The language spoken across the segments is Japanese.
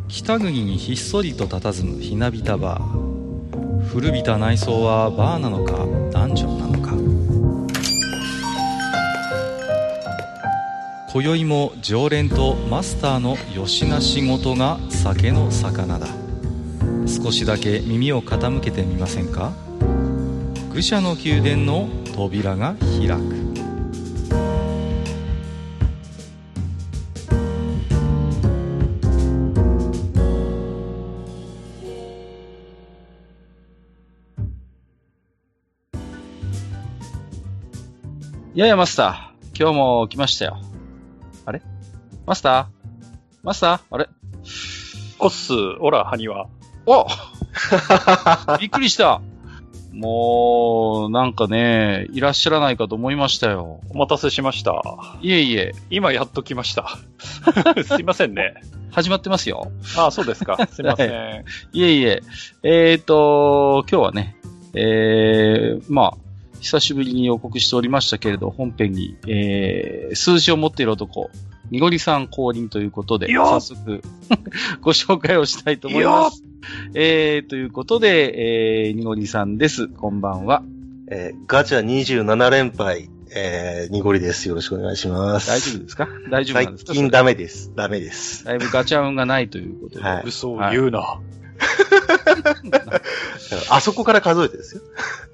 北国にひっそりと佇むひなびたバー。古びた内装はバーなのかダンジョンなのか。今宵も常連とマスターのよしな仕事が酒の魚だ。少しだけ耳を傾けてみませんか。愚者の宮殿の扉が開く。いやいや、マスター。今日も来ましたよ。あれマスターあれおっす、おら、ハニワ。 おびっくりした。もう、なんかね、いらっしゃらないかと思いましたよ。 お待たせしました。 いえいえ。 今やっと来ました。すいませんね。 始まってますよ。 ああ、そうですか。すいません。 いえいえ。今日はね、久しぶりに予告しておりましたけれど、本編に、数字を持っている男、にごりさん降臨ということで、早速、ご紹介をしたいと思います。ということで、にごりさんです。こんばんは。 ガチャ27連敗、にごりです。よろしくお願いします。 大丈夫ですか？大丈夫なんですか？ 最近ダメです。ダメです。 だいぶガチャ運がないということで。 はい、 嘘を言うな。はい、 あそこから数えてですよ。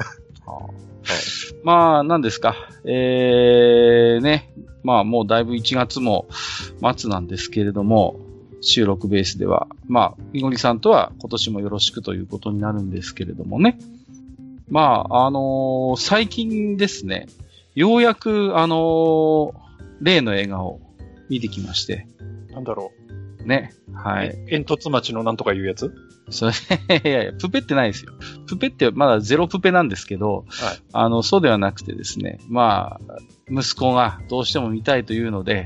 まあ、何ですか。ね。まあ、もうだいぶ1月も末なんですけれども、収録ベースでは、まあ、みごりさんとは今年もよろしくということになるんですけれどもね。まあ、最近ですね、ようやく、例の映画を見てきまして。 なんだろう。ね。はい。 煙突町のなんとかいうやつ？ それ、いやいや、プペってないですよ。プペってまだゼロプペなんですけど、はい、そうではなくてですね、まあ、息子がどうしても見たいというので、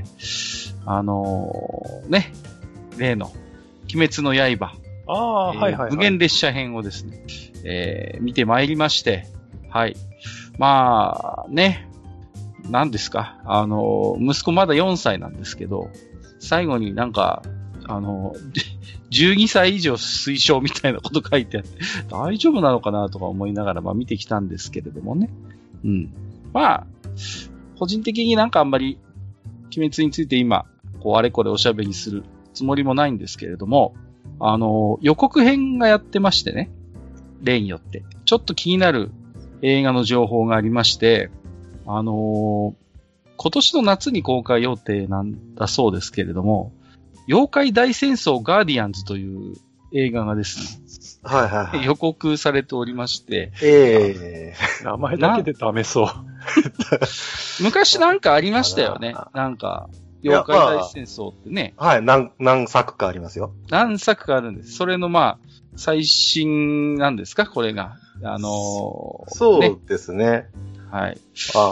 ね、例の、鬼滅の刃。無限列車編をですね、見てまいりまして、はい。まあ、ね、何ですか、息子まだ4歳なんですけど、最後になんか、12歳以上推奨みたいなこと書いてあって、大丈夫なのかなとか思いながら、まあ見てきたんですけれどもね。うん。まあ、個人的になんかあんまり、鬼滅について今、こうあれこれおしゃべりするつもりもないんですけれども、予告編がやってましてね。例によって。ちょっと気になる映画の情報がありまして、今年の夏に公開予定なんだそうですけれども、妖怪大戦争ガーディアンズという映画がですね、 はいはいはい、 予告されておりまして、 名前だけでダメそう。 昔なんかありましたよね。なんか、妖怪大戦争ってね。 はい、何作かありますよ。 何作かあるんです。それのまあ、最新なんですかこれが。 そうですね。 はい。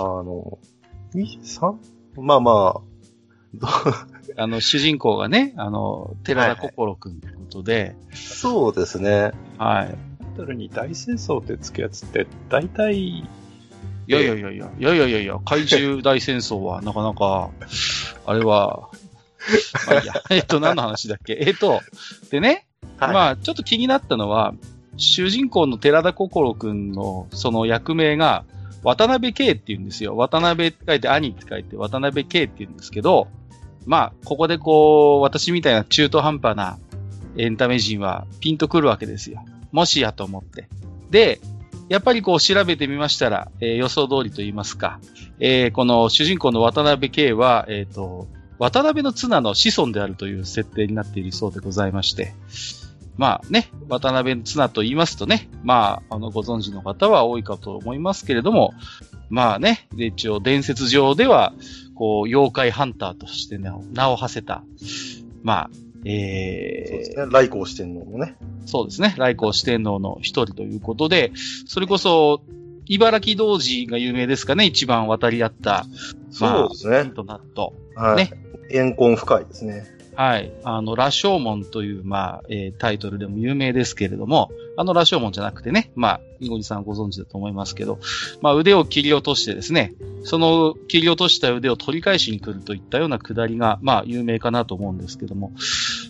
3? まあまあ、主人公がね、寺田心くんということで、はい。 そうですね。 はい。 タイトルに大戦争ってつくやつって、大体、 いや、怪獣大戦争はなかなか、あれは、まあいいや、何の話だっけ？でね、はい、まあ、ちょっと気になったのは、主人公の寺田心くんのその役名が、渡辺圭って言うんですよ。渡辺って書いて、兄って書いて、渡辺圭って言うんですけど、まあ、ここでこう、私みたいな中途半端なエンタメ人はピンとくるわけですよ。もしやと思って。で、やっぱりこう調べてみましたら、予想通りと言いますか、この主人公の渡辺圭は、渡辺の綱の子孫であるという設定になっているそうでございまして、まあね、渡辺の綱と言いますとね、まあ、ご存知の方は多いかと思いますけれども、まあね、で一応伝説上では、こう、妖怪ハンターとして名を馳せた、まあ、 そうですね、来光四天王のね。 そうですね、来光四天王の一人ということで、それこそ、茨城童子が有名ですかね、一番渡り合った。 そうですね。 ヒントナット。 はい。ね。怨恨深いですね。 はい。羅生門という、まあ、タイトルでも有名ですけれども、羅生門じゃなくてね、まあ、みごりさんご存知だと思いますけど、まあ、腕を切り落としてですね、その切り落とした腕を取り返しに来るといったようなくだりが、まあ、有名かなと思うんですけども、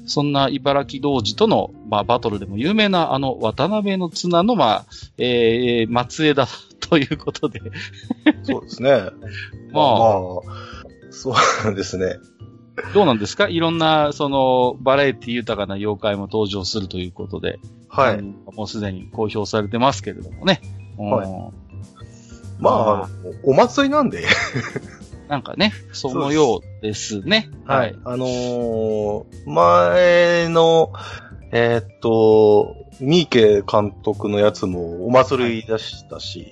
そんな茨城童子との、まあ、バトルでも有名な渡辺の綱の、まあ、末裔だということで。 そうですね。まあ、そうですね。 どうなんですか？いろんな、バラエティ豊かな妖怪も登場するということで。 はい。 もうすでに公表されてますけれどもね。 はい。まあ、お祭りなんで。 なんかね、そのようですね。 はい。前の、三池監督のやつもお祭り出したし、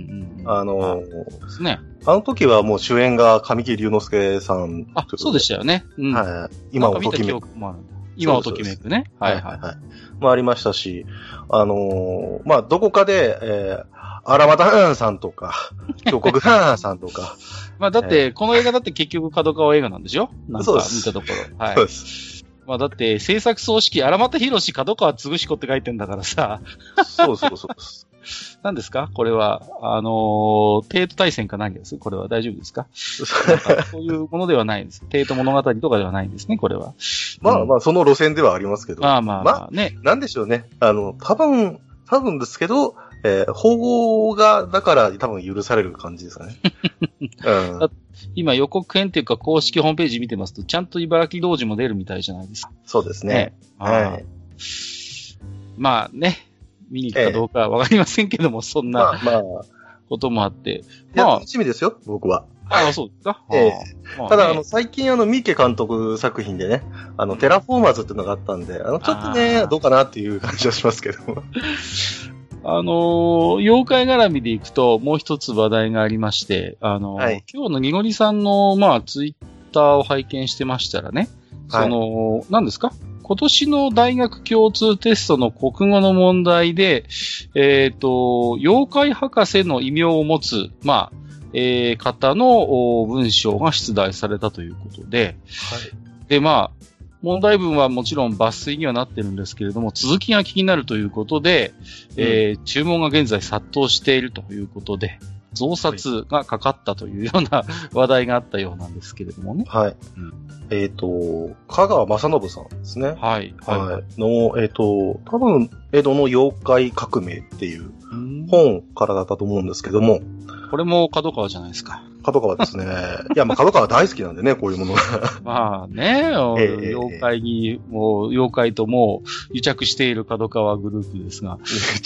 ですね。 あの時はもう主演が神木隆之介さん。 あ、そうでしたよね。 うん、はい。今をときめく。 今をときめくね。はいはい。 まあありましたし、まあどこかで、荒俣さんとか、京国さんとか。 まあだって、この映画だって結局角川映画なんでしょ？なんか見たところ。はい。 そうです。 まあだって制作総指揮荒俣博士角川嗣彦って書いてんだからさ。 そう。 何ですかこれは、帝都大戦か何です？これは大丈夫ですか？そういうものではないんです。帝都物語とかではないんですね、これは。 まあまあ、その路線ではありますけど。 まあね。 なんでしょうね。多分ですけど、保護が、だから多分許される感じですかね。 うん、今予告編っていうか公式ホームページ見てますと、ちゃんと茨城童子も出るみたいじゃないですか。 そうですね。はい。 まあね、見に行くかどうかはわかりませんけども、そんなこともあって。 まあ、楽しみですよ、僕は。 ああ、そうですか。 ただ、最近三池監督作品でね、テラフォーマーズっていうのがあったんで、ちょっとね、どうかなっていう感じはしますけども。 妖怪絡みでいくと、もう一つ話題がありまして、今日のにごりさんの、まあ、ツイッターを拝見してましたらね、何ですか？今年の大学共通テストの国語の問題で、妖怪博士の異名を持つ、まあ、方の文章が出題されたということで、で、まあ、問題文はもちろん抜粋にはなってるんですけれども、続きが気になるということで、注文が現在殺到しているということで、増刷がかかったというような話題があったようなんですけれどもね。 はい。香川正信さんですね。 はい。 の、多分、江戸の妖怪革命っていう本からだったと思うんですけども。 これも角川じゃないですか。 角川ですね。いや、まあ、角川大好きなんでね、こういうものが。 まあね、妖怪ともう癒着している角川グループですが。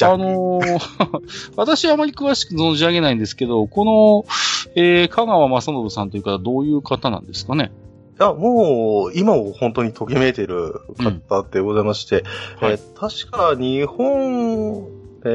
私はあまり詳しく存じ上げないんですけど、この、香川正信さんという方はどういう方なんですかね？ いや、もう、今を本当にときめいている方でございまして、確か日本、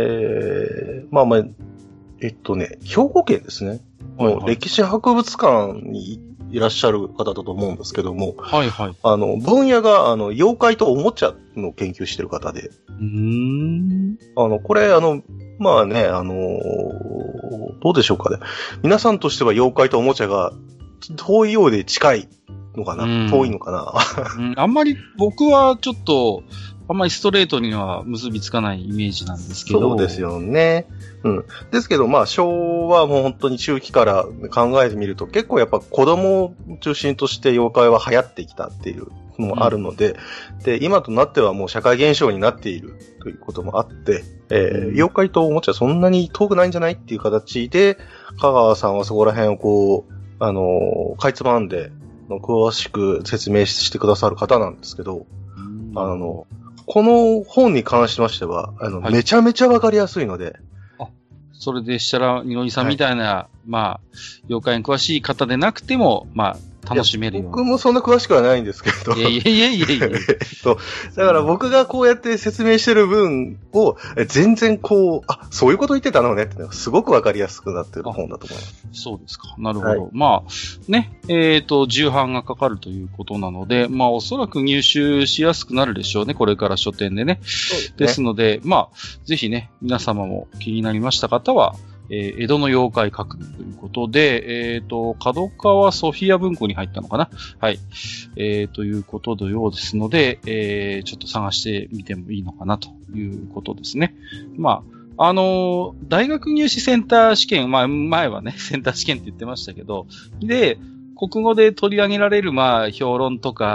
兵庫県ですね。歴史博物館にいらっしゃる方だと思うんですけども、分野が、妖怪とおもちゃの研究してる方で。これ、まあね、どうでしょうかね。皆さんとしては妖怪とおもちゃが遠いようで近いのかな？遠いのかな？ あんまり僕はちょっと、あんまりストレートには結びつかないイメージなんですけど。 そうですよね。ですけど、まあ、昭和も本当に中期から考えてみると、結構やっぱ子供を中心として妖怪は流行ってきたっていうのもあるので、で、今となってはもう社会現象になっているということもあって、妖怪とおもちゃそんなに遠くないんじゃないっていう形で、香川さんはそこら辺をこう、かいつまんで、詳しく説明してくださる方なんですけど、この本に関しましては、めちゃめちゃわかりやすいので。 それでしたら、にのりさんみたいな、まあ、妖怪に詳しい方でなくても、まあ、楽しめるような。 僕もそんな詳しくはないんですけど。 いや。 だから僕がこうやって説明してる分を、全然こう、そういうこと言ってたのねって、すごくわかりやすくなってる本だと思います。 そうですか。なるほど。まあ、ね、重版がかかるということなので、まあ、おそらく入手しやすくなるでしょうね。これから書店でね。ですので、まあ、ぜひね、皆様も気になりました方は、江戸の妖怪革命ということで、角川ソフィア文庫に入ったのかな？はい。ということのようですので、ちょっと探してみてもいいのかなということですね。まあ、大学入試センター試験、まあ、前はね、センター試験って言ってましたけど、で、国語で取り上げられる、まあ、評論とか、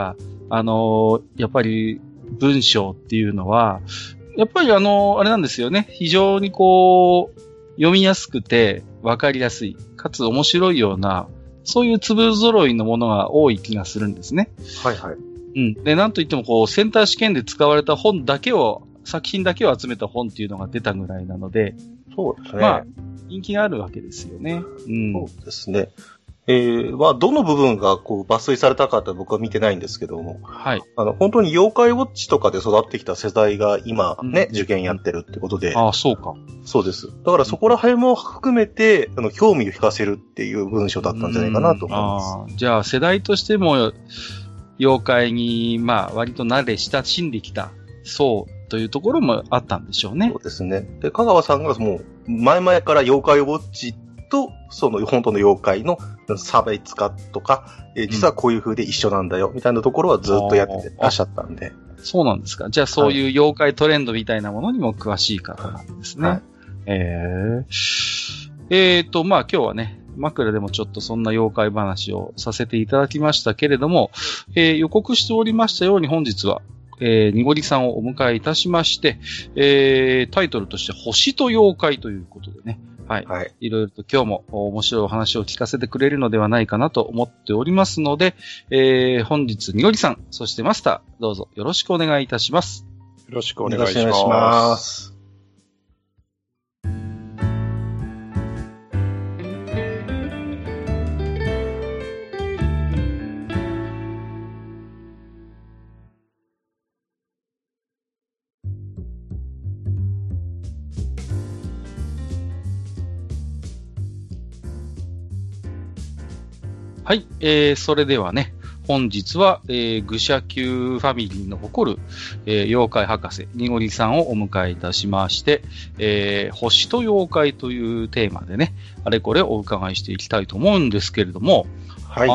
やっぱり文章っていうのは、やっぱりあれなんですよね。非常にこう、読みやすくて分かりやすい、かつ面白いような、そういう粒揃いのものが多い気がするんですね。 はいはい。 うん。で、なんといってもこう、センター試験で使われた本だけを、作品だけを集めた本っていうのが出たぐらいなので、 そうですね。 まあ、人気があるわけですよね。うん。 そうですね。どの部分がこう抜粋されたかって僕は見てないんですけども、 はい。 本当に妖怪ウォッチとかで育ってきた世代が今ね、受験やってるってことで。 ああ、そうか。 そうです。だからそこら辺も含めて、興味を引かせるっていう文章だったんじゃないかなと思います。 じゃあ、世代としても、妖怪に、まあ、割と慣れ親しんできたそうというところもあったんでしょうね。 そうですね。で、香川さんがもう、前々から妖怪ウォッチと、その本当の妖怪の差別化とか、実はこういう風で一緒なんだよ、みたいなところはずっとやってらっしゃったんで。 そうなんですか。じゃあそういう妖怪トレンドみたいなものにも詳しい方なんですね。はい、まあ今日はね、枕でもちょっとそんな妖怪話をさせていただきましたけれども、予告しておりましたように本日は、にごりさんをお迎えいたしまして、タイトルとして星と妖怪ということでね、はい。はい。いろいろと今日も面白いお話を聞かせてくれるのではないかなと思っておりますので、本日にごりさん、そしてマスター、どうぞよろしくお願いいたします。 よろしくお願いします。 はい、それではね、本日は、愚者級ファミリーの誇る、妖怪博士、にごりさんをお迎えいたしまして、星と妖怪というテーマでね、あれこれお伺いしていきたいと思うんですけれども、はい、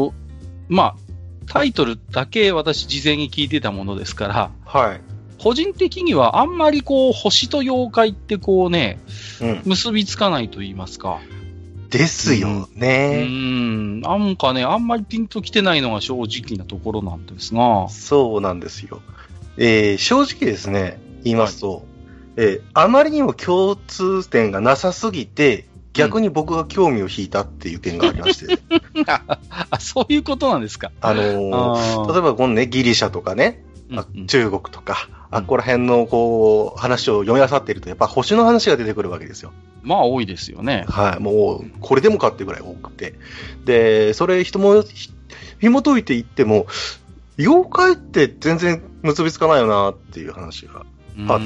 まあ、タイトルだけ私事前に聞いてたものですから、はい。個人的にはあんまりこう、星と妖怪ってこうね、結びつかないと言いますか。 ですよね。 なんかね、あんまりピンときてないのが正直なところなんですが。 そうなんですよ。正直ですね、言いますと、あまりにも共通点がなさすぎて、逆に僕が興味を引いたっていう点がありまして。 そういうことなんですか。 例えばこのね、ギリシャとかね、中国とか、ここら辺のこう、話を読み漁っていると、やっぱ星の話が出てくるわけですよ。 まあ多いですよね。 はい。もう、これでもかっていうぐらい多くて。で、それ紐解いていっても、妖怪って全然結びつかないよなっていう話があって。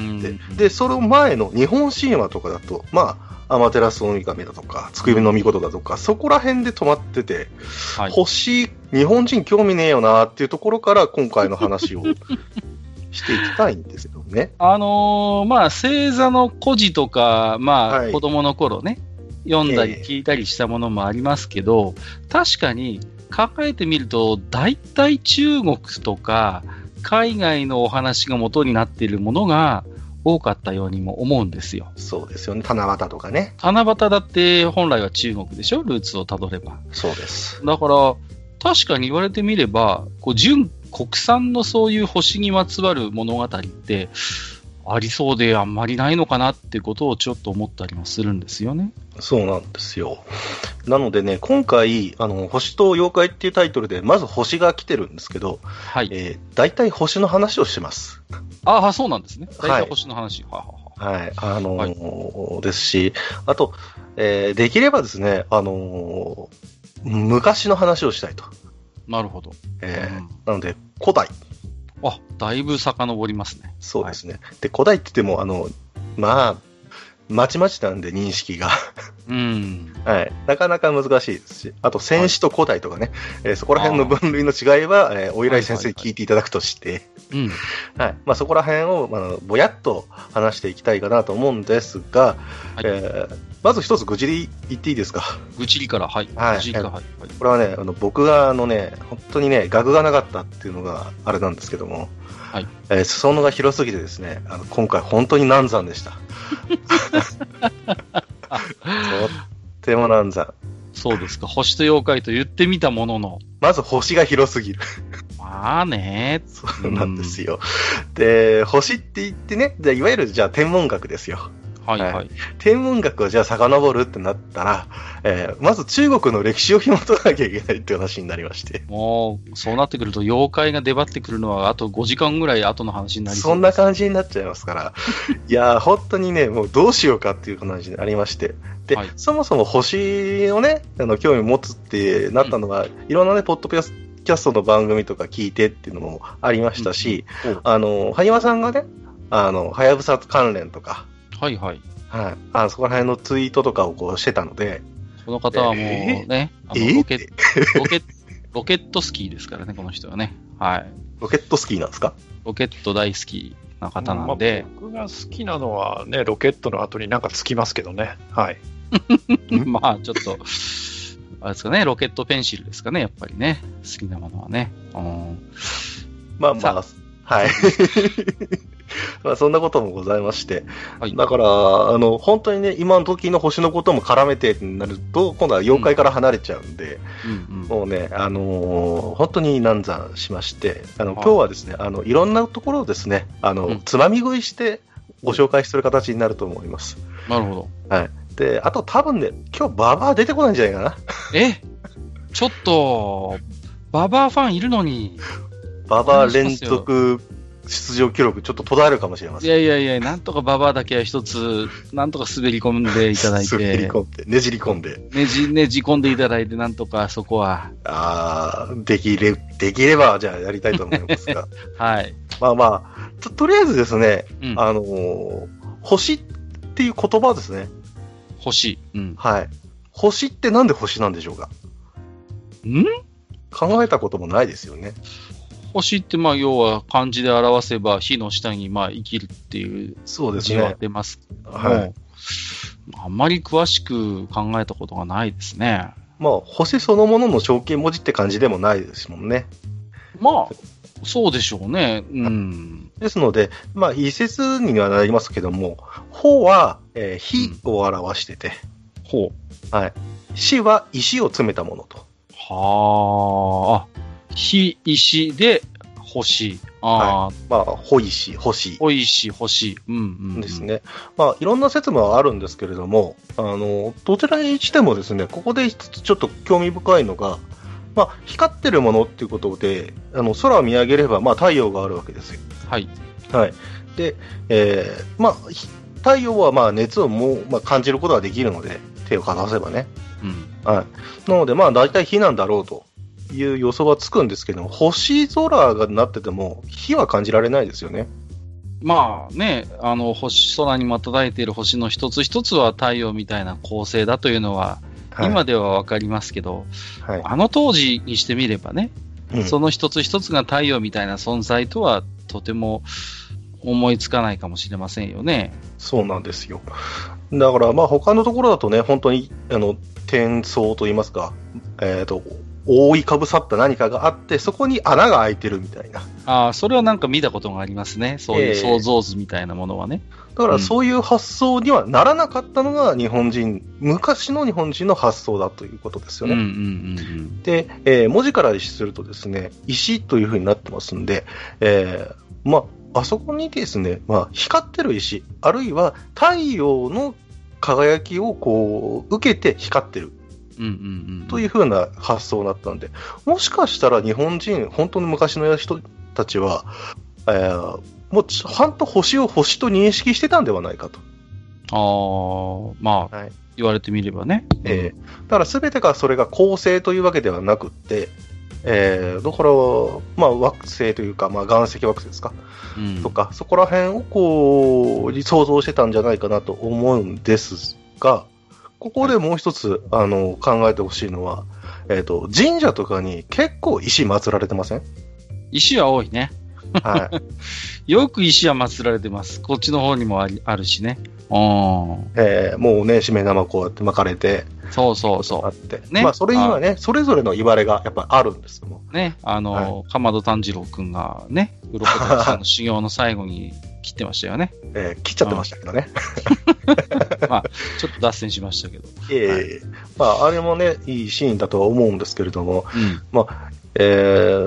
で、その前の日本神話とかだと、まあ、アマテラスオオミカミだとか、つくびの御事だとか、そこら辺で止まってて、星、日本人興味ねえよなっていうところから今回の話をしていきたいんですよね。 まあ、星座の故事とか、まあ、子供の頃ね、読んだり聞いたりしたものもありますけど、確かに考えてみると、大体中国とか、海外のお話が元になっているものが多かったようにも思うんですよ。 そうですよね。七夕とかね。 七夕だって本来は中国でしょ？ルーツをたどれば。 そうです。 だから、確かに言われてみれば、こう純国産のそういう星にまつわる物語ってありそうであんまりないのかなってことをちょっと思ったりもするんですよね。 そうなんですよ。なのでね、今回、星と妖怪っていうタイトルで、まず星が来てるんですけど、はい。大体星の話をしてます。 ああ、そうなんですね。大体星の話。 はい。ですし、あと、できればですね、昔の話をしたいと。 なるほど。 なので、古代。 だいぶ遡りますね。 そうですね。はい、で、古代って言っても、まあ、まちまちなんで認識が。はい。なかなか難しいですし、あと、戦士と古代とかね、そこら辺の分類の違いは、お依頼先生に聞いていただくとして、はい。まあ、そこら辺を、ぼやっと話していきたいかなと思うんですが、まず一つ愚痴り言っていいですか？ 愚痴りから、はい。 愚痴りから、はい。これはね、僕が本当にね、学がなかったっていうのがあれなんですけども、はい。裾野が広すぎてですね、今回本当に難産でした。とっても難産。 そうですか。星と妖怪と言ってみたものの。 まず星が広すぎる。 まあね。 そうなんですよ。で、星って言ってね、じゃあいわゆるじゃあ天文学ですよ。 はいはい。 天文学をじゃあ遡るってなったら、まず中国の歴史を紐解かなきゃいけないっていう話になりまして。 もう、そうなってくると妖怪が出張ってくるのはあと5時間ぐらい後の話になりそうです。 そんな感じになっちゃいますから。いやー、本当にね、もうどうしようかっていう話になりまして。で、はい、そもそも星をね、興味持つってなったのは、いろんなね、ポッドキャストの番組とか聞いてっていうのもありましたし、はにわさんがね、はやぶさ関連とか、 はいはい。 はい。そこら辺のツイートとかをこうしてたので。 この方はもうね、ロケットスキーですからね、この人はね。はい。 ロケットスキーなんですか？ ロケット大好きな方なんで。 僕が好きなのはね、ロケットの後になんかつきますけどね。はい。 まあ、ちょっと、あれですかね、ロケットペンシルですかね、やっぱりね。好きなものはね。 まあまあ、はい。まあそんなこともございまして。はい、だから、本当にね、今の時の星のことも絡めてになると、今度は妖怪から離れちゃうんで、もうね、本当に難産しまして、今日はですね、いろんなところをですね、つまみ食いしてご紹介する形になると思います。 なるほど。 はい。で、あと多分ね、今日ババア出てこないんじゃないかな。 ちょっと、ババアファンいるのに。 ババア連続出場記録ちょっと途絶えるかもしれません。 いや、なんとかババアだけは一つ、なんとか滑り込んでいただいて。 滑り込んで、ねじり込んで。 ねじ込んでいただいて、なんとかそこは。 できれば、じゃあやりたいと思いますが。 はい。 まあ、とりあえずですね、星っていう言葉ですね。 星。 はい。星ってなんで星なんでしょうか？考えたこともないですよね。 星って、まあ、要は漢字で表せば、火の下に、まあ、生きるっていう字は出ますけども、はい。あんまり詳しく考えたことがないですね。 まあ、星そのものの象形文字って感じでもないですもんね。 まあ、そうでしょうね。 ですので、まあ、一説にはなりますけども、火は、火を表してて、はい。石は石を詰めたものと。 はあ。火、石で、星。 まあ、火石、星。 火石、星。 ですね。まあ、いろんな説もあるんですけれども、どちらにしてもですね、ここで一つちょっと興味深いのが、まあ、光ってるものっていうことで、空を見上げれば、まあ、太陽があるわけですよ。 はい。 はい。で、まあ、太陽はまあ熱をまあ、感じることができるので、手をかざせばね。はい。なので、まあ、大体火なんだろうという予想はつくんですけども、星空がなってても、火は感じられないですよね。 まあね、空に瞬いている星の一つ一つは太陽みたいな構成だというのは、今ではわかりますけど、あの当時にしてみればね、その一つ一つが太陽みたいな存在とはとても思いつかないかもしれませんよね。 そうなんですよ。だからまあ他のところだとね、本当に天層といいますか、覆いかぶさった何かがあって、そこに穴が開いてるみたいな。 それはなんか見たことがありますね。そういう想像図みたいなものはね。 だからそういう発想にはならなかったのが昔の日本人の発想だということですよね。で、文字からするとですね、石という風になってますんで、まあ、あそこにですね、まあ、光ってる石、あるいは太陽の輝きをこう受けて光ってる。という風な発想だったんで、もしかしたら日本人、本当に昔の人たちは、もうちゃんと星を星と認識してたんではないかと。 まあ、言われてみればね。 だから全てがそれが恒星というわけではなくって、だから、まあ、惑星というか、まあ、岩石惑星ですか、とか、そこら辺をこう、想像してたんじゃないかなと思うんですが、ここでもう一つ、考えてほしいのは、神社とかに結構石祀られてません？ 石は多いね。 はい。 よく石は祀られてます。こっちの方にもあるしね。 もうね、しめ縄こうやって巻かれて。 そう。 あって。ね。まあ、それにはね、それぞれの言われがやっぱりあるんですよ。 ね。鎌戸炭治郎くんがね、鱗太さんの修行の最後に切ってましたよね。 切っちゃってましたけどね。 まあ、ちょっと脱線しましたけど。 まあ、あれもね、いいシーンだとは思うんですけれども、まあ、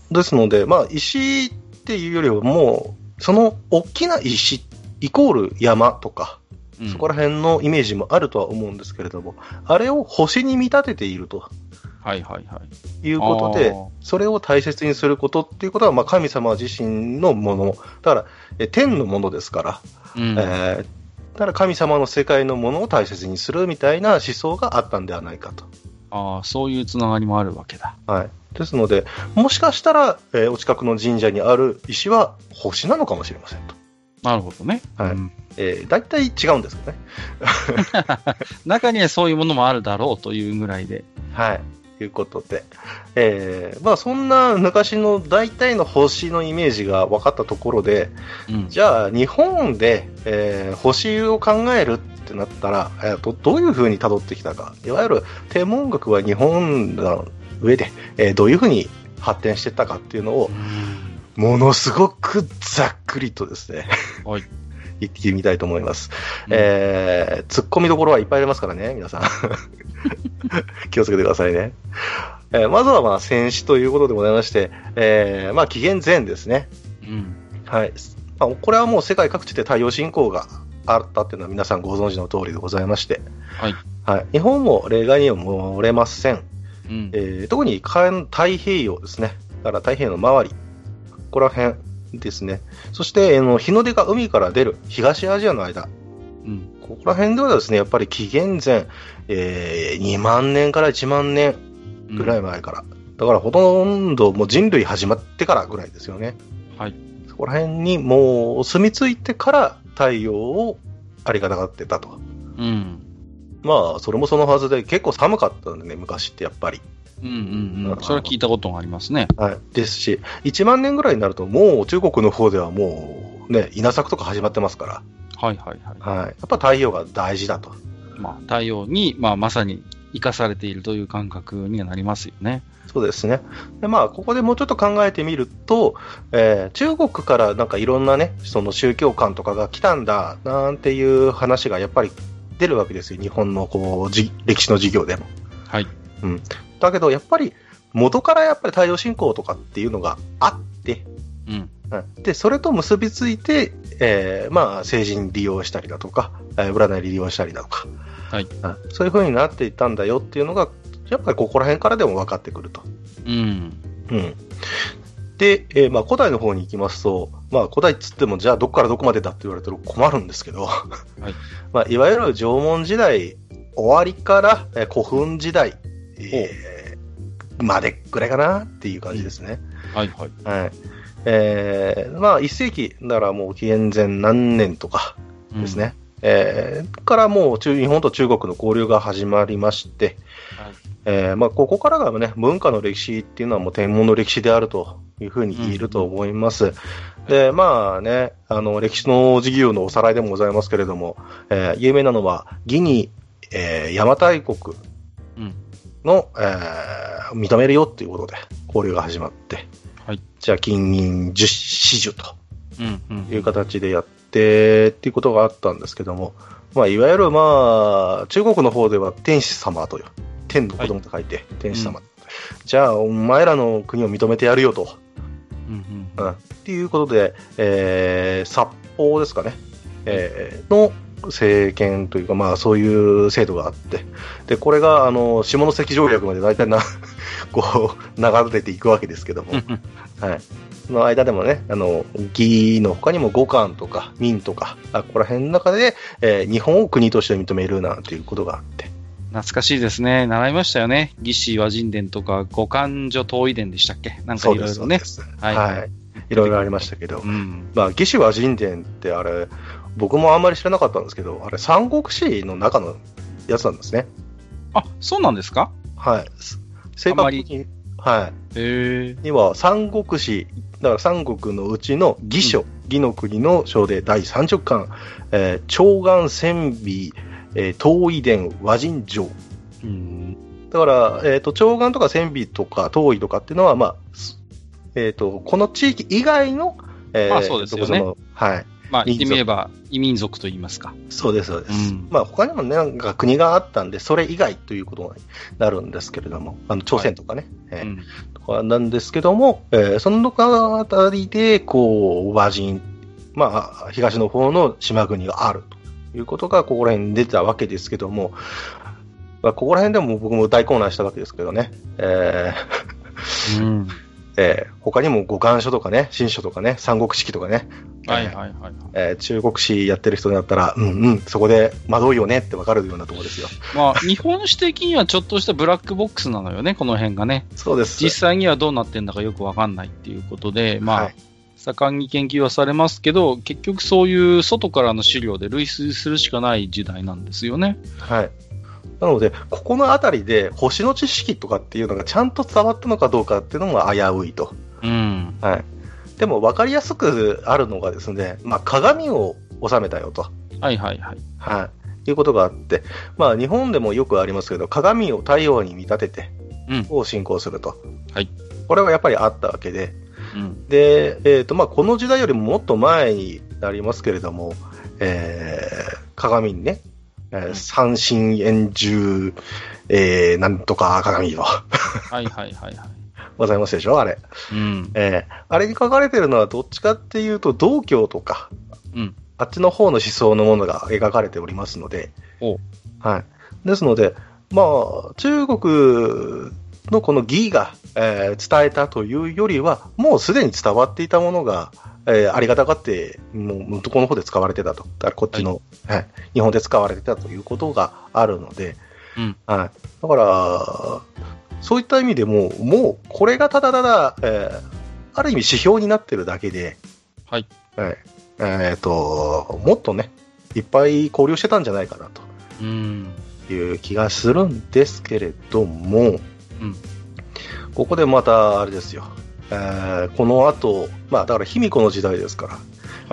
ですので、まあ、石っていうよりはもう、その大きな石イコール山とか、そこら辺のイメージもあるとは思うんですけれども、あれを星に見立てていると。 はいはいはい。 いうことで、それを大切にすることっていうことは、まあ、神様自身のもの、だから、天のものですから、だから神様の世界のものを大切にするみたいな思想があったんではないかと。 ああ、そういうつながりもあるわけだ。 はい。ですので、もしかしたら、お近くの神社にある石は星なのかもしれませんと。 なるほどね。 はい。大体違うんですよね。 中にはそういうものもあるだろうというぐらいで。 はい。ということで、まあそんな昔の大体の星のイメージが分かったところで、じゃあ日本で、星を考えるってなったら、どういう風に辿ってきたか。いわゆる天文学は日本の上で、どういう風に発展していったかっていうのを、ものすごくざっくりとですね、はい、言ってみたいと思います。突っ込みどころはいっぱいありますからね、皆さん。気をつけてくださいね。まずはまあ戦死ということでございまして、まあ紀元前ですね。はい。まあ、これはもう世界各地で太陽信仰があったっていうのは皆さんご存知の通りでございまして、はい。はい。日本も例外には漏れません。特に太平洋ですね。だから太平洋の周り、ここら辺ですね。そして、日の出が海から出る東アジアの間、ここら辺ではですね、やっぱり紀元前、2万年から1万年ぐらい前から、だからほとんどもう人類始まってからぐらいですよね。はい。そこら辺にもう住み着いてから太陽をありがたがってたと。まあ、それもそのはずで結構寒かったんでね、昔ってやっぱり。 それは聞いたことがありますね。 はい。ですし、1万年ぐらいになるともう中国の方ではもうね、稲作とか始まってますから。はいはいはい。はい。やっぱ太陽が大事だと。 まあ、太陽に、まあ、まさに生かされているという感覚にはなりますよね。 そうですね。で、まあ、ここでもうちょっと考えてみると、中国からなんかいろんなね、その宗教観とかが来たんだ、なんていう話がやっぱり出るわけですよ。日本のこう、歴史の授業でも。はい。うん。だけど、やっぱり、元からやっぱり太陽信仰とかっていうのがあって、で、それと結びついて、まあ、政治に利用したりだとか、占いに利用したりだとか、はい、そういう風になっていったんだよっていうのが、やっぱりここら辺からでも分かってくると。で、まあ、古代の方に行きますと、まあ、古代っつっても、じゃあどこからどこまでだって言われたら困るんですけど、はいまあ、いわゆる縄文時代終わりから、古墳時代、までぐらいかなっていう感じですね。はいはいはいまあ、1世紀ならもう紀元前何年とかですね。からもう日本と中国の交流が始まりまして、まあ、ここからがね、文化の歴史っていうのはもう天文の歴史であるというふうに言えると思います。で、まあね、歴史の授業のおさらいでもございますけれども、有名なのは、義に、邪馬台国の、認めるよっていうことで交流が始まって、はい、じゃあ金銀十四樹という形でやってっていうことがあったんですけども、まあ、いわゆるまあ中国の方では天使様という天の子供と書いて、天使様、じゃあお前らの国を認めてやるよと、っていうことで、札幌ですかね、の政権というか、まあ、そういう制度があって、で、これが、下関条約まで大体こう、流れていくわけですけども、はい。その間でもね、義の他にも五官とか民とか、ここら辺の中で、日本を国として認めるなんていうことがあって。 懐かしいですね。習いましたよね。義士和人伝とか、五官所統一伝でしたっけなんかいろいろね。 はい。はい。いろいろありましたけど、まあ、義士和人伝ってあれ、僕もあんまり知らなかったんですけど、あれ、三国志の中のやつなんですね。 あ、そうなんですか？ はい。正確に、はい。には、三国志、だから三国のうちの義書、義の国の書で第30巻、長眼千尾、東夷伝和人条。だから、長眼とか千尾とか東夷とかっていうのは、まあ、この地域以外の、 まあそうですよね。 はい。 まあ、言ってみれば、異民族と言いますか。 そうです、そうです。 うん、 まあ、他にもね、なんか国があったんで、それ以外ということになるんですけれども、朝鮮とかね、とかなんですけども、そのあたりで、こう、和人、まあ、東の方の島国があるということが、ここら辺に出たわけですけども、まあ、ここら辺でも僕も大混乱したわけですけどね。他にも五漢書とかね、新書とかね、三国史とかね、中国史やってる人だったら、そこで惑うよねって分かるようなところですよ。 まあ、日本史的にはちょっとしたブラックボックスなのよね、この辺がね。 そうです。 実際にはどうなってんだかよく分かんないっていうことで、まあ、盛んに研究はされますけど、結局そういう外からの資料で類推するしかない時代なんですよね。 はい。なので、ここのあたりで星の知識とかっていうのがちゃんと伝わったのかどうかっていうのが危ういと。はい。でも分かりやすくあるのがですね、まあ、鏡を収めたよと。いうことがあって、まあ、日本でもよくありますけど、鏡を太陽に見立てて、を信仰すると。これはやっぱりあったわけで、で、まあ、この時代よりももっと前になりますけれども、鏡にね、三神円珠、なんとか鏡を。ございますでしょ、あれ。あれに書かれてるのはどっちかっていうと、道教とか、あっちの方の思想のものが描かれておりますので、ですので、まあ、中国のこの義が、伝えたというよりは、もうすでに伝わっていたものが、ありがたがって、もう向こうの方で使われてたと。こっちの、日本で使われてたということがあるので、だから、そういった意味でもうこれがただただ、ある意味指標になってるだけで、もっとね、いっぱい交流してたんじゃないかなという気がするんですけれども、ここでまたあれですよ。この後、まあだから卑弥呼の時代ですから、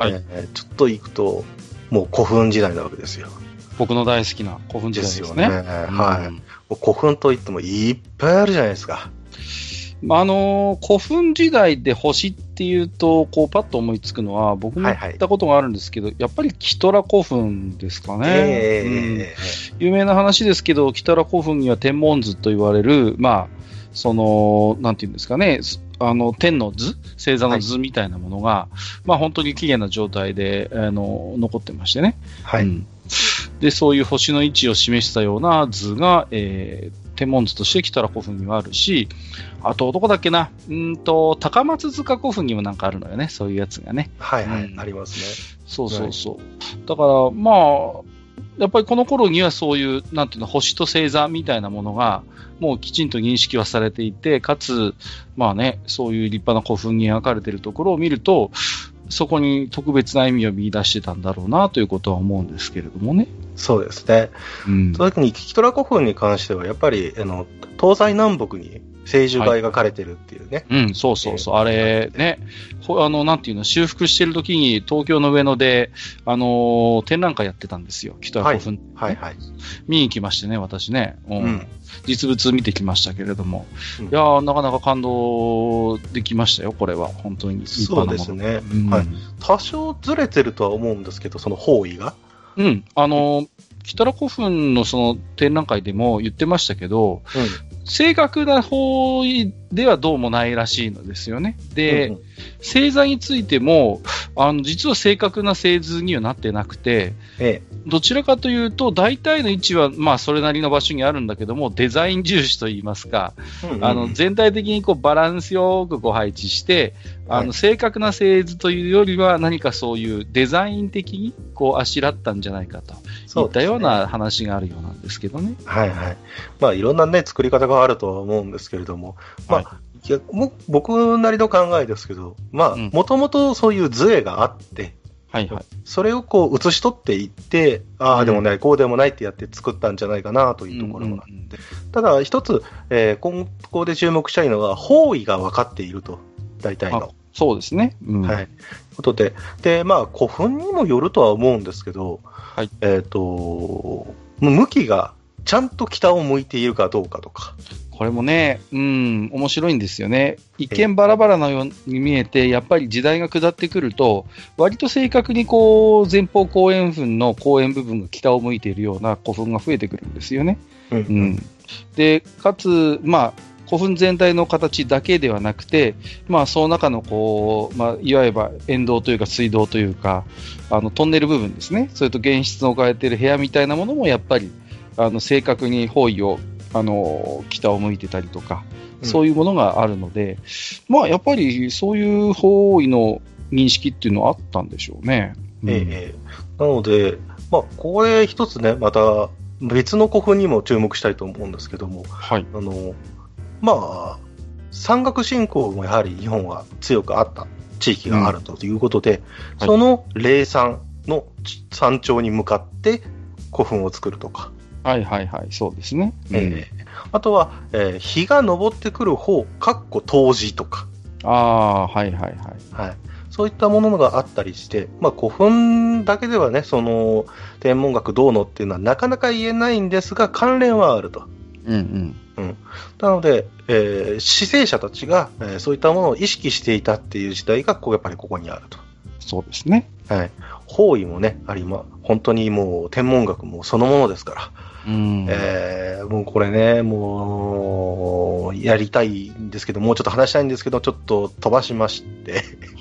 ちょっと行くと、もう古墳時代なわけですよ。 僕の大好きな古墳時代ですね。 古墳といってもいっぱいあるじゃないですか。 古墳時代で星っていうと、こうパッと思いつくのは、僕も行ったことがあるんですけど、やっぱりキトラ古墳ですかね。有名な話ですけど、キトラ古墳には天文図と言われる、まあ、なんていうんですかね、天の図、星座の図みたいなものが、まあ本当に綺麗な状態で、残ってましてね。で、そういう星の位置を示したような図が、天文図としてキトラ古墳にはあるし、あと、どこだっけな、高松塚古墳にもなんかあるのよね、そういうやつがね。 ありますね。 そう。だから、まあ、やっぱりこの頃にはそういう、なんていうの、星と星座みたいなものが、もうきちんと認識はされていて、かつ、まあね、そういう立派な古墳に描かれているところを見ると、そこに特別な意味を見出してたんだろうなということは思うんですけれどもね。 そうですね。特にキトラ古墳に関しては、やっぱり、東西南北に聖樹が描かれてるっていうね。 そう。あれね、なんていうの、修復してる時に東京の上野で、展覧会やってたんですよ、キトラ古墳。見に行きましてね、私ね。実物見てきましたけれども。いやー、なかなか感動できましたよ、これは。本当に立派なもの。 そうですね。多少ずれてるとは思うんですけど、その方位が。 キトラ古墳のその展覧会でも言ってましたけど、正確な方位ではどうもないらしいのですよね。で、星座についても、実は正確な星図にはなってなくて、どちらかというと、大体の位置は、まあ、それなりの場所にあるんだけども、デザイン重視といいますか、全体的にこうバランスよくこう配置して、正確な星図というよりは、何かそういうデザイン的にこうあしらったんじゃないかといったような話があるようなんですけどね。 まあ、いろんなね、作り方があるとは思うんですけれども、まあ、僕なりの考えですけど、まあ、もともとそういう図絵があって、それをこう写し取っていって、ああでもない、こうでもないってやって作ったんじゃないかなというところがあって、ただ一つ、ここで注目したいのは、方位が分かっていると、大体の。 そうですね。 ことで、まあ、古墳にもよるとは思うんですけど、向きがちゃんと北を向いているかどうかとか。 これもね、面白いんですよね。一見バラバラなように見えて、やっぱり時代が下ってくると、割と正確にこう、前方後円墳の後円部分が北を向いているような古墳が増えてくるんですよね。で、かつ、古墳全体の形だけではなくて、その中のこう、いわゆる沿道というか水道というか、トンネル部分ですね。それと原質の置かれている部屋みたいなものもやっぱり、正確に方位を、北を向いてたりとか、そういうものがあるので、やっぱりそういう方位の認識っていうのはあったんでしょうね。 なので、これ一つね、また別の古墳にも注目したいと思うんですけども、 はい。 山岳信仰もやはり日本は強くあった地域があるということで、その霊山の山頂に向かって古墳を作るとか、 そうですね。 あとは、日が昇ってくる方、冬至とか。そういったものがあったりして、古墳だけではね、その天文学どうのっていうのはなかなか言えないんですが、関連はあると。なので、死生者たちが、そういったものを意識していたっていう時代がやっぱりここにあると。 そうですね。 方位もね、本当にもう天文学もそのものですから。もうこれね、もうやりたいんですけど、もうちょっと話したいんですけど、ちょっと飛ばしまして。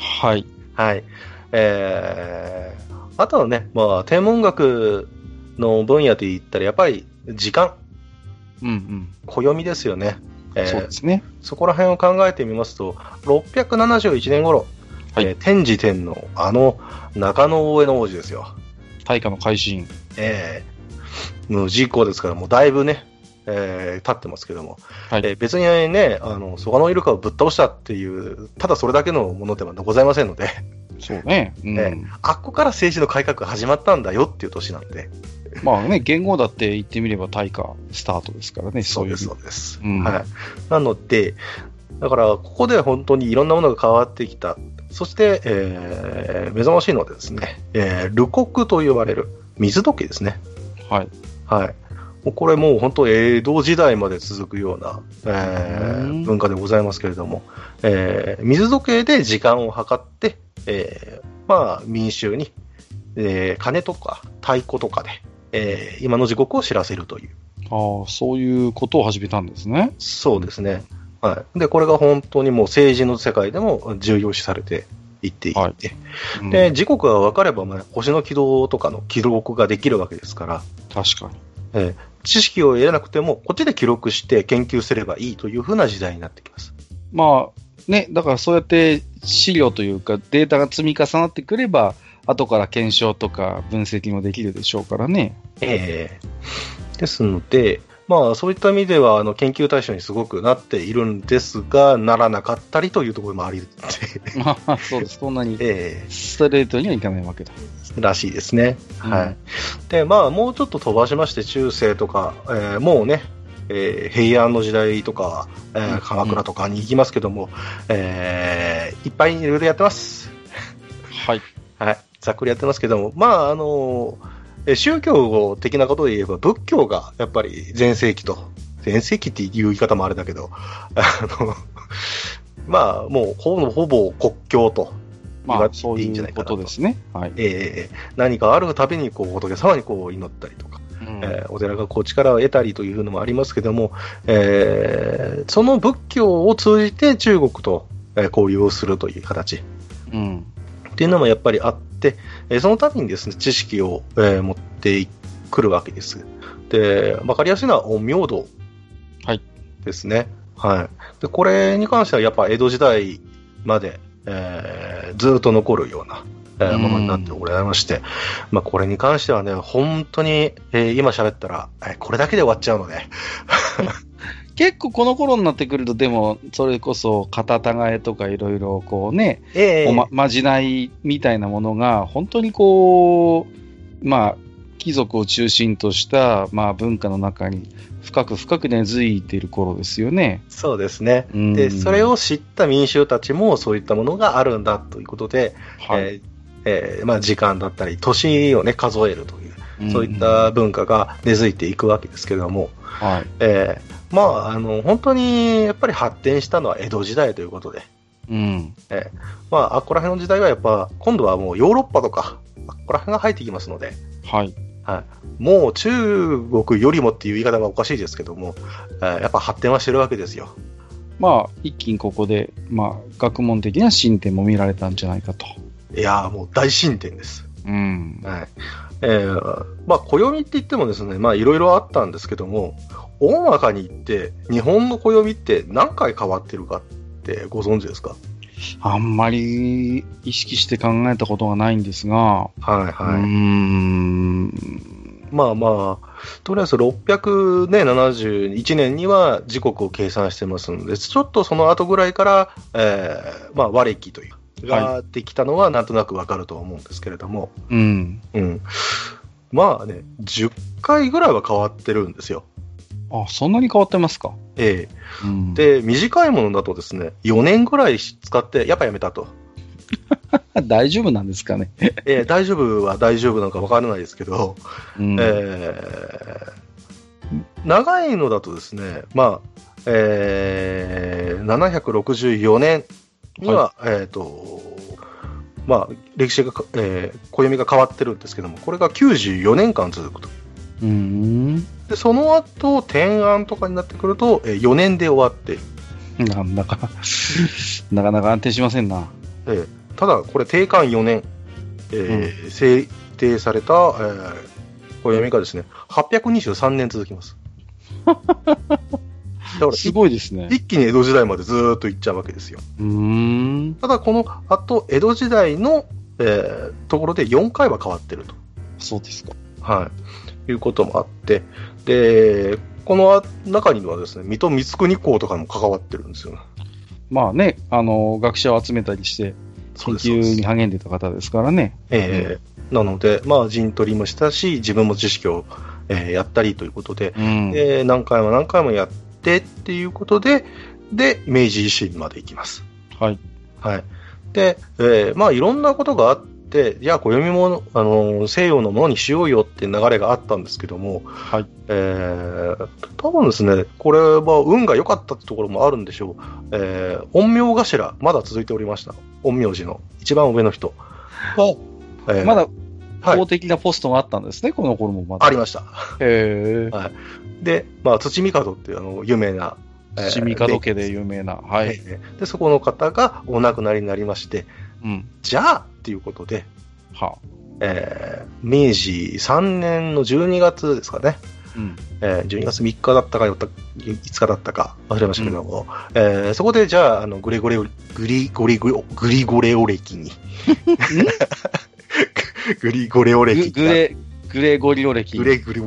あとはね、天文学の分野で言ったらやっぱり時間。暦ですよね。 そうですね。 そこら辺を考えてみますと、671年頃、天智天皇、中野大江の王子ですよ。 大化の改新。 無事故ですから、もうだいぶね、経ってますけども、別にね、蘇我のイルカをぶっ倒したっていう、ただそれだけのものではございませんので、 そうね。 あっこから政治の改革が始まったんだよっていう年なんで。 元号だって言ってみれば大化スタートですからね、 そうです、そうです。なので、だから、ここで本当にいろんなものが変わってきた。そして、目覚ましいのはですね、盧刻と呼ばれる水時計ですね。これもう本当江戸時代まで続くような、文化でございますけれども、水時計で時間を計って、民衆に、鐘とか太鼓とかで、今の時刻を知らせるという。 そういうことを始めたんですね。 そうですね。で、これが本当にもう政治の世界でも重要視されていっていて、で、時刻が分かれば、星の軌道とかの記録ができるわけですから、 確かに。 知識を得なくても、こっちで記録して研究すればいいというふうな時代になってきます。 だからそうやって資料というかデータが積み重なってくれば、後から検証とか分析もできるでしょうからね。 ですので、そういった意味では研究対象にすごくなっているんですが、ならなかったりというところもありそうです。そんなにストレートにはいかないわけだ。 らしいですね。で、もうちょっと飛ばしまして、中世とか、もうね、平安の時代とか、鎌倉とかに行きますけども、いっぱいいろいろやってます。ざっくりやってますけども、宗教的なことで言えば仏教がやっぱり全盛期っていう言い方もあれだけど、もうほぼ国教と言われていいんじゃないかなと。そういうことですね。何かあるたびに仏様に祈ったりとか、お寺が力を得たりというのもありますけども、その仏教を通じて中国と交流をするという形。っていうのもやっぱりあって、そのためにですね、知識を、持ってくるわけです。で、わかりやすいのは陰陽道ですね。で、これに関してはやっぱ江戸時代まで、ずっと残るような、ものになっておられまして、これに関してはね、本当に、今喋ったら、これだけで終わっちゃうので。 結構この頃になってくると、でも、それこそ、片たがえとかいろいろ、まじないみたいなものが、本当に貴族を中心とした、文化の中に深く根付いている頃ですよね。 そうですね。で、それを知った民衆たちも、そういったものがあるんだということで、時間だったり、年をね、数えるという。 そういった文化が根付いていくわけですけれども、 はい。 本当にやっぱり発展したのは江戸時代ということで、 うん。 あっこら辺の時代はやっぱ、今度はもうヨーロッパとか、あっこら辺が入ってきますので、 はい。 はい。もう中国よりもっていう言い方がおかしいですけども、やっぱ発展はしてるわけですよ。 まあ、一気にここで、まあ、学問的な進展も見られたんじゃないかと。 いやーもう大進展です。 うん。 はい。暦って言ってもですね、いろいろあったんですけども、大まかに言って、日本の暦って何回変わってるかってご存知ですか？ あんまり意識して考えたことがないんですが、 はいはい。とりあえず671年には時刻を計算してますので、ちょっとその後ぐらいから、和暦というができたのはなんとなくわかると思うんですけれども、 うん。 まあね、10回ぐらいは変わってるんですよ。 あ、そんなに変わってますか？ ええ。で、短いものだとですね、4年ぐらい使って、やっぱやめたと。 大丈夫なんですかね？ 大丈夫は大丈夫なのか分からないですけど、長いのだとですね、764年には、歴史が、暦が変わってるんですけども、これが94年間続くと。で、その後、転案とかになってくると、4年で終わって。 なかなか安定しませんな。 ただ、これ定漢4年、制定された、暦がですね、823年続きます。だからすごいですね。 一気に江戸時代までずーっと行っちゃうわけですよ。ただ、この後、江戸時代の、ところで4回は変わってると。 そうですか。 はい。いうこともあって、で、この中にはですね、水戸光圀公とかも関わってるんですよ。 まあね、学者を集めたりして、研究に励んでた方ですからね。 なので、陣取りもしたし、自分も知識を、やったりということで、何回も何回もやってっていうことで、明治維新まで行きます。 はい。 はい。で、いろんなことがあって、じゃあ暦も西洋のものにしようよって流れがあったんですけども、 はい。 多分ですね、これは運が良かったってところもあるんでしょう。陰陽頭、まだ続いておりました。陰陽師の一番上の人。 まだ公的なポストがあったんですね、この頃もまだ。 ありました。 はい。 で、土御門っていう有名な、 土御門家で有名な。はい。 で、そこの方がお亡くなりになりまして、じゃあっていうことで、明治3年の12月ですかね。12月3日だったか5日だったか忘れましたけども、そこでじゃあ、グリゴレオ暦にグリゴレオ暦グレゴリオ暦。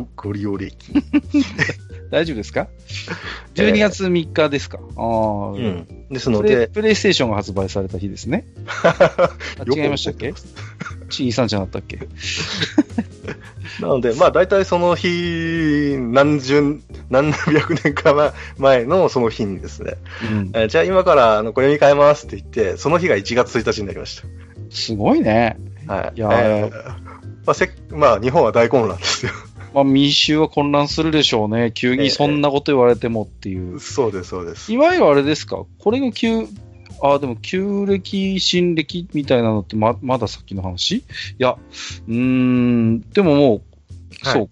大丈夫ですか？ 12 月3日ですか？ ですので、 プレイステーションが発売された日ですね。違いましたっけ？ちいさんじゃなかったっけ？ なので、大体その日、何百年か前のその日にですね、じゃあ今から暦変えますって言って、その日が1月1日になりました。 すごいね。 はい。日本は大混乱ですよ。 民衆は混乱するでしょうね。急にそんなこと言われてもっていう。 そうです、そうです。 いわゆるあれですか？これがでも旧暦、新暦みたいなのってまだ先の話？いや、でももう、そう。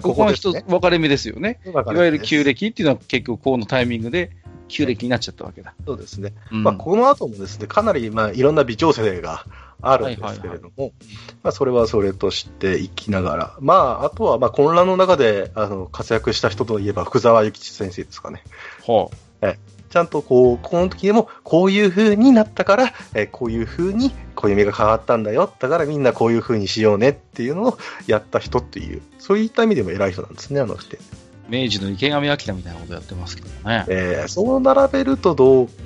ここは一つ分かれ目ですよね。いわゆる旧暦っていうのは結局このタイミングで旧暦になっちゃったわけだ。 そうですね。この後もですね、かなりいろんな微調整があるんですけれども、それはそれとしていきながら、あとは混乱の中で活躍した人といえば福沢諭吉先生ですかね。ちゃんとこの時でもこういう風になったから、こういう風に暦が変わったんだよ。だからみんなこういう風にしようねっていうのをやった人っていう、そういった意味でも偉い人なんですね、人。 明治の池上彰みたいなことやってますけどね。 そう並べるとどう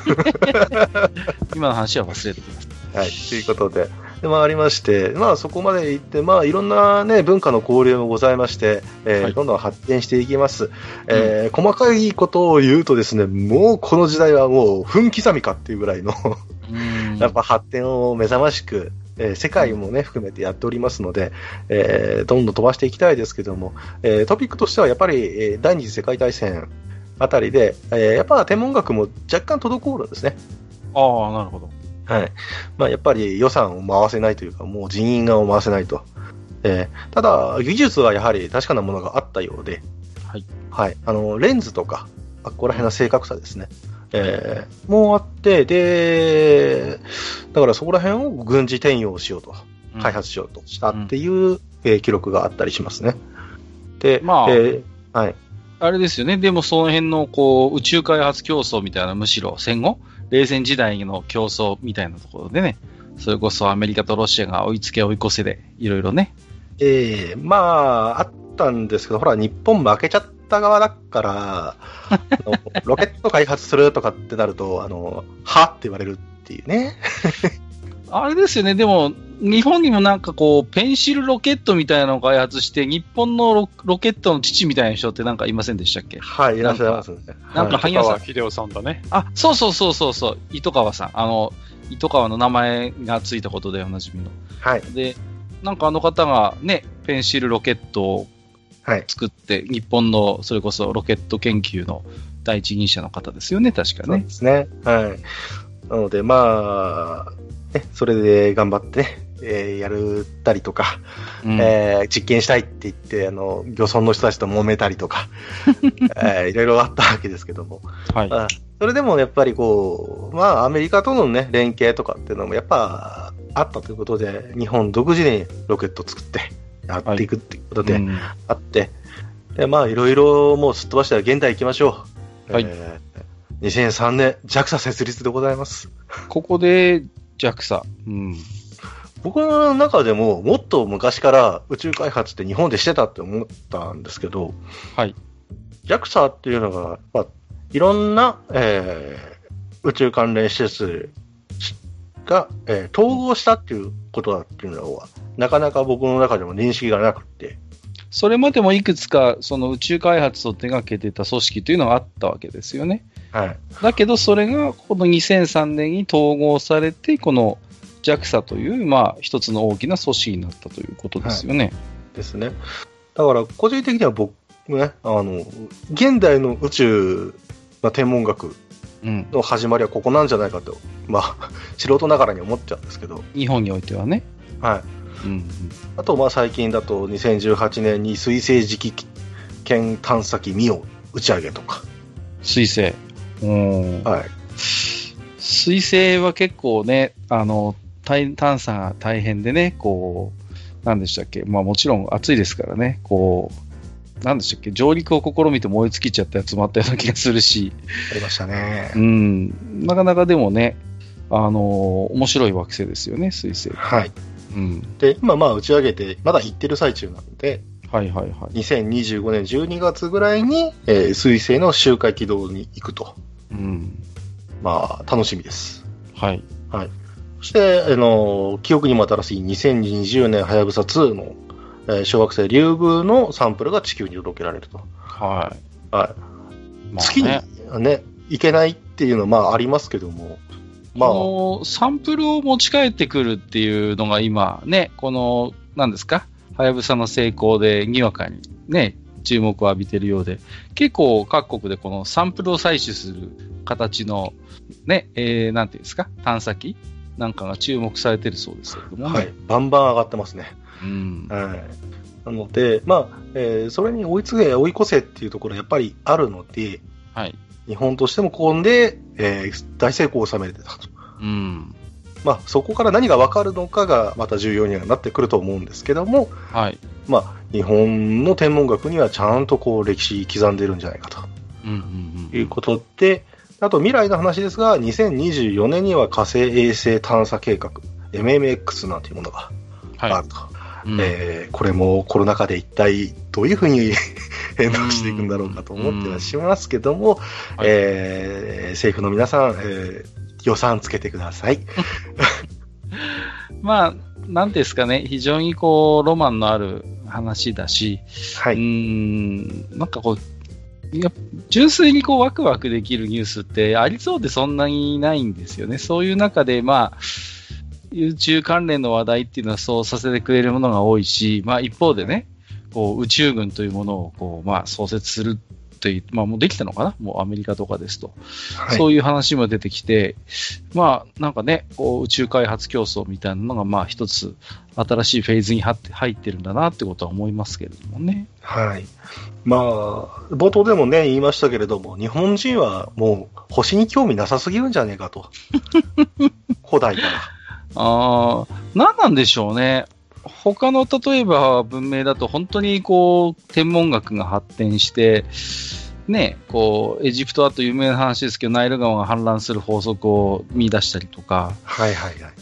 今の話は忘れてください。 はい、ということで、ありまして、そこまで行って、いろんなね、文化の交流もございまして、どんどん発展していきます。細かいことを言うとですね、もうこの時代はもう分刻みかっていうぐらいの、やっぱ発展を目覚ましく、 世界もね、含めてやっておりますので、どんどん飛ばしていきたいですけども、トピックとしてはやっぱり、第二次世界大戦あたりで、やっぱ天文学も若干滞るんですね。 ああ、なるほど。 はい。まあ、やっぱり予算を回せないというか、もう人員を回せないと。ただ、技術はやはり確かなものがあったようで、 はい。 はい。レンズとか、ここら辺の正確さですね。もうあって、で、だからそこら辺を軍事転用しようと、開発しようとしたっていう、記録があったりしますね。で、 まあ、 はい。 あれですよね。でもその辺のこう宇宙開発競争みたいな、むしろ戦後、冷戦時代の競争みたいなところでね、それこそアメリカとロシアが追いつけ追い越せで、いろいろね。まあ、あったんですけど、ほら、日本負けちゃった側だから、ロケット開発するとかってなると、はって言われるっていうね。 あれですよね。でも、日本にもなんかこう、ペンシルロケットみたいなのを開発して、日本のロケットの父みたいな人ってなんかいませんでしたっけ？ はい、いらっしゃいますね。 なんか、萩谷さん。 糸川秀夫さんだね。 あ、そう。糸川さん。糸川の名前がついたことでおなじみの。 はい。 で、なんかあの方がね、ペンシルロケットを作って、日本のそれこそロケット研究の第一人者の方ですよね、確かね。 そうですね。はい。なので、まあ、ね、それで頑張ってね、やるったりとか、実験したいって言って、漁村の人たちと揉めたりとか、いろいろあったわけですけども。 はい。 それでもやっぱりこう、まあアメリカとのね、連携とかっていうのもやっぱあったということで、日本独自にロケットを作ってやっていくっていうことであって、で、まあいろいろもうすっ飛ばして現代行きましょう。 はい。 2003年、JAXA 設立でございます。 ここで JAXA。 僕の中でももっと昔から宇宙開発って日本でしてたって思ったんですけど、 はい。 JAXA っていうのが、まあ、いろんな、宇宙関連施設が、統合したっていうことだっていうのは、なかなか僕の中でも認識がなくて。 それまでもいくつかその宇宙開発を手掛けてた組織というのがあったわけですよね。 はい。 だけどそれがこの2003年に統合されて、この JAXA という、まあ、一つの大きな組織になったということですよね。はい、 ですね。だから、個人的には僕ね、現代の宇宙の天文学の始まりはここなんじゃないかと、まあ、素人ながらに思っちゃうんですけど。 日本においてはね。 はい。あと、まあ、最近だと2018年に水星磁気圏探査機ミオ打ち上げとか。 水星。 はい。 水星は結構ね、探査が大変でね、こう、なんでしたっけ、まあもちろん暑いですからね、こう、なんでしたっけ、上陸を試みて燃え尽きちゃったやつもあったような気がするし。 ありましたね。 なかなかでもね、面白い惑星ですよね、水星。 はい。で、今まあ打ち上げて、まだ行ってる最中なんで、2025年12月ぐらいに、水星の周回軌道に行くと。まあ、楽しみです。 はい。 はい。そして、記憶にも新しい2020年はやぶさ2の、小惑星リュウグウのサンプルが地球に届けられると。 はい。 はい。まあ、月にね、行けないっていうのはまあありますけども、 まあ。サンプルを持ち帰ってくるっていうのが今ね、この、何ですか、はやぶさの成功でにわかにね、注目を浴びているようで、結構各国でこのサンプルを採取する形のね、なんていうんですか、探査機なんかが注目されているそうですけどもね。 はい、バンバン上がってますね。はい。なので、まあ、それに追い越せっていうところやっぱりあるので、 はい。 日本としてもここで、大成功を収めてたと。まあ、そこから何が分かるのかがまた重要にはなってくると思うんですけども、 はい。 まあ、日本の天文学にはちゃんとこう歴史刻んでるんじゃないかと、いうことで、あと未来の話ですが、2024年には火星衛星探査計画 MMX なんていうものがあると。これもコロナ禍で一体どういうふうに変動していくんだろうかと思ってはしますけども、政府の皆さん、予算つけてください。 まあ、なんですかね、非常にこう、ロマンのある話だし、 はい。 なんかこう、純粋にこうワクワクできるニュースってありそうでそんなにないんですよね。そういう中で、まあ、 宇宙関連の話題っていうのはそうさせてくれるものが多いし、まあ一方でね、こう宇宙軍というものをこう、まあ創設するっていう、まあもうできたのかな、もうアメリカとかですと。 はい、 そういう話も出てきて、まあなんかね、こう宇宙開発競争みたいなのがまあ一つ新しいフェーズに入ってるんだなってことは思いますけれどもね。 はい。まあ、冒頭でもね、言いましたけれども、日本人はもう星に興味なさすぎるんじゃねえかと。古代から。 何なんでしょうね。他の例えば文明だと本当にこう天文学が発展して、ね、こうエジプトだと有名な話ですけどナイル川が氾濫する法則を見出したりとか、 はいはいはい。 うん、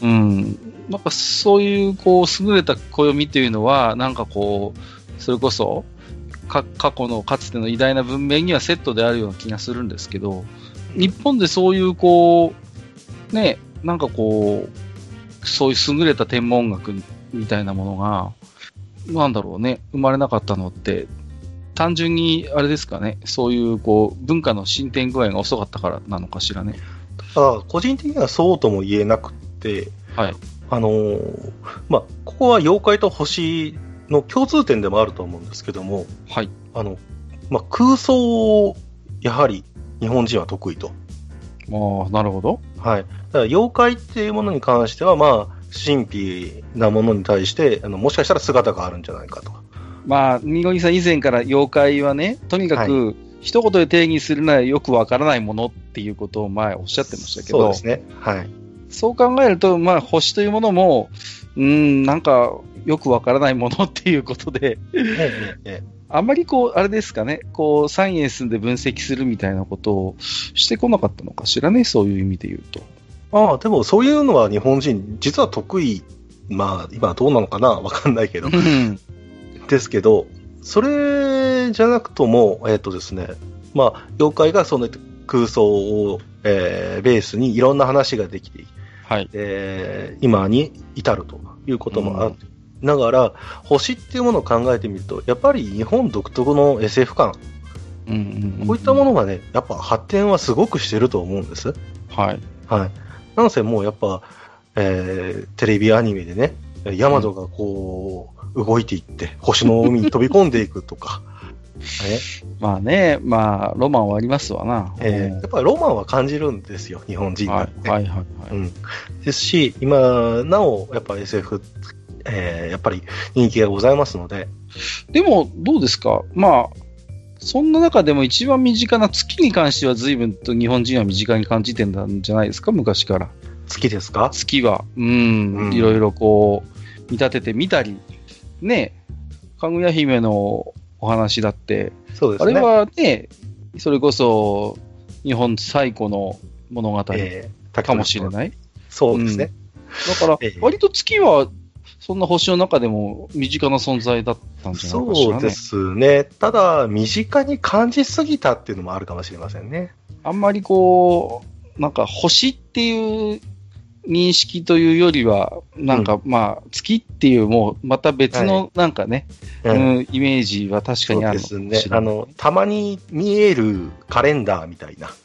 なんかそういうこう優れた暦というのはなんかこうそれこそ過去のかつての偉大な文明にはセットであるような気がするんですけど、日本でそういうこうね、なんかこうそういう優れた天文学みたいなものがなんだろうね、生まれなかったのって単純にあれですかね、そういうこう文化の進展具合が遅かったからなのかしらね。 個人的にはそうとも言えなくて、 はい。 まあ、ここは妖怪と星の共通点でもあると思うんですけども、 はい。 まあ、空想をやはり日本人は得意と。 なるほど。 はい。だから妖怪っていうものに関しては、まあ、神秘なものに対して、もしかしたら姿があるんじゃないかと。 まあ、みごぎさん以前から妖怪はね、とにかく、一言で定義するならよくわからないものっていうことを前おっしゃってましたけど、 そうですね。はい。 そう考えると、まあ、星というものも、なんか、よくわからないものっていうことで、あんまりこう、あれですかね、こう、サイエンスで分析するみたいなことをしてこなかったのかしらね、そういう意味で言うと。 でもそういうのは日本人、実は得意、まあ、今どうなのかなわかんないけど。ですけど、それじゃなくとも、ですね、まあ、妖怪がその空想を、ベースにいろんな話ができて、 はい、 今に至るということもある。ながら、星っていうものを考えてみると、やっぱり日本独特の SF 感、こういったものがね、やっぱ発展はすごくしてると思うんです。 はい。 はい。なんせもうやっぱ、テレビアニメでね、ヤマトがこう、動いていって、星の海に飛び込んでいくとか。 まあね、まあ、ロマンはありますわな。 やっぱりロマンは感じるんですよ、日本人って。 はいはいはい、 ですし、今なお、やっぱ SF、やっぱり人気がございますので。 でも、どうですか？まあ、そんな中でも一番身近な月に関しては随分と日本人は身近に感じてんじゃないですか、昔から。 月ですか？ 月は、いろいろこう、見立ててみたり、ね、かぐや姫のお話だって、 そうですね、 あれはね、それこそ日本最古の物語かもしれない。 そうですね。 だから、割と月は、そんな星の中でも身近な存在だったんじゃないかしらね。 そうですね。ただ、身近に感じすぎたっていうのもあるかもしれませんね。 あんまりこう、なんか星っていう認識というよりは、なんかまあ、月っていうもうまた別のなんかね、イメージは確かにあるのかもしれない。 そうですね。たまに見えるカレンダーみたいな。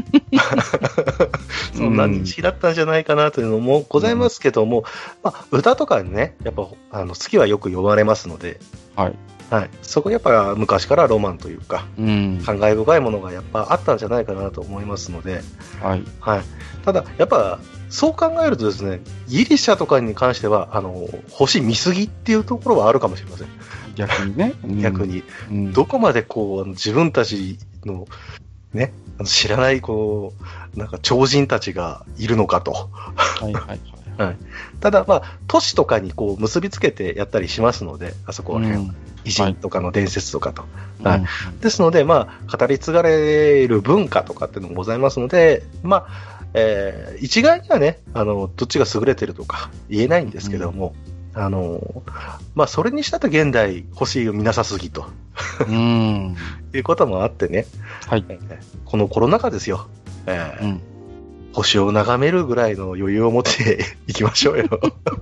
そんな認識だったんじゃないかなというのもございますけども、まあ、歌とかね、やっぱ月はよく呼ばれますので、 はい。 はい。そこやっぱ昔からロマンというか、感慨深いものがやっぱあったんじゃないかなと思いますので、 はい。 はい。ただ、やっぱ、そう考えるとですね、ギリシャとかに関しては、星見すぎっていうところはあるかもしれません。 逆にね。 逆に。どこまでこう、自分たちの、ね、知らない、こう、なんか超人たちがいるのかと。 はいはいはい。 はい、ただ、まあ、都市とかにこう結びつけてやったりしますので、あそこら辺、偉人とかの伝説とかと。はい。ですので、まあ、語り継がれる文化とかっていうのもございますので、まあ、一概にはね、どっちが優れてるとか言えないんですけども、まあ、それにしたって現代、星を見なさすぎと。いうこともあってね、 はい。 このコロナ禍ですよ。星を眺めるぐらいの余裕を持っていきましょうよ。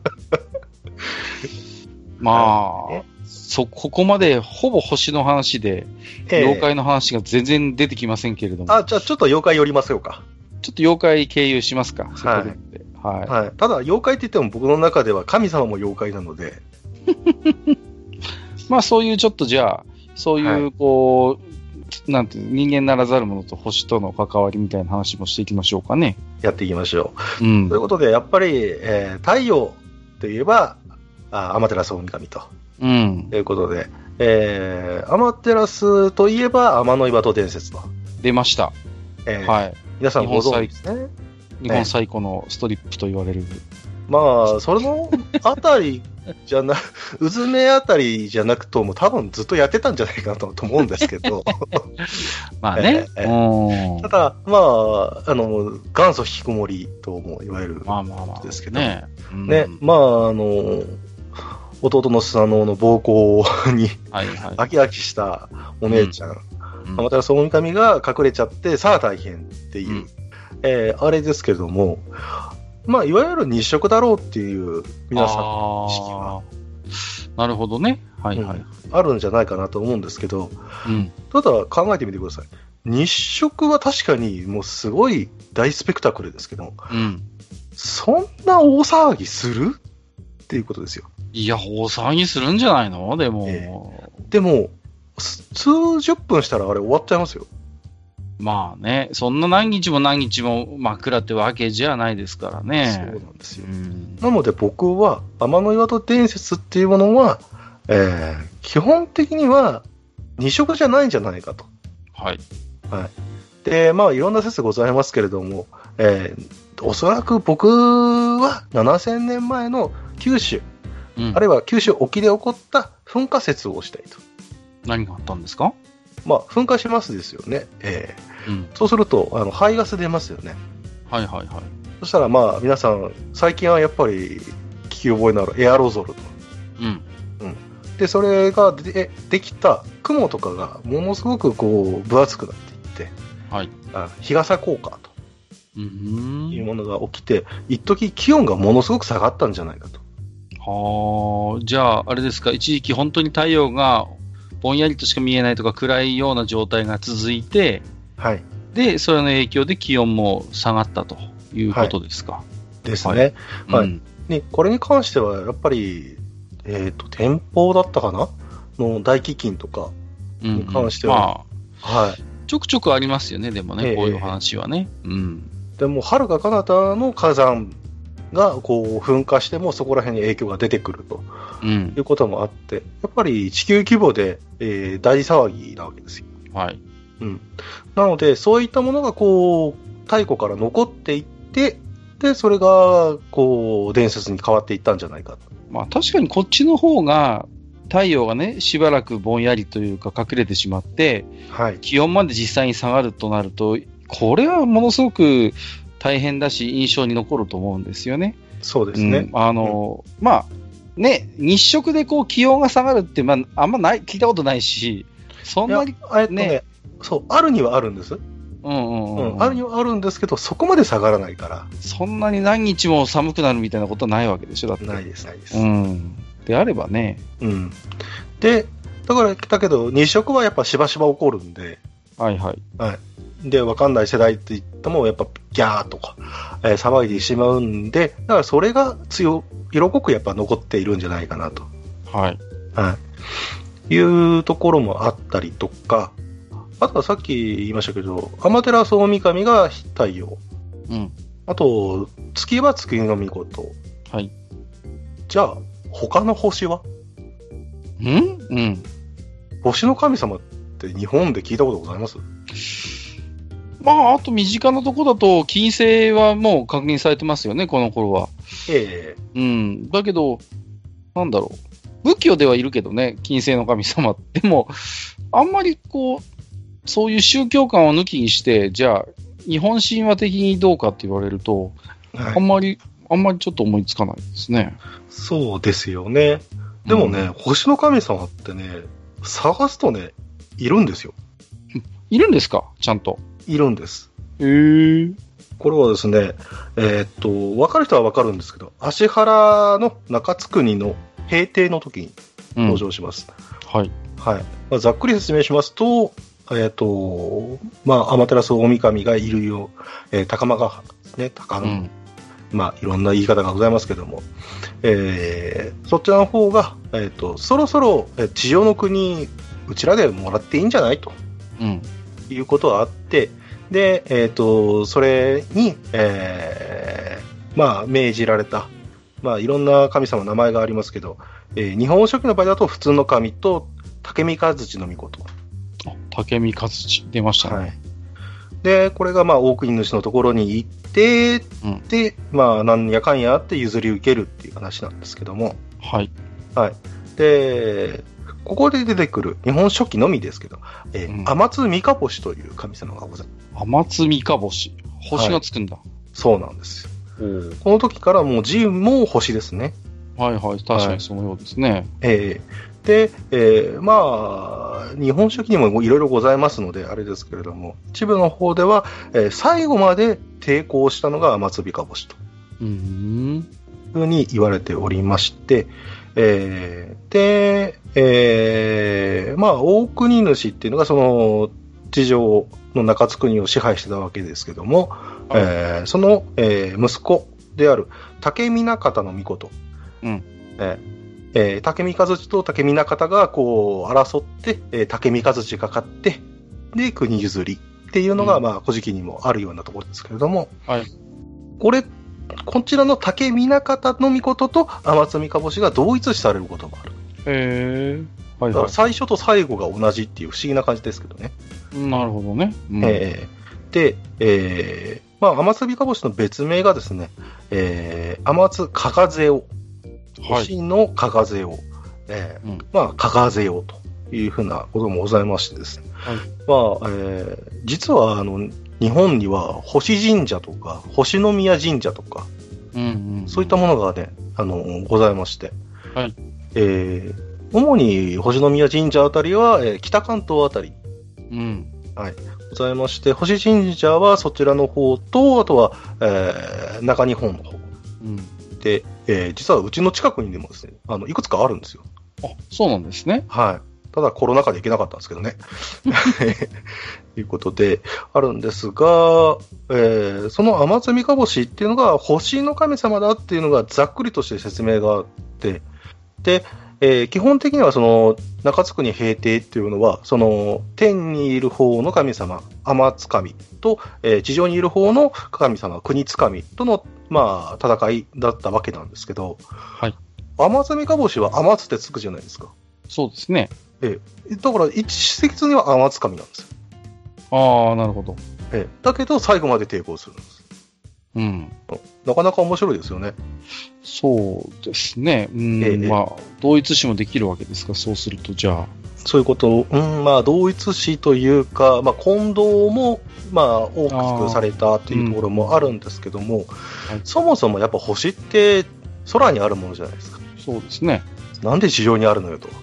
まあ、ここまでほぼ星の話で、妖怪の話が全然出てきませんけれども。 じゃあちょっと妖怪寄りましょうか。 ちょっと妖怪経由しますか。 はい。 はい。 はい。ただ、妖怪って言っても僕の中では神様も妖怪なので。 まあそういうちょっとじゃあ、そういうこう、なんていう人間ならざるものと星との関わりみたいな話もしていきましょうかね。 やっていきましょう。うん。 ということで、やっぱり、太陽といえば、天照大神と。 うん。 ということで、天照といえば天の岩戸伝説と。 出ました。はい。 皆さんご存知ですね。 日本最古のストリップと言われる。 まあ、それのあたりじゃな、うずめあたりじゃなくとも多分ずっとやってたんじゃないかなと思うんですけど。 まあね。 ただ、まあ、元祖引きこもりとも言われるんですけど。 ね。 まあ、弟のスサノオの暴行に飽き飽きしたお姉ちゃん、天照大神が隠れちゃって、さあ大変っていう、あれですけども、まあ、いわゆる日食だろうっていう皆さんの意識は。 なるほどね。はいはい。 あるんじゃないかなと思うんですけど、ただ考えてみてください。日食は確かにもうすごい大スペクタクルですけど、そんな大騒ぎするっていうことですよ。 いや、大騒ぎするんじゃないのでも。 でも、数十分したらあれ終わっちゃいますよ。 まあね、そんな何日も何日も真っ暗ってわけじゃないですからね。 そうなんですよ。なので僕は、天の岩戸伝説っていうものは、基本的には二色じゃないんじゃないかと。 はい。 はい。で、まあいろんな説ございますけれども、おそらく僕は7000年前の九州、あるいは九州沖で起こった噴火説をしたいと。 何があったんですか？ まあ、噴火しますですよね。そうすると、排ガス出ますよね。 はいはいはい。 そしたら、まあ、皆さん、最近はやっぱり聞き覚えのあるエアロゾルと。で、それができた雲とかがものすごくこう分厚くなっていって、 はい、 日傘効果というものが起きて、一時気温がものすごく下がったんじゃないかと。 はあ、じゃあ、あれですか、一時期本当に太陽がぼんやりとしか見えないとか暗いような状態が続いて、 はい。 で、それの影響で気温も下がったということですか。 ですね。はい。ね、これに関しては、やっぱり、天保だったかなの大飢饉とかに関しては、 はい。ちょくちょくありますよね、でもね、こういう話はね。 でも、遥か彼方の火山がこう噴火してもそこら辺に影響が出てくるということもあって、やっぱり地球規模で、大騒ぎなわけですよ。 はい。 なので、そういったものがこう太古から残っていって、で、それがこう伝説に変わっていったんじゃないかと。 まあ確かにこっちの方が太陽がね、しばらくぼんやりというか隠れてしまって、気温まで実際に下がるとなると、これはものすごく大変だし、印象に残ると思うんですよね。 そうですね。 まあ、ね、日食でこう気温が下がるって、まあ、あんま聞いたことないし、そんなに、 ね、そう、あるにはあるんです。あるにはあるんですけど、そこまで下がらないから。 そんなに何日も寒くなるみたいなことはないわけでしょ、だって。 ないです、ないです。 であればね。 で、だけど、日食はやっぱしばしば起こるんで。 はいはい。 で、わかんない世代って言っても、やっぱギャーとか、騒いでしまうんで、だからそれが色濃くやっぱ残っているんじゃないかなと。いうところもあったりとか、あとはさっき言いましたけど、天照大神が太陽。あと、月は月の御事。じゃあ、他の星は？星の神様って日本で聞いたことございます？ まあ、あと身近なところだと、金星はもう確認されてますよね、この頃は。だけど、なんだろう。仏教ではいるけどね、金星の神様。でも、あんまりこう、そういう宗教観を抜きにして、じゃあ、日本神話的にどうかって言われると、あんまりちょっと思いつかないですね。 そうですよね。でもね、星の神様ってね、探すとね、いるんですよ。 いるんですか？ちゃんと。 いるんです。これはですね、分かる人は分かるんですけど、芦原の中津国の平定の時に登場します。ざっくり説明しますと、天照大神がいるよ、高間ヶ原ですね、高野、 まあ、いろんな言い方がございますけども、そちらの方が、そろそろ地上の国、うちらでもらっていいんじゃないと、いうことがあって、で、それに、まあ、命じられた、まあ、いろんな神様の名前がありますけど、日本書紀の場合だと普通の神と竹三日月の御事。 竹三日月、出ましたね。はい。 で、これがまあ、大国主のところに行って、で、まあ、なんやかんやあって譲り受けるっていう話なんですけども。 はい。 はい。で、ここで出てくる日本書紀のみですけど、天津三日星という神様がございます。 天津三日星。星がつくんだ。 はい、そうなんですよ。この時からもう字も星ですね。 はいはい、確かにそのようですね。 で、まあ、日本書紀にもいろいろございますので、あれですけれども、一部の方では、最後まで抵抗したのが天津三日星と。いうふうに言われておりまして、で、まあ、大国主っていうのが、その、地上の中津国を支配してたわけですけども、その、息子である竹南方の御事。竹三日月と竹南方がこう争って、竹三日月が勝って、で、国譲りっていうのが、まあ、古事記にもあるようなところですけれども、こちらの竹南方の御事と天津三日星が同一視されることもある。だから最初と最後が同じっていう不思議な感じですけどね。 なるほどね。 で、まあ、天津三日星の別名がですね、天津かがぜお。星のかがぜお。まあ、かがぜおというふうなこともございましてですね。まあ、実は、日本には星神社とか、星宮神社とか、そういったものがね、ございまして。主に星宮神社あたりは、北関東あたり。ございまして、星神社はそちらの方と、あとは、中日本の方。で、実はうちの近くにでもですね、いくつかあるんですよ。 あ、そうなんですね。 はい。ただコロナ禍で行けなかったんですけどね。ということで、あるんですが、その天津三日星っていうのが星の神様だっていうのがざっくりとして説明があって、で、基本的にはその中津国平定っていうのは、その天にいる方の神様、天津神と、地上にいる方の神様、国津神との、まあ、戦いだったわけなんですけど、天津三日星は天津ってつくじゃないですか。 そうですね。 だから一説には天津神なんですよ。 ああ、なるほど。 だけど最後まで抵抗するんです。なかなか面白いですよね。 そうですね。まあ、同一視もできるわけですか、そうすると、じゃあ。 そういうことを、まあ、同一視というか、まあ、混同も、まあ、大きくされたというところもあるんですけども、そもそもやっぱ星って空にあるものじゃないですか。 そうですね。 なんで地上にあるのよと。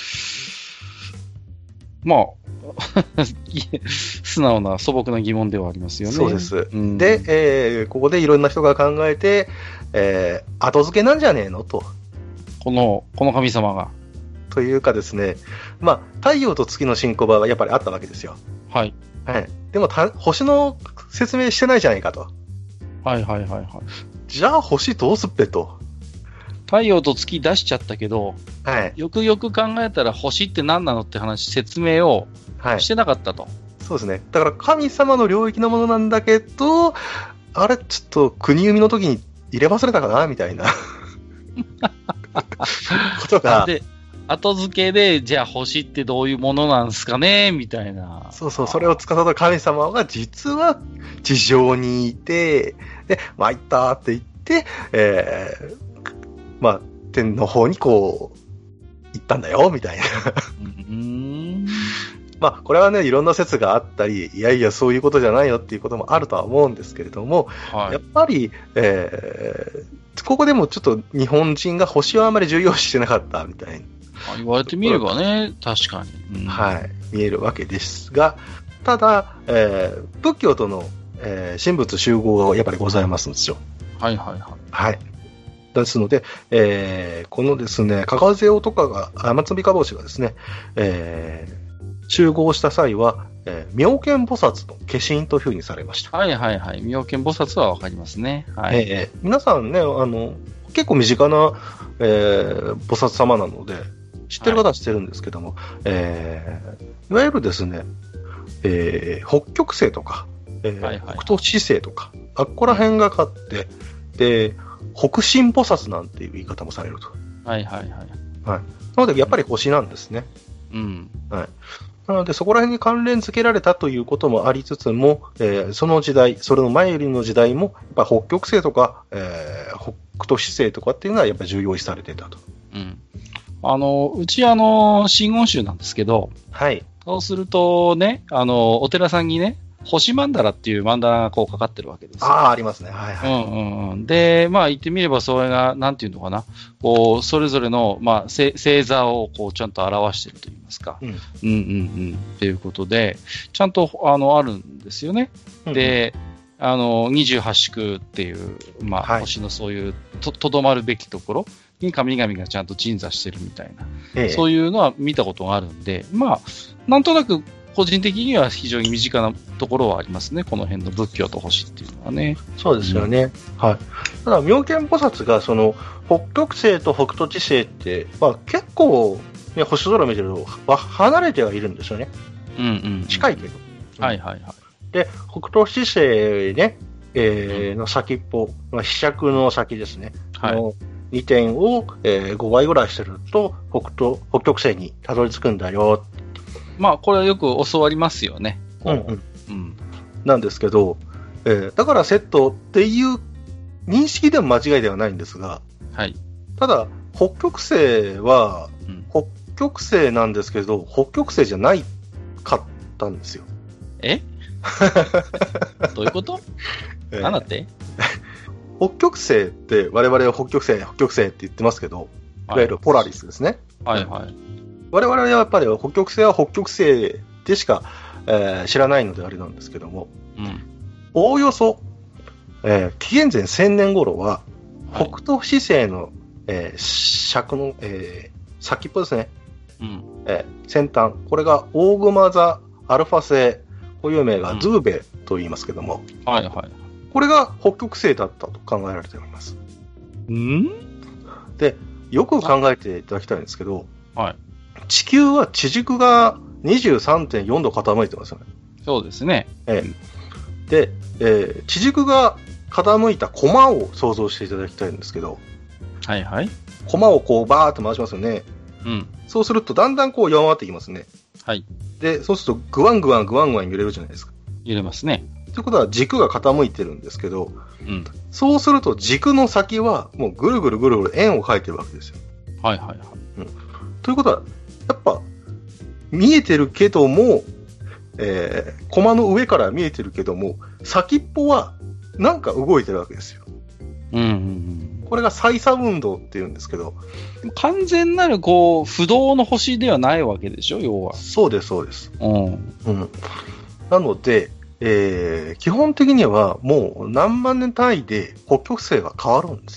まあ、素直な素朴な疑問ではありますよね。 そうです。で、ここでいろんな人が考えて、後付けなんじゃねえのと。 この神様が。 というかですね、まあ、太陽と月の進行場はやっぱりあったわけですよ。でも星の説明してないじゃないかと。じゃあ星どうすっぺと。 太陽と月出しちゃったけど、よくよく考えたら星って何なのって話、説明をしてなかったと。 そうですね。だから神様の領域のものなんだけど、あれ、ちょっと国生みの時に入れ忘れたかなみたいなことが。 で、後付けで、じゃあ星ってどういうものなんですかねみたいな。 そうそう、それを司る神様が実は地上にいて、で、参ったって言って、まあ、天の方にこう、行ったんだよ、みたいな。まあ、これはね、いろんな説があったり、いやいや、そういうことじゃないよっていうこともあるとは思うんですけれども、やっぱり、ここでもちょっと日本人が星をあまり重要視してなかったみたいな。 言われてみればね、確かに。 見えるわけですが、ただ、仏教との、神仏集合がやっぱりございますんですよ。ですので、このですね、かがぜおとかが、天津三日星がですね、集合した際は、 妙見菩薩の化身というふうにされました。 はいはいはい。妙見菩薩はわかりますね。はい。 皆さんね、結構身近な、菩薩様なので、知ってる方は知ってるんですけども、いわゆるですね、北極星とか、北斗七星とか、あっこら辺がかって、で、北神菩薩なんていう言い方もされると。 はいはいはい。 はい。なので、やっぱり星なんですね。 うん。 はい。なので、そこら辺に関連付けられたということもありつつも、その時代、それの前よりの時代も、やっぱ北極星とか、北斗七星とかっていうのはやっぱり重要視されてたと。 うん。うち真言宗なんですけど、 はい。 そうするとね、お寺さんにね、星曼荼羅っていう曼荼羅がこうかかってるわけですよ。 ああ、ありますね。はいはい。 うんうんうん。で、まあ言ってみればそれが、なんていうのかな、こう、それぞれの、まあ、星座をこう、ちゃんと表していると言いますか。うん。うんうんうん。っていうことで、ちゃんと、あるんですよね。で、28宿っていう、まあ、星のそういう、とどまるべきところに神々がちゃんと鎮座してるみたいな、そういうのは見たことがあるんで、まあ、なんとなく、個人的には非常に身近なところはありますね。この辺の仏教と星っていうのはね。 そうですよね。はい。ただ、妙見菩薩が、北極星と北斗七星って、まあ結構、ね、星空見てると、離れてはいるんですよね。 うんうん、 近いけど。 はいはいはい。 で、北斗七星ね、の先っぽ、飛尺の先ですね。はい。2点を、5倍ぐらいしてると、北極星にたどり着くんだよ。 まあ、これはよく教わりますよね。 うんうん。うん。なんですけど、だからセットっていう認識でも間違いではないんですが、 はい。 ただ、北極星は、北極星なんですけど、北極星じゃないかったんですよ。 どういうことなんだって北極星って我々は北極星って言ってますけど、いわゆるポラリスですね。 はいはい。 我々はやっぱり北極星は北極星でしか、知らないのであれなんですけども、おおよそ、紀元前1000年頃は、北斗七星の、尺の、先っぽですね。先端。これがオーグマザアルファ星、固有名がズーベと言いますけども、 はいはい。 これが北極星だったと考えられております。で、よく考えていただきたいんですけど、 はい。 地球は地軸が 23.4 度傾いてますよね。 そうですね。 で、地軸が傾いたコマを想像していただきたいんですけど、 はいはい。 コマをこうバーっと回しますよね。 うん。 そうするとだんだんこう弱まっていきますね。 はい。 で、そうするとグワングワン揺れるじゃないですか。 揺れますね。 ということは軸が傾いてるんですけど、そうすると軸の先はもうぐるぐる円を描いてるわけですよ。 はいはいはい。 ということは、やっぱ見えてるけども、コマの上から見えてるけども、先っぽはなんか動いてるわけですよ。これがサイサ運動って言うんですけど。 完全なるこう、不動の星ではないわけでしょ、要は。 そうです、そうです。なので、基本的にはもう何万年単位で北極星が変わるんです。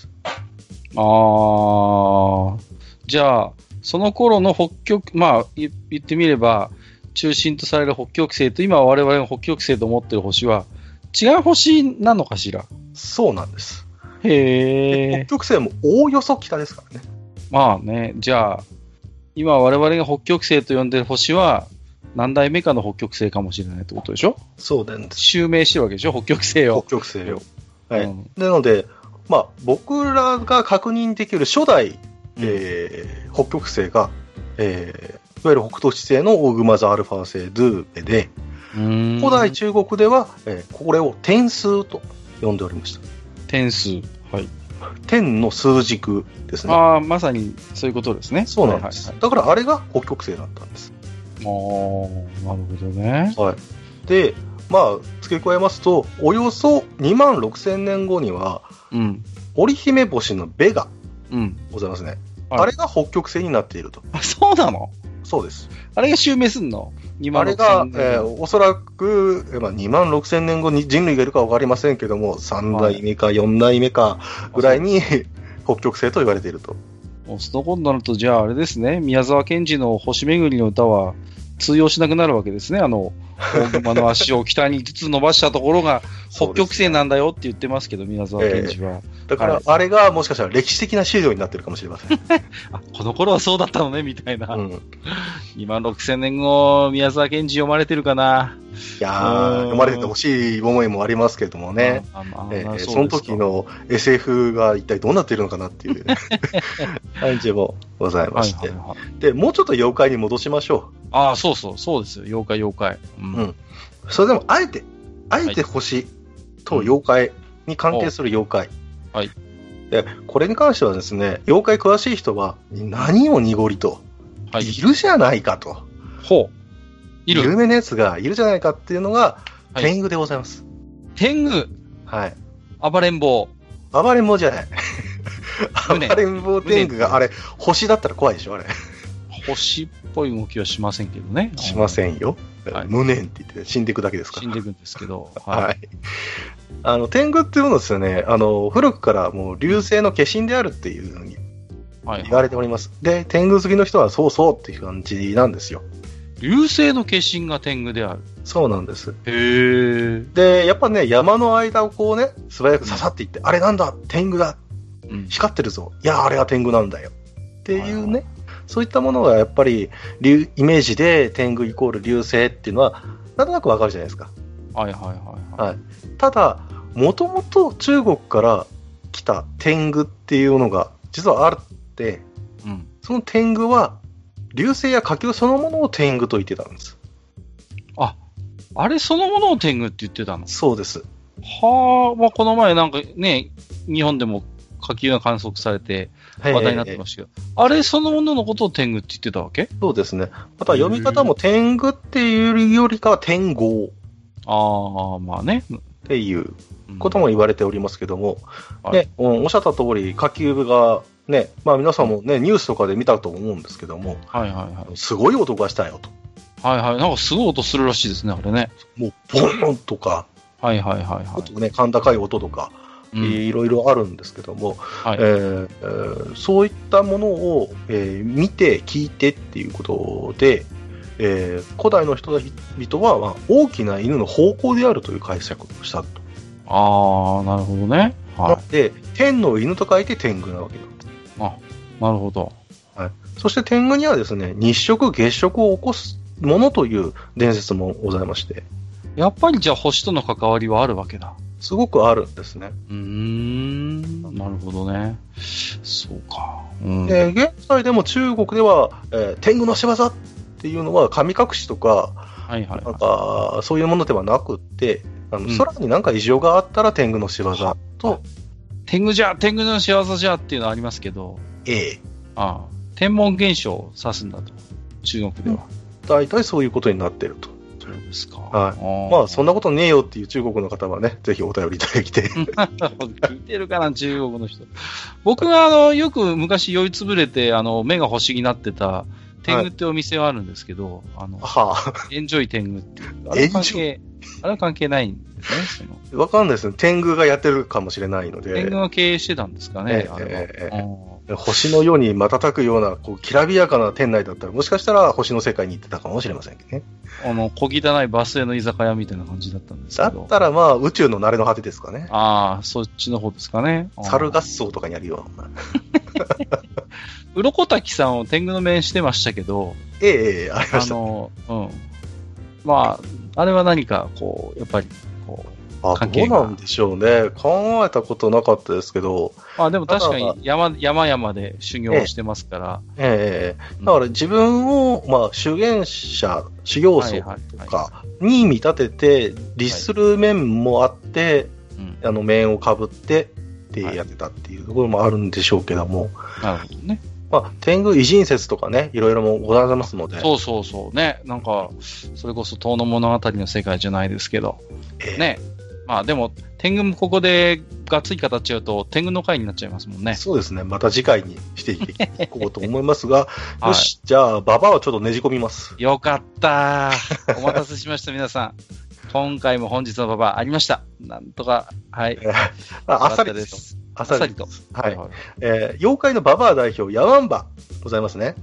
じゃあ、その頃の北極、まあ、言ってみれば、中心とされる北極星と今我々が北極星と思っている星は違う星なのかしら。 そうなんです。 へ北極星もおおよそ北ですからね。 まあね、じゃあ、今我々が北極星と呼んでいる星は、何代目かの北極星かもしれないってことでしょ。 そうなんです。 襲名してるわけでしょ、北極星を。 北極星を。はい。なので、まあ、僕らが確認できる初代、北極星が、いわゆる北斗七星のオーグマザアルファ星ドゥーベで、古代中国では、これを天数と呼んでおりました。 天数。はい。 天の数軸ですね。 まさにそういうことですね。 そうなんです。だからあれが北極星だったんです。 なるほどね。 はい。で、まあ、付け加えますと、およそ26,000年後には、織姫星のベガ、ございますね。あれが北極星になっていると。 そうなの？ そうです。 あれが襲名すんの？ あれが、おそらく、26,000年後に人類がいるか分かりませんけども、3代目か4代目かぐらいに北極星と言われていると。 そのことになると、じゃああれですね、宮沢賢治の星巡りの歌は、 通用しなくなるわけですね。大熊の足を北にずつ伸ばしたところが北極星なんだよって言ってますけど、宮沢賢治は。 だから、あれがもしかしたら歴史的な資料になってるかもしれません。 この頃はそうだったのね、みたいな。今6000年後、宮沢賢治読まれてるかな。 いやー、読まれてほしい思いもありますけどもね。その時の SF が一体どうなっているのかなっていう感じもございまして。で、もうちょっと妖怪に戻しましょう。 ああ、そうですよ。妖怪。 それでも、あえて星と妖怪に関係する妖怪。 はい。 で、これに関してはですね、妖怪詳しい人は、何を濁りと、いるじゃないかと。有名なやつがいるじゃないかっていうのが、天狗でございます。 天狗。 はい。 暴れん坊じゃない。暴れん坊天狗が、あれ、星だったら怖いでしょ、あれ。 星っぽい動きはしませんけどね。 しませんよ。無念って言って死んでいくだけですから。 死んでいくんですけど。 はい。天狗っていうのはですね、古くからもう流星の化身であるっていうふうに言われております。で、天狗好きの人はそうっていう感じなんですよ。 流星の化身が天狗である。 そうなんです。 へー。 で、やっぱね、山の間をこうね、素早く刺さっていって、あれなんだ天狗だ、光ってるぞ。いや、あれが天狗なんだよ。っていうね。そういったものがやっぱりイメージで天狗イコール流星っていうのはなんとなくわかるじゃないですか。 はい。 ただ、もともと中国から来た天狗っていうのが実はあって、その天狗は流星や火球そのものを天狗と言ってたんです。 あれそのものを天狗って言ってたの？ そうです。 はあ、この前なんかね、日本でも火球が観測されて話題になってましたけど、あれそのもののことを天狗って言ってたわけ？ そうですね。また読み方も天狗っていうよりかは天狗。 まあね。 っていうことも言われておりますけども、ね、おっしゃった通り、火球がね、まあ皆さんもね、ニュースとかで見たと思うんですけども、すごい音がしたよと。 なんかすごい音するらしいですね、あれね。 もう、ボーンとか、音ね、甲高い音とか、いろいろあるんですけども、そういったものを、見て、聞いてっていうことで、古代の人々は、大きな犬の方向であるという解釈をしたと。 なるほどね。 なので、天の犬と書いて天狗なわけだ。なるほど。 そして天狗にはですね、日食、月食を起こすものという伝説もございまして。 やっぱりじゃあ星との関わりはあるわけだ。 すごくあるんですね。 なるほどね。そうか。 で、現在でも中国では、天狗の仕業っていうのは神隠しとか、なんかそういうものではなくって、空になんか異常があったら天狗の仕業と、 天狗の仕業じゃっていうのはありますけど、天文現象を指すんだと、中国では。 大体そういうことになっていると。 そうですか。 まあ、そんなことねえよっていう中国の方はね、ぜひお便りいただきて。 聞いてるかな、中国の人。僕がよく昔酔いつぶれて、目が星になってた、天狗ってお店があるんですけど、エンジョイ天狗っていう。あれは関係ないんですね。 わかんないですね。天狗がやってるかもしれないので。 天狗が経営してたんですかね、あれは。 星のように瞬くような、こう、きらびやかな店内だったら、もしかしたら星の世界に行ってたかもしれませんけどね。 小汚いバス停の居酒屋みたいな感じだったんですけど。 だったらまあ、宇宙の慣れの果てですかね。 そっちの方ですかね。 猿合奏とかにあるような。 鱗滝さんを天狗の面してましたけど。 ありました。 まあ、あれは何か、こう、やっぱり、こう、関係が。どうなんでしょうね。考えたことなかったですけど。 でも確かに山々で修行をしてますから。 だから自分を、まあ、修行僧とかに見立てて、律する面もあって、面をかぶってってやってたっていうところもあるんでしょうけども。 なるほどね。 まあ、天狗偉人説とかね、いろいろもございますので。 そうね。なんか、それこそ遠野物語の世界じゃないですけど。ね。まあでも、天狗もここでがっつり語っちゃうと、天狗の回になっちゃいますもんね。 そうですね。また次回にしていこうと思いますが、よし、じゃあ、ババアをちょっとねじ込みます。 よかったー。お待たせしました、皆さん。今回も本日のババアありました。なんとか、はい。 あっさりです。 あっさりと。 はい。妖怪のババア代表、ヤマンバ、ございますね。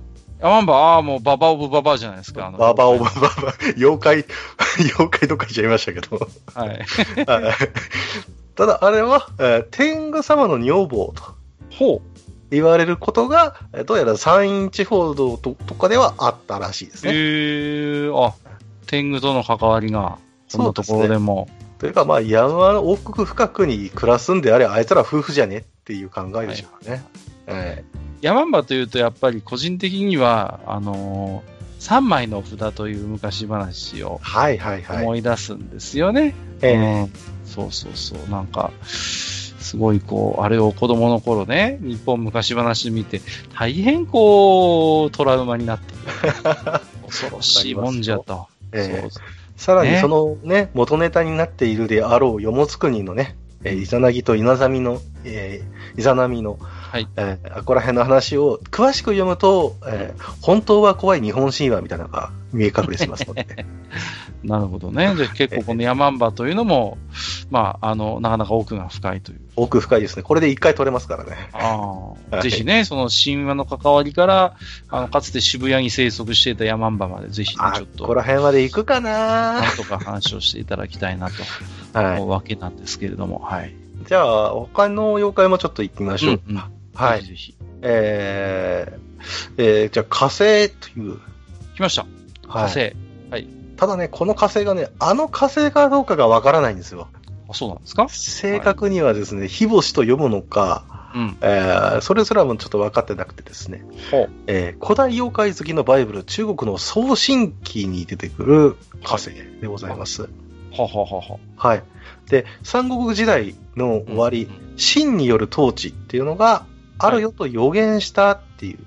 ヤマンバ、もうババオブババアじゃないですか。 ババオブババア、妖怪どっか行っちゃいましたけど。 はい。 ただ、あれは、天狗様の女房と。 ほう。 言われることが、どうやら山陰地方とかではあったらしいですね。 天狗との関わりが、そんなところでも。 というか、まあ、山の奥深くに暮らすんであれ、あいつら夫婦じゃねっていう考えでしょうね。 ヤマンバというと、やっぱり個人的には、3枚の札という昔話を思い出すんですよね。そうそうそう。なんか、すごいあれを子供の頃ね、日本昔話見て、大変トラウマになって恐ろしいもんじゃと。 さらにそのね、元ネタになっているであろう、よもつくにのね、イザナギとイザナミの、はい。ここら辺の話を詳しく読むと、本当は怖い日本神話みたいなのが見え隠れしますので。 なるほどね。で結構このヤマンバというのも、まあ、なかなか奥が深いという。 奥深いですね。これで一回取れますからね。 ぜひね、その神話の関わりから、かつて渋谷に生息していたヤマンバまで、ぜひね、ちょっと。 ここら辺まで行くかななんとか話をしていただきたいなと思うわけなんですけれども、はい。 じゃあ、他の妖怪もちょっと行きましょう。はい。 ぜひ。 じゃあ、火星という。 来ました。火星。はい。 ただね、この火星がね、火星かどうかがわからないんですよ。 そうなんですか？ 正確にはですね、日星と読むのか、それすらもちょっと分かってなくてですね、古代妖怪好きのバイブル、中国の創新記に出てくる火星でございます。はい。で、三国時代の終わり、秦による統治っていうのがあるよと予言したっていう、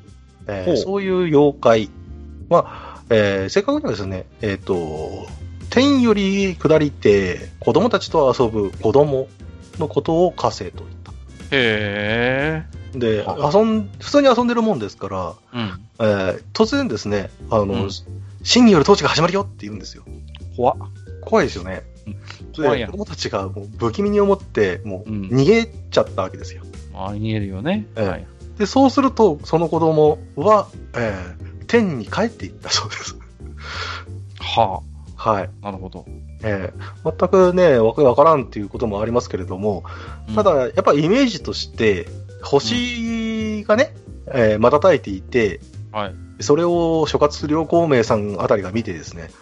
そういう妖怪。正確にはですね、天より下りて子供たちと遊ぶ子供のことを火星と言った。 へー。で、普通に遊んでるもんですから、突然ですね、秦による統治が始まるよって言うんですよ。怖いですよね。で、子供たちがもう不気味に思って、もう逃げちゃったわけですよ。 逃げるよね。 で、そうすると、その子供は、天に帰っていったそうです。はい。 なるほど。 全くね、わけわからんっていうこともありますけれども、ただ、やっぱイメージとして、星がね、瞬いていて、それを諸葛亮孔明さんあたりが見てですね、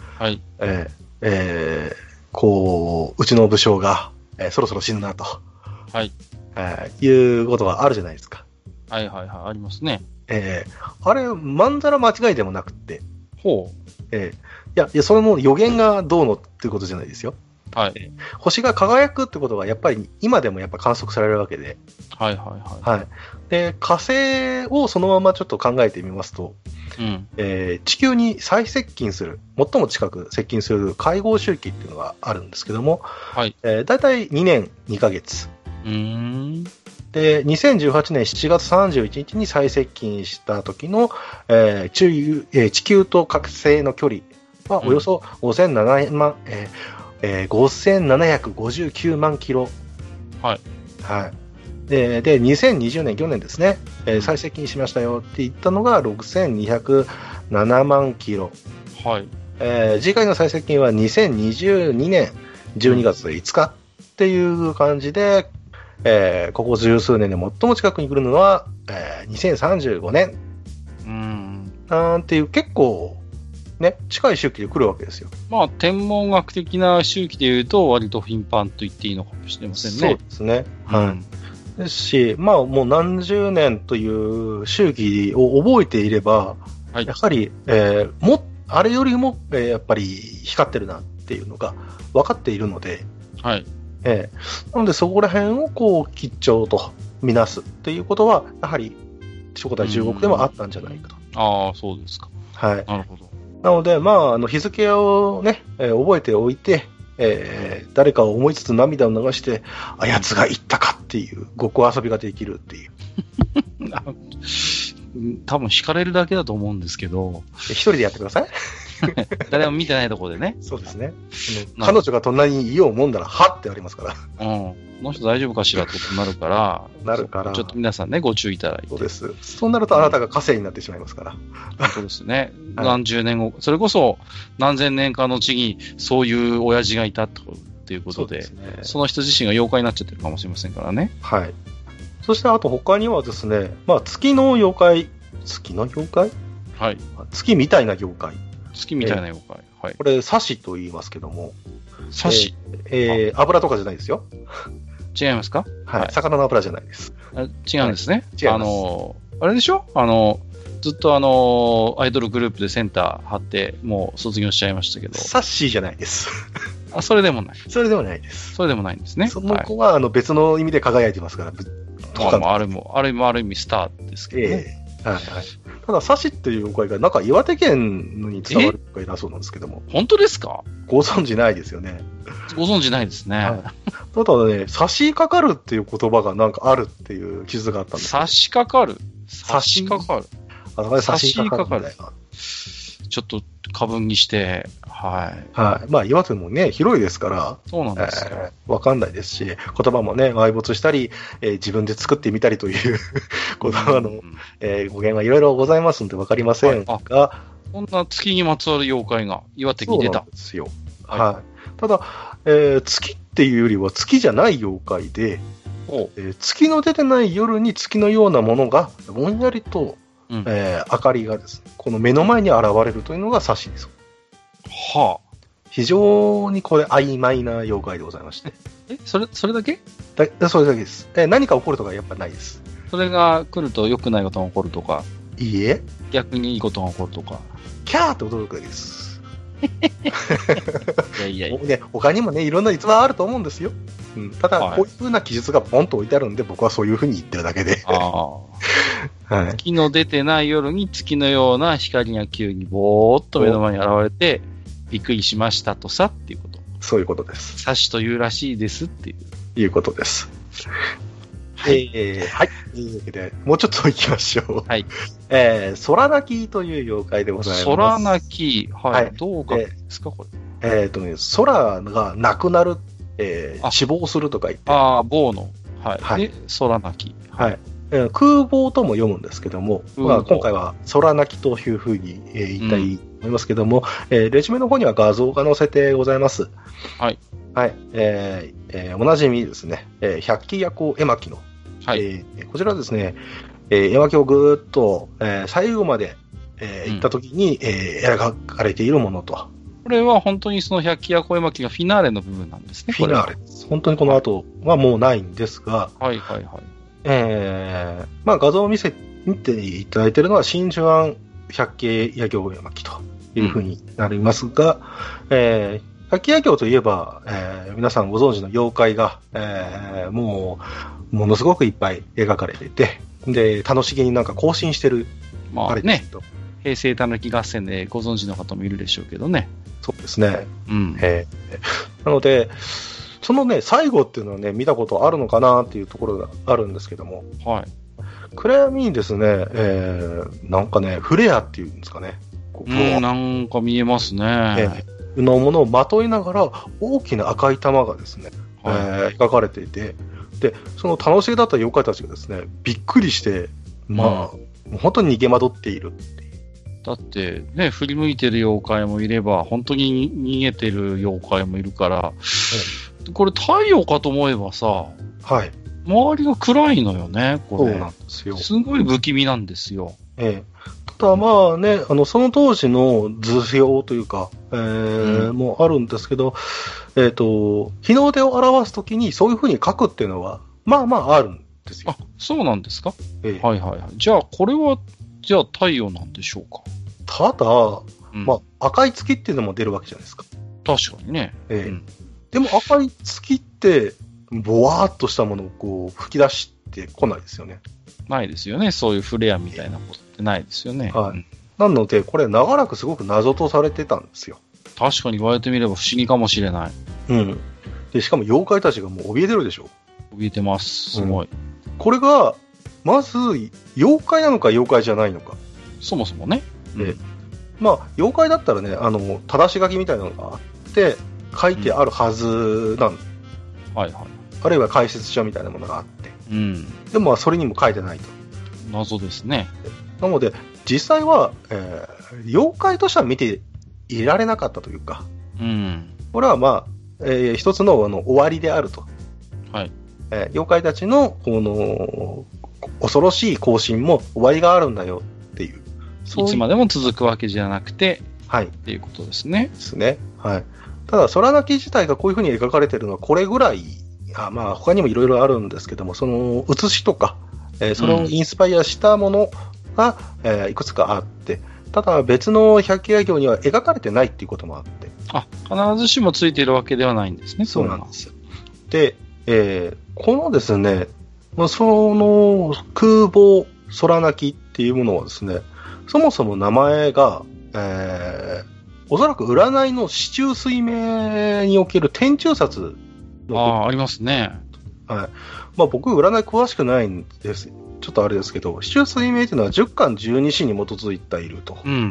うちの武将が、そろそろ死ぬなと、いうことがあるじゃないですか。 ありますね。 あれ、まんざら間違いでもなくって、いや、それも予言がどうのっていうことじゃないですよ。星が輝くってことがやっぱり今でもやっぱ観測されるわけで。で、火星をそのままちょっと考えてみますと、地球に最接近する、最も近く接近する海合周期っていうのがあるんですけども、だいたい2年2ヶ月。で、2018年7月31日に最接近した時の、地球と火星の距離はおよそ5759万キロ。で、2020年、去年ですね、最接近しましたよって言ったのが6207万キロ。次回の最接近は2022年12月5日っていう感じで、ここ十数年で最も近くに来るのは、2035年。なんていう結構、ね、近い周期で来るわけですよ。 天文学的な周期でいうと、割と頻繁と言っていいのかもしれませんね。 そうですね。ですし、もう何十年という周期を覚えていれば、やはり、あれよりも、やっぱり光ってるなっていうのが分かっているので、なのでそこら辺を吉兆とみなすっていうことは、やはり初代中国でもあったんじゃないかと。 そうですか。 なるほど。なので、日付をね、覚えておいて、誰かを思いつつ涙を流して、あやつが言ったかっていう、ごっこ遊びができるっていう。 多分惹かれるだけだと思うんですけど。 一人でやってください。 誰も見てないところでね。 そうですね。彼女が隣にいようもんだら、はってありますから。 うん。この人大丈夫かしらってことになるから、ちょっと皆さんね、ご注意いただいて。 そうです。そうなるとあなたが家政になってしまいますから。 本当ですね。何十年後、それこそ何千年かのうちにそういう親父がいたっていうことで、その人自身が妖怪になっちゃってるかもしれませんからね。 はい。そしてあと他にはですね、まあ月の妖怪はい。月みたいな妖怪。 月みたいな妖怪。はい。 これ、サシと言いますけども。 サシ油とかじゃないですよ。 違いますか？ はい。魚の油じゃないです。 違うんですね。 違います。 あれでしょ？ずっとアイドルグループでセンター張って、もう卒業しちゃいましたけど。 サッシーじゃないです。 それでもない。 それでもないです。 それでもないんですね。 その子は、別の意味で輝いてますから。 ある意味スターですけどね。 はいはい。ただ、サシっていう妖怪が、なんか岩手県に伝わる妖怪だそうなんですけども。 本当ですか？ ご存知ないですよね。 ご存知ないですね。はい、 ただね、差し掛かるっていう言葉がなんかあるっていう記述があったんです。 差し掛かる差し掛かる差し掛かる。 ちょっと過分にして、はい。 はい。まあ、岩手もね、広いですから、 そうなんですよ。 わかんないですし、言葉もね、埋没したり、自分で作ってみたりという言葉の、語源はいろいろございますのでわかりませんが、 こんな月にまつわる妖怪が岩手に出た。 そうなんですよ。はい。ただ、月っていうよりは月じゃない妖怪で、月の出てない夜に月のようなものがぼんやりと、明かりがですね、この目の前に現れるというのがサシです。 はあ。 非常にこれ曖昧な妖怪でございまして。 それだけ？ それだけです。何か起こるとかやっぱないです。 それが来ると良くないことが起こるとか。 いいえ。 逆にいいことが起こるとか。 キャーって驚くだけです。 いや。 ね、他にもね、いろんな逸話あると思うんですよ。ただ、こういう風な記述がポンと置いてあるんで、僕はそういう風に言ってるだけで。 はい、月の出てない夜に月のような光が急にぼーっと目の前に現れて、びっくりしましたとさっていうこと。 そういうことです。 サシというらしいですっていうことです。はい。というわけで、もうちょっと行きましょう。 はい。 空鳴きという妖怪でございます。 空鳴き。はい。どうかですか、これ。空がなくなる、死亡するとか言って。 棒の。はい。で、空鳴き。 はい。空棒とも読むんですけども、今回は空鳴きというふうに言いたいと思いますけども、レジュメの方には画像が載せてございます。 はい。 はい。おなじみですね、百鬼夜行絵巻の、 はい。 こちらですね、絵巻をぐーっと、最後まで、行った時に、描かれているものと。 これは本当にその百鬼夜行絵巻がフィナーレの部分なんですね。 フィナーレです。本当にこの後はもうないんですが、 はいはいはい。 まあ画像を見ていただいているのは真珠庵百鬼夜行絵巻というふうになりますが、百鬼夜行といえば、皆さんご存知の妖怪が、ものすごくいっぱい描かれていて、で、楽しげになんか更新してる。 まあね、平成たぬき合戦でご存知の方もいるでしょうけどね。 そうですね。 うん。 なので、そのね、最後っていうのはね、見たことあるのかなっていうところがあるんですけども、 はい。 暗闇にですね、なんかね、フレアっていうんですかね。 なんか見えますね。 のものをまといながら、大きな赤い玉がですね、描かれていて、で、その楽しげだった妖怪たちがですね、びっくりして、まあ、本当に逃げ惑っているっていう。 だってね、振り向いてる妖怪もいれば、本当に逃げてる妖怪もいるから、これ太陽かと思えばさ、 はい。 周りが暗いのよね、これ。 そうなんですよ。 すごい不気味なんですよ。 ただまあね、その当時の図表というか、もあるんですけど、日の出を表すときにそういう風に書くっていうのは、まあまああるんですよ。 そうなんですか？はいはいはい。じゃあ、これは、じゃあ太陽なんでしょうか？ ただ、まあ、赤い月っていうのも出るわけじゃないですか。 確かにね。 でも赤い月って、ぼわーっとしたものをこう吹き出してこないですよね。 ないですよね。そういうフレアみたいなことってないですよね。 はい。なので、これ長らくすごく謎とされてたんですよ。 確かに言われてみれば不思議かもしれない。 で、しかも妖怪たちがもう怯えてるでしょ。 怯えてます。すごい。 これが、まず、妖怪なのか妖怪じゃないのか。 そもそもね。 まあ、妖怪だったらね、正し書きみたいなのがあって、書いてあるはずなん、 はいはい。 あるいは解説書みたいなものがあって。 うん。 でも、それにも書いてないと。 謎ですね。 なので、実際は、妖怪としては見ていられなかったというか、 うん。 これはまあ、一つの終わりであると。 はい。 妖怪たちの、この、恐ろしい行進も終わりがあるんだよっていう。 いつまでも続くわけじゃなくて、 はい。 っていうことですね。 ですね。はい。ただ、空泣き自体がこういう風に描かれているのはこれぐらい、まあ、他にもいろいろあるんですけども、その、写しとか、それをインスパイアしたものが、いくつかあって、ただ別の百鬼夜行には描かれてないっていうこともあって。 あ、必ずしもついているわけではないんですね。 そうなんです。で、このですね、その空母空泣きっていうものはですね、そもそも名前が、おそらく占いの四柱推命における天中殺の。ありますね。 はい。まあ僕、占い詳しくないんです。ちょっとあれですけど、四柱推命っていうのは10巻12支に基づいていると。 うんうんうん。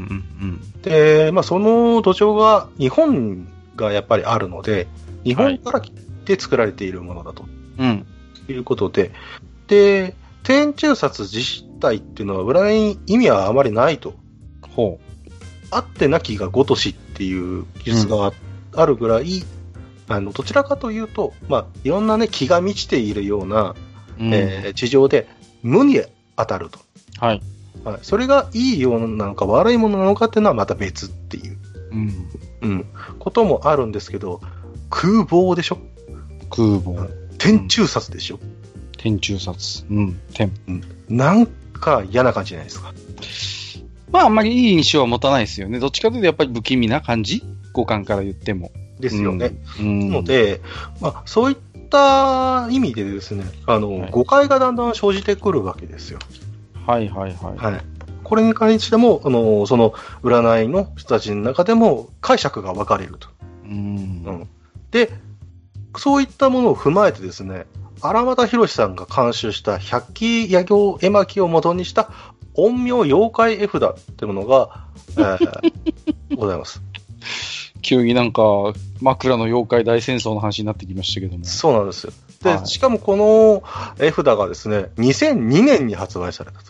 で、まあその土壌が日本がやっぱりあるので、日本から来て作られているものだと。 うん。 いうことで、で、天中殺自体っていうのは占いに意味はあまりないと。 ほう。 あってなきがごとしっていう記述があるぐらい、どちらかというと、まあ、いろんなね、気が満ちているような、地上で無に当たると。 はい。 はい。それがいいようなのか悪いものなのかっていうのはまた別っていう、こともあるんですけど、空母でしょ？ 空母。 天中殺でしょ？ 天中殺。 なんか嫌な感じじゃないですか。 まあ、あんまりいい印象は持たないですよね。どっちかというとやっぱり不気味な感じ？五感から言っても。 ですよね。なので、まあ、そういった意味でですね、誤解がだんだん生じてくるわけですよ。 はいはいはい。 はい。これに関しても、その占いの人たちの中でも解釈が分かれると。で、そういったものを踏まえてですね、荒俣博さんが監修した百鬼夜行絵巻を元にした陰陽妖怪絵札っていうものが、ございます。 急になんか枕の妖怪大戦争の話になってきましたけども。 そうなんですよ。で、しかもこの絵札がですね、2002年に発売されたと。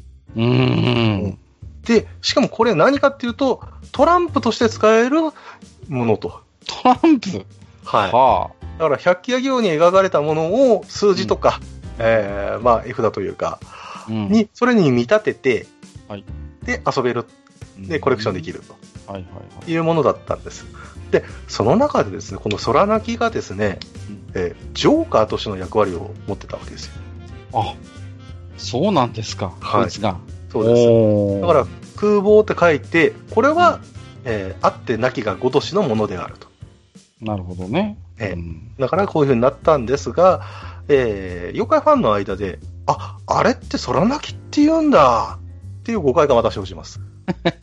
で、しかもこれ何かっていうと、トランプとして使えるものと。 トランプ？ はい。だから、百鬼夜行に描かれたものを数字とか、まあ、絵札というか、それに見立てて、で、遊べる。で、コレクションできると。いうものだったんです。で、その中でですね、この空泣きがですね、ジョーカーとしての役割を持ってたわけですよ。 あ、そうなんですか。こいつが。 そうです。だから、空母って書いて、これは、あってなきがごとしのものであると。 なるほどね。 だからこういう風になったんですが、妖怪ファンの間で、あれって空泣きって言うんだっていう誤解がまた生じます。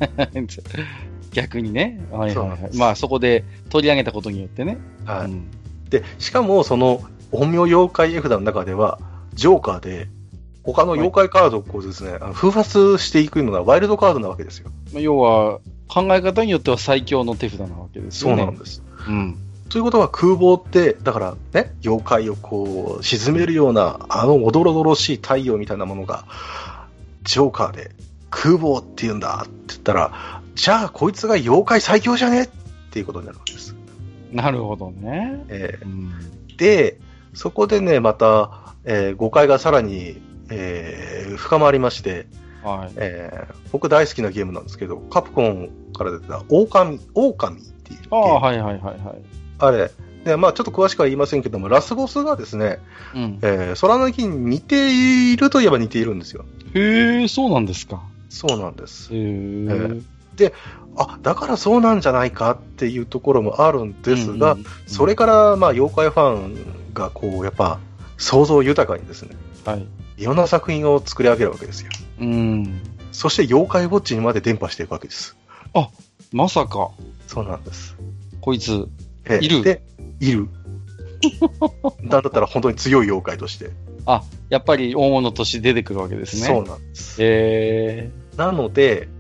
逆にね。まあそこで取り上げたことによってね。 で、しかもその陰陽妖怪絵札の中では、ジョーカーで、他の妖怪カードをこうですね、風発していくのがワイルドカードなわけですよ。 要は、考え方によっては最強の手札なわけですよね。 そうなんです。ということは空母って、だからね、妖怪をこう、沈めるような、おどろどろしい太陽みたいなものが、ジョーカーで空母って言うんだって言ったら、じゃあこいつが妖怪最強じゃねっていうことになるわけです。 なるほどね。 で、そこでね、また、誤解がさらに、深まりまして、僕大好きなゲームなんですけど、カプコンから出た狼っていうゲーム。あれ。で、まあちょっと詳しくは言いませんけども、ラスボスがですね、空泣きに似ているといえば似ているんですよ。 へえ、そうなんですか。 そうなんです。で、だからそうなんじゃないかっていうところもあるんですが、それから、まあ妖怪ファンがこう、やっぱ、想像豊かにですね、いろんな作品を作り上げるわけですよ。そして妖怪ウォッチにまで伝播していくわけです。 まさか。 そうなんです。 こいつ、いる？ で、いる。なんだったら本当に強い妖怪として。 やっぱり大物として出てくるわけですね。 そうなんです。 なので、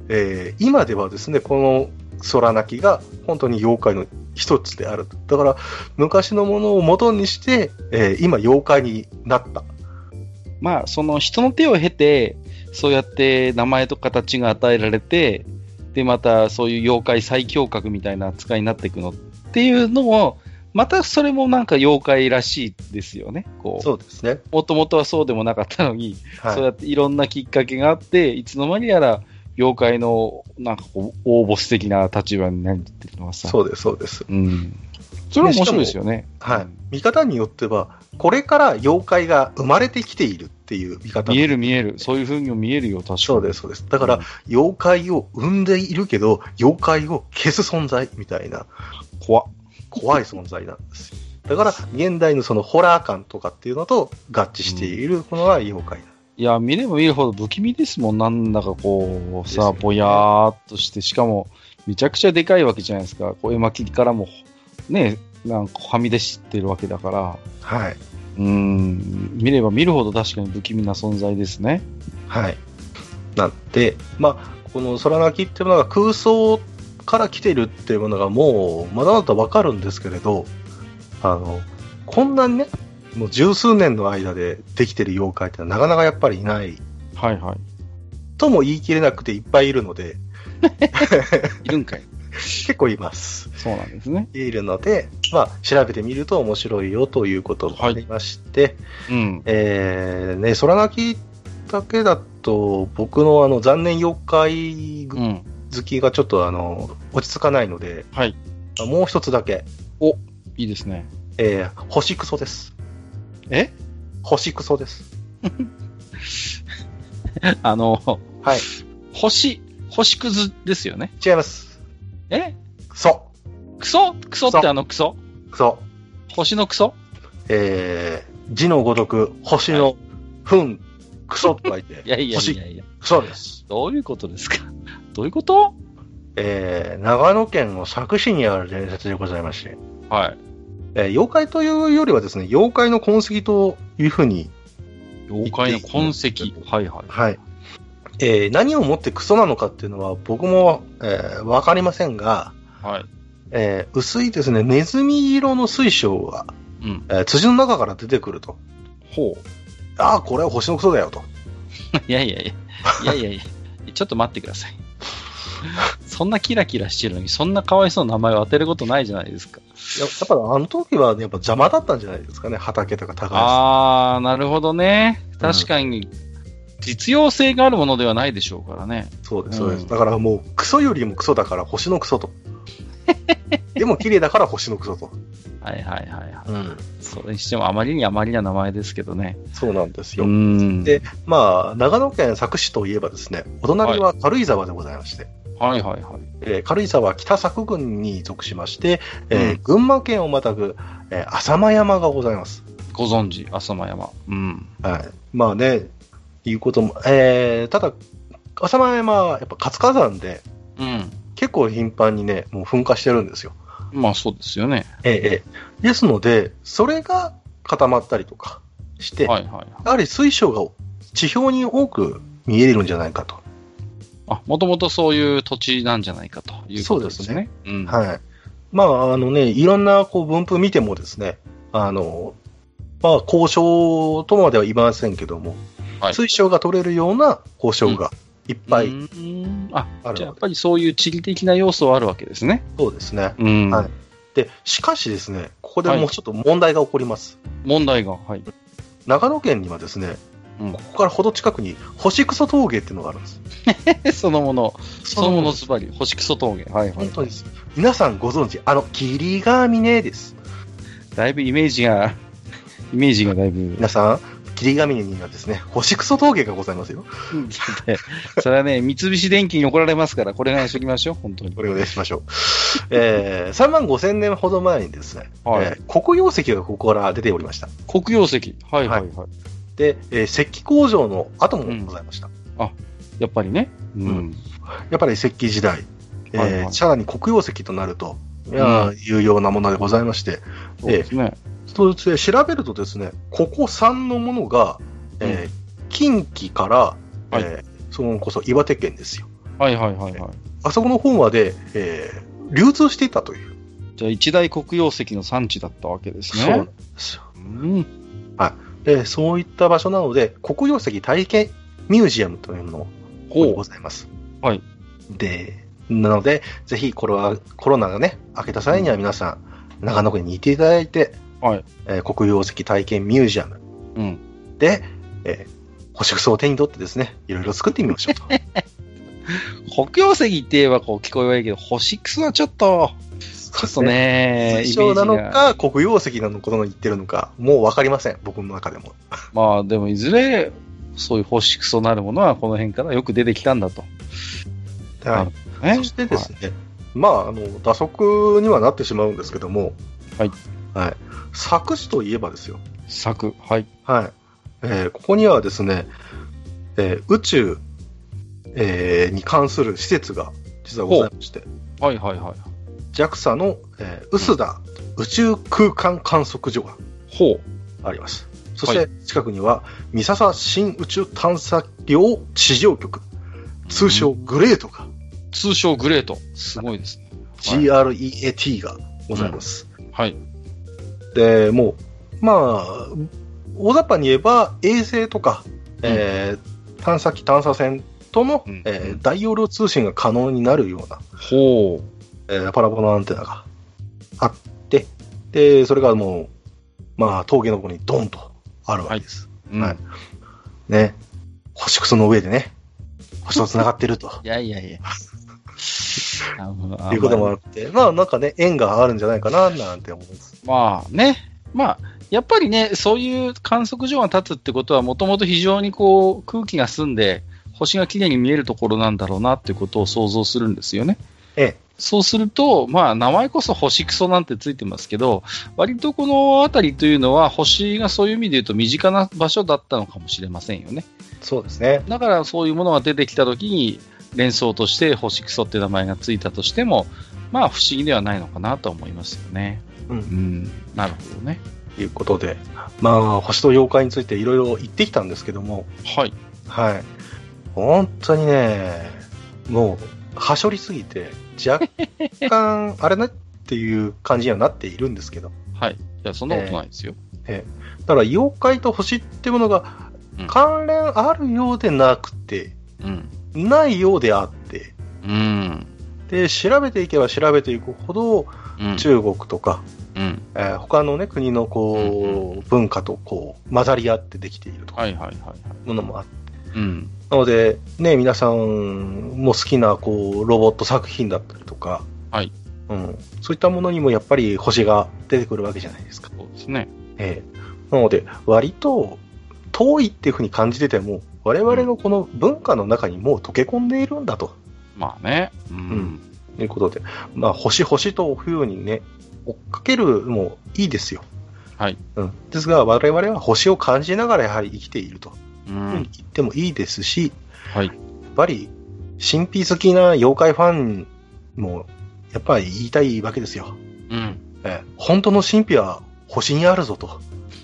今ではですね、この空泣きが本当に妖怪の一つであると。だから昔のものを元にして、今妖怪になった。 まあその人の手を経てそうやって名前と形が与えられて、でまたそういう妖怪最強格みたいな扱いになっていくのっていうのもまたそれもなんか妖怪らしいですよね。こうそうですね。 もともとはそうでもなかったのに、 はい、 そうやっていろんなきっかけがあっていつの間にやら妖怪のなんかこう大ボス的な立場になってるのはさ。 そうですそうです。 うん。それは面白いですよね。 はい。見方によってはこれから妖怪が生まれてきているっていう見方。 見える見える。そういう風にも見えるよ、確かに。 そうですそうです。だから、妖怪を生んでいるけど妖怪を消す存在みたいな怖い存在なんですよ。だから現代のそのホラー感とかっていうのと合致しているものは妖怪だ。 いや、見れば見るほど不気味ですもん。なんだかこう、さ、ぼやーっとして、しかも、めちゃくちゃでかいわけじゃないですか。こう、絵巻からも、ね、なんかはみ出してるわけだから。 はい。 見れば見るほど確かに不気味な存在ですね。 はい。なんで、まあ、この空泣きっていうものが空想から来てるっていうものがもう、まだまだわかるんですけれど、こんなにね、もう十数年の間でできてる妖怪ってなかなかやっぱりいない。 はいはい。 とも言い切れなくていっぱいいるので。 いるんかい。 結構います。 そうなんですね。 いるので、まあ、調べてみると面白いよということがありまして、 はい、 ね、空泣きだけだと、僕の残念妖怪好きがちょっと落ち着かないので、 はい。 もう一つだけ。 お、いいですね。 星クソです。 え？ 星クソです。 はい。星屑ですよね。 違います。クソってクソクソ。 星のクソ字のごとく、星の、糞、クソと書いて。 いや。 クソです。 どういうことですか？どういうこと？ 長野県の佐久市にある伝説でございまして。 はい。 妖怪というよりはですね、妖怪の痕跡というふうに。 妖怪の痕跡。はいはい。 はい。何をもってクソなのかっていうのは僕も、わかりませんが、 はい。 薄いですね、ネズミ色の水晶が、辻の中から出てくると。 ほう。 ああ、これは星のクソだよと。 いや。ちょっと待ってください。そんなキラキラしてるのに、そんなかわいそうな名前を当てることないじゃないですか。 やっぱあの時は、ね、やっぱ邪魔だったんじゃないですかね、畑とか耕す。 ああ、なるほどね。確かに、実用性があるものではないでしょうからね。 そうです、そうです。だからもう、クソよりもクソだから星のクソと。でも綺麗だから星のクソと。 はい。それにしてもあまりな名前ですけどね。 そうなんですよ。で、まあ、長野県佐久市といえばですね、お隣は軽井沢でございまして。 はい。 軽井沢北佐久郡に属しまして、群馬県をまたぐ、浅間山がございます。 ご存知、浅間山。 はい。まあね、いうことも、ただ、浅間山はやっぱ活火山で、結構頻繁にね、もう噴火してるんですよ。 まあそうですよね。 ですので、それが固まったりとかして、やはり水晶が地表に多く見えるんじゃないかと。 もともとそういう土地なんじゃないかということですね。そうですね。 はい。まあ、いろんなこう分布見てもですね、まあ、交渉とまでは言いませんけども、水晶が取れるような交渉がいっぱいある。 じゃあやっぱりそういう地理的な要素はあるわけですね。 そうですね。はい。で、しかしですね、ここでもうちょっと問題が起こります。 問題が、はい。 長野県にはですね、ここからほど近くに星クソ峠っていうのがあるんです。 そのものズバリ、星クソ峠。 本当です。皆さんご存知、霧ヶ峰です。 だいぶイメージがだいぶ。 皆さん、霧ヶ峰にはですね、星クソ峠がございますよ。 それはね、三菱電機に怒られますから、これがしときましょう、本当に。 これをね、しましょう。3万5千年ほど前にですね、黒曜石がここから出ておりました。 黒曜石。はい。 で、石器工場の跡もございました。 やっぱりね。 やっぱり石器時代。さらに黒曜石となると、有用なものでございまして、 そうですね。 そして調べるとですね、ここ3のものが、近畿から、そのこそ岩手県ですよ。 はいはいはいはい。 あそこの本まで、流通していたという。 じゃあ一大黒曜石の産地だったわけですね。 そうなんですよ。 うん。 はい。で、そういった場所なので、黒曜石体験ミュージアムというものがございます。 はい。 で、なので、ぜひコロナがね、明けた際には皆さん、長野県に行っていただいて、 はい。 黒曜石体験ミュージアム。 うん。 で、星草を手に取ってですね、いろいろ作ってみましょうと。 黒曜石って言えばこう聞こえはいいけど、星草はちょっとね、 水晶なのか、黒曜石なのことを言ってるのか、もうわかりません、僕の中でも。 まあ、でもいずれ、そういう星草なるものはこの辺からよく出てきたんだと。 はい。そしてですね、はい、まあ、打足にはなってしまうんですけども、 はい。 はい。作詞といえばですよ。 作、はい。 はい。ここにはですね、宇宙、に関する施設が実はございまして。 はいはいはい。 JAXA の、臼田宇宙空間観測所があります。そして近くには三笹新宇宙探査業地上局、通称グレートが。 通称グレート。すごいですね。 GREAT がございます。 はい。 で、もう、まあ、大雑把に言えば衛星とか、探査機探査船との、大容量通信が可能になるような、パラボラアンテナがあって、で、それがもう、まあ、峠のところにドンとあるわけです。はい。ね。星屑の上でね、星と繋がってると。 いやいやいや。 いうこともあって、まあ、なんかね、縁があるんじゃないかな、なんて思います。 まあね。まあ、やっぱりね、そういう観測所が立つってことは、もともと非常にこう、空気が澄んで、星がきれいに見えるところなんだろうなっていうことを想像するんですよね。そうすると、まあ、名前こそ星草なんてついてますけど、割とこの辺りというのは、星がそういう意味で言うと身近な場所だったのかもしれませんよね。 そうですね。 だからそういうものが出てきたときに、連想として星草って名前がついたとしても、まあ不思議ではないのかなと思いますよね。なるほどね。 ということで、まあ、星と妖怪についていろいろ言ってきたんですけども、 はい。 はい。本当にね、もう、はしょりすぎて、若干、あれねっていう感じにはなっているんですけど。 はい。いや、そんなことないですよ。 だから、妖怪と星ってものが、関連あるようでなくて、ないようであって、で、調べていけば調べていくほど、中国とか、他のね、国のこう、文化とこう、混ざり合ってできているというものもあって。なので、ね、皆さんも好きなこうロボット作品だったりとか、そういったものにもやっぱり星が出てくるわけじゃないですか。 そうですね。 なので、割と遠いっていうふうに感じてても、我々のこの文化の中にもう溶け込んでいるんだと。 まあね。 ということで、まあ、星というふうにね、追っかけるもいいですよ。 はい。 ですが、我々は星を感じながらやはり生きていると。言ってもいいですし、やっぱり神秘好きな妖怪ファンもやっぱり言いたいわけですよ。本当の神秘は星にあるぞと。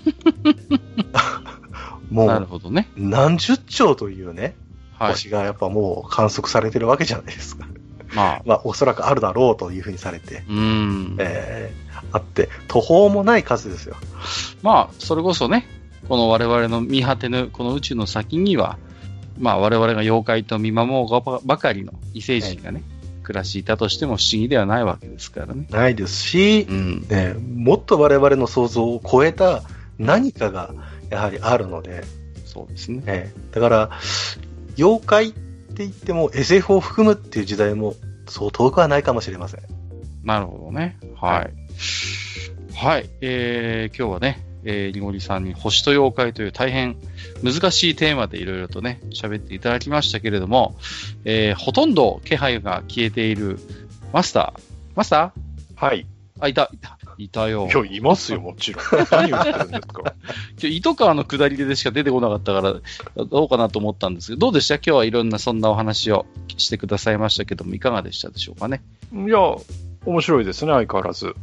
もうなるほどね。 何十兆というね、星がやっぱもう観測されてるわけじゃないですか。まあおそらくあるだろうというふうにされて、あって途方もない数ですよ。 まあそれこそね。この我々の見果てぬこの宇宙の先には、まあ我々が妖怪と見守るばかりの異星人がね、暮らしていたとしても不思議ではないわけですからね。 ないですし、もっと我々の想像を超えた何かがやはりあるので、 そうですね。 だから妖怪って言っても SF を含むっていう時代もそう遠くはないかもしれません。 なるほどね。はい。はい。今日はね、にごりさんに星と妖怪という大変難しいテーマでいろいろとね、喋っていただきましたけれども、ほとんど気配が消えているマスターはい。 あ、いたよ。 今日いますよ、もちろん。何言ってるんですか。 今日、糸川の下りでしか出てこなかったから、どうかなと思ったんですけど、どうでした？今日はいろんなそんなお話をしてくださいましたけども、いかがでしたでしょうかね。 いや、面白いですね、相変わらず。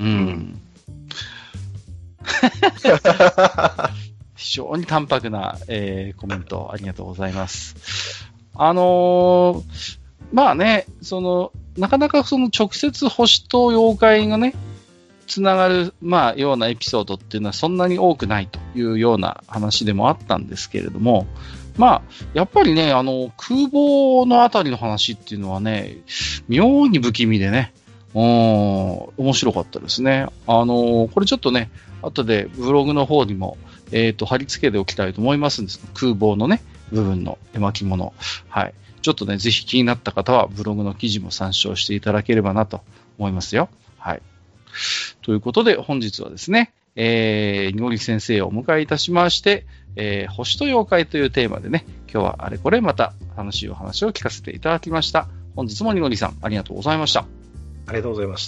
非常に淡白な、コメントありがとうございます。 まあね、なかなか直接星と妖怪がね、つながる、まあ、ようなエピソードっていうのはそんなに多くないというような話でもあったんですけれども、まあ、やっぱりね、空母のあたりの話っていうのはね、妙に不気味でね、面白かったですね。これちょっとね、後でブログの方にも、貼り付けておきたいと思いますんです。空母のね、部分の絵巻物。はい。ちょっとね、ぜひ気になった方はブログの記事も参照していただければなと思いますよ。はい。ということで、本日はですね、にごり先生をお迎えいたしまして、星と妖怪というテーマでね、今日はあれこれまた楽しいお話を聞かせていただきました。本日もにごりさん、ありがとうございました。 ありがとうございました。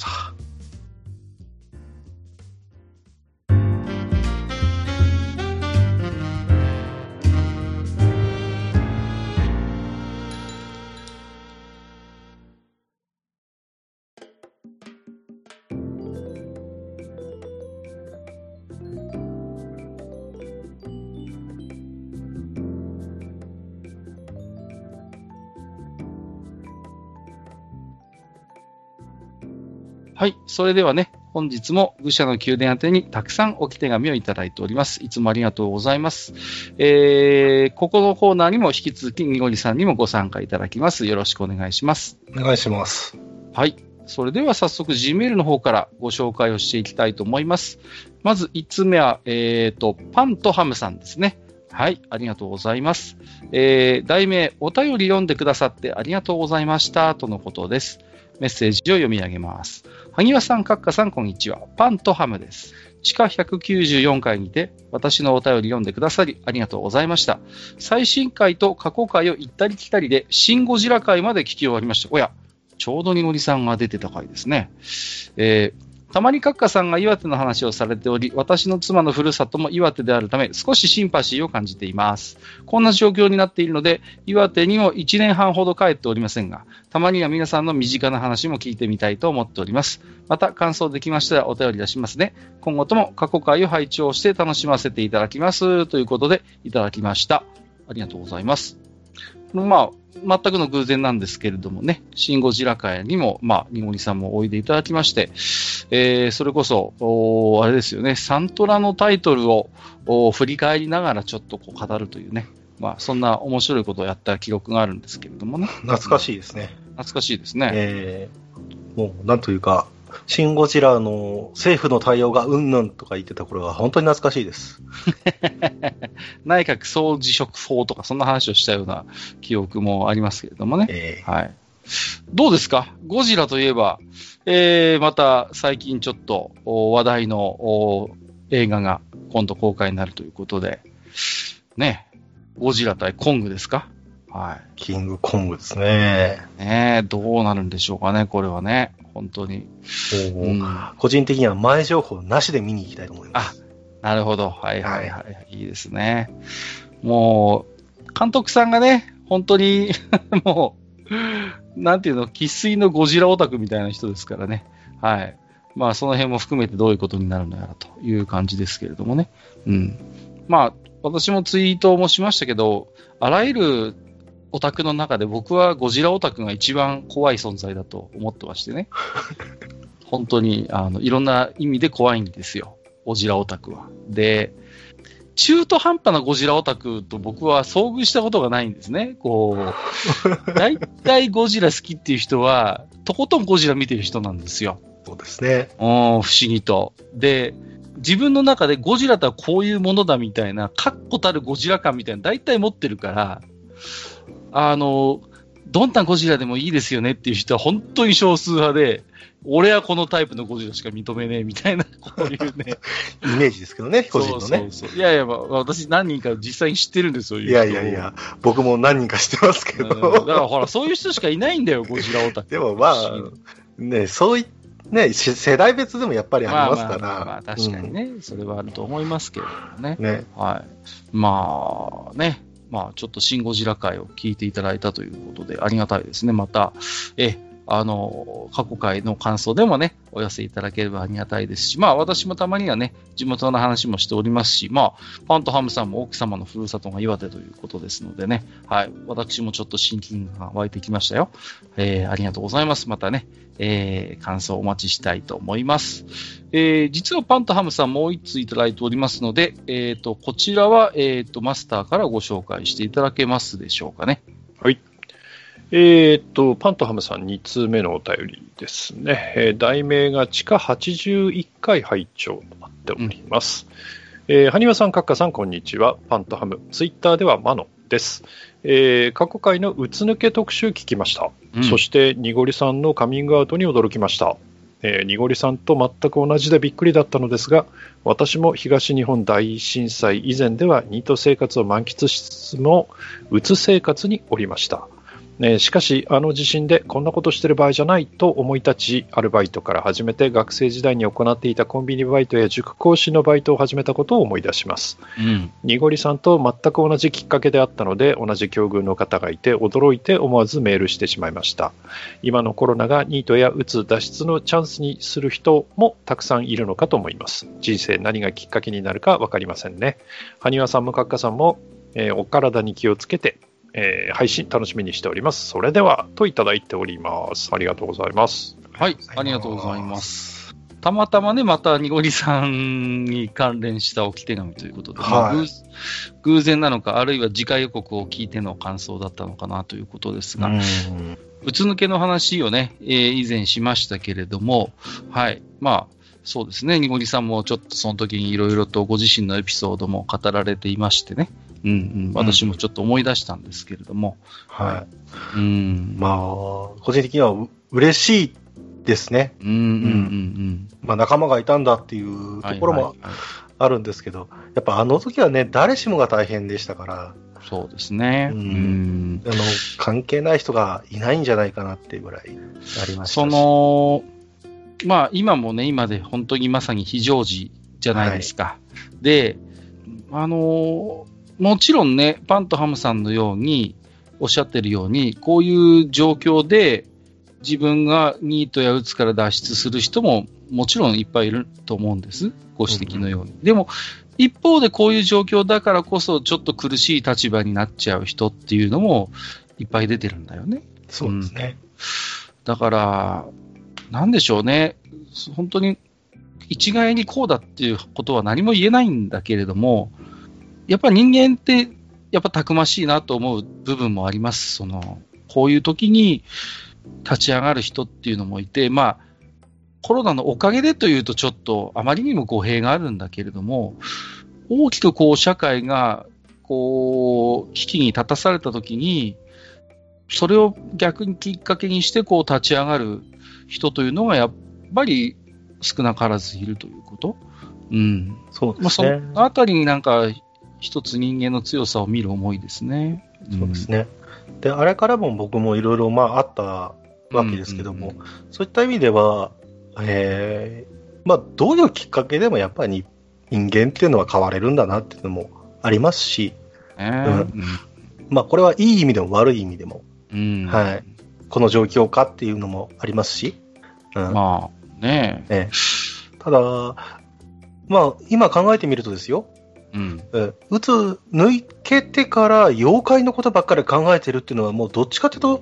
はい。それではね、本日も愚者の宮殿宛てにたくさん置き手紙をいただいております。いつもありがとうございます。ここのコーナーにも引き続きにごりさんにもご参加いただきます。よろしくお願いします。 お願いします。 はい。それでは早速 Gmail の方からご紹介をしていきたいと思います。まず1つ目は、パンとハムさんですね。はい。ありがとうございます。題名、お便り読んでくださってありがとうございました。とのことです。メッセージを読み上げます。萩和さん、カッカさん、こんにちは。パンとハムです。地下194回にて、私のお便り読んでくださり、ありがとうございました。最新回と過去回を行ったり来たりで、シン・ゴジラ回まで聞き終わりました。おや、ちょうどにごりさんが出てた回ですね。たまにカッカさんが岩手の話をされており、私の妻のふるさとも岩手であるため、少しシンパシーを感じています。こんな状況になっているので、岩手にも1年半ほど帰っておりませんが、たまには皆さんの身近な話も聞いてみたいと思っております。また、感想できましたらお便り出しますね。今後とも過去回を拝聴して楽しませていただきます。ということで、いただきました。ありがとうございます。まあ、全くの偶然なんですけれどもね、シン・ゴジラ会にも、にごりさんもおいでいただきまして、それこそ、あれですよね、サントラのタイトルを振り返りながらちょっと語るというね、そんな面白いことをやった記録があるんですけれどもね。 懐かしいですね。 懐かしいですね。 もう、なんというか、シン・ゴジラの政府の対応がうんぬんとか言ってた頃が本当に懐かしいです。 内閣総辞職法とかそんな話をしたような記憶もありますけれどもね。はい。どうですか？ゴジラといえば、また最近ちょっと話題の映画が今度公開になるということで、ね、ゴジラ対コングですか？はい。 キングコングですね。 ねえ、どうなるんでしょうかね、これはね。本当に。 個人的には前情報なしで見に行きたいと思います。 なるほど。はいはいはい。いいですね。もう、監督さんがね、本当に、もう、なんていうの、生粋のゴジラオタクみたいな人ですからね。はい。その辺も含めてどういうことになるのやらという感じですけれどもね。うん。私もツイートもしましたけど、あらゆるオタクの中で僕はゴジラオタクが一番怖い存在だと思ってましてね。本当に、いろんな意味で怖いんですよ。ゴジラオタクは。で、中途半端なゴジラオタクと僕は遭遇したことがないんですね。大体ゴジラ好きっていう人は、とことんゴジラ見てる人なんですよ。 そうですね。 不思議と。で、自分の中でゴジラとはこういうものだみたいな、確固たるゴジラ感みたいな大体持ってるから、どんなゴジラでもいいですよねっていう人は本当に少数派で、俺はこのタイプのゴジラしか認めねえみたいな、こういうね。 イメージですけどね、個人のね。 そう。いや、私何人か実際に知ってるんですよ。 いや、僕も何人か知ってますけど。 だからほら、そういう人しかいないんだよ、ゴジラオタク。 でもね、そういね、世代別でもやっぱりありますから。 確かにね、それはあると思いますけれどもね。 ね。 はい。ちょっとシン・ゴジラ回を聞いていただいたということで、ありがたいですね。また、 過去回の感想でもね、お寄せいただければありがたいですし、まあ私もたまにはね、地元の話もしておりますし、まあ、パンとハムさんも奥様のふるさとが岩手ということですのでね、はい、私もちょっと親近感が湧いてきましたよ。ありがとうございます。またね、感想お待ちしたいと思います。実はパンとハムさんもう一通いただいておりますので、こちらは、マスターからご紹介していただけますでしょうかね。 はい。パンとハムさん2通目のお便りですね。題名が地下81回拝聴となっております。はにわさん、かっかさん、こんにちは。パンとハム、ツイッターではマノです。過去回のうつ抜け特集聞きました。そして、にごりさんのカミングアウトに驚きました。にごりさんと全く同じでびっくりだったのですが、私も東日本大震災以前ではニート生活を満喫しつつも、うつ生活におりました。しかしあの地震でこんなことしてる場合じゃないと思い立ち、アルバイトから始めて学生時代に行っていたコンビニバイトや塾講師のバイトを始めたことを思い出します。にごりさんと全く同じきっかけであったので、同じ境遇の方がいて驚いて思わずメールしてしまいました。今のコロナがニートやうつ脱出のチャンスにする人もたくさんいるのかと思います。人生何がきっかけになるか分かりませんね。はにわさんもかっかさんも、お体に気をつけて配信楽しみにしております。それではといただいております。ありがとうございます。 はい、ありがとうございます。たまたまね、またにごりさんに関連した置き手紙ということで、偶然なのか、あるいは次回予告を聞いての感想だったのかなということですが、うつ抜けの話をね、以前しましたけれども、はい、まあ、そうですね、にごりさんもちょっとその時にいろいろとご自身のエピソードも語られていましてね、私もちょっと思い出したんですけれども。 はい。まあ、個人的には嬉しいですね。まあ、仲間がいたんだっていうところもあるんですけど、やっぱあの時はね、誰しもが大変でしたから。 そうですね。 関係ない人がいないんじゃないかなっていうぐらいありましたし。 まあ、今もね、今で本当にまさに非常時じゃないですか。で、もちろんね、パンとハムさんのように、おっしゃってるように、こういう状況で自分がニートやうつから脱出する人ももちろんいっぱいいると思うんです。ご指摘のように。でも、一方でこういう状況だからこそちょっと苦しい立場になっちゃう人っていうのもいっぱい出てるんだよね。 そうですね。 だから、なんでしょうね。本当に一概にこうだっていうことは何も言えないんだけれども、やっぱり人間ってやっぱたくましいなと思う部分もあります。こういう時に立ち上がる人っていうのもいて、まあ、コロナのおかげでというとちょっとあまりにも語弊があるんだけれども、大きくこう社会がこう危機に立たされた時に、それを逆にきっかけにしてこう立ち上がる人というのがやっぱり少なからずいるということ。 そうですね。 まあ、そのあたりになんか一つ人間の強さを見る思いですね。 そうですね。で、あれからも僕もいろいろあったわけですけども、そういった意味では、まあ、どういうきっかけでもやっぱり人間っていうのは変われるんだなっていうのもありますし、まあ、これはいい意味でも悪い意味でも、はい、この状況かっていうのもありますし、 まあね、 ただ、まあ、今考えてみるとですよ、うつ抜けてから妖怪のことばっかり考えてるっていうのはもうどっちかというと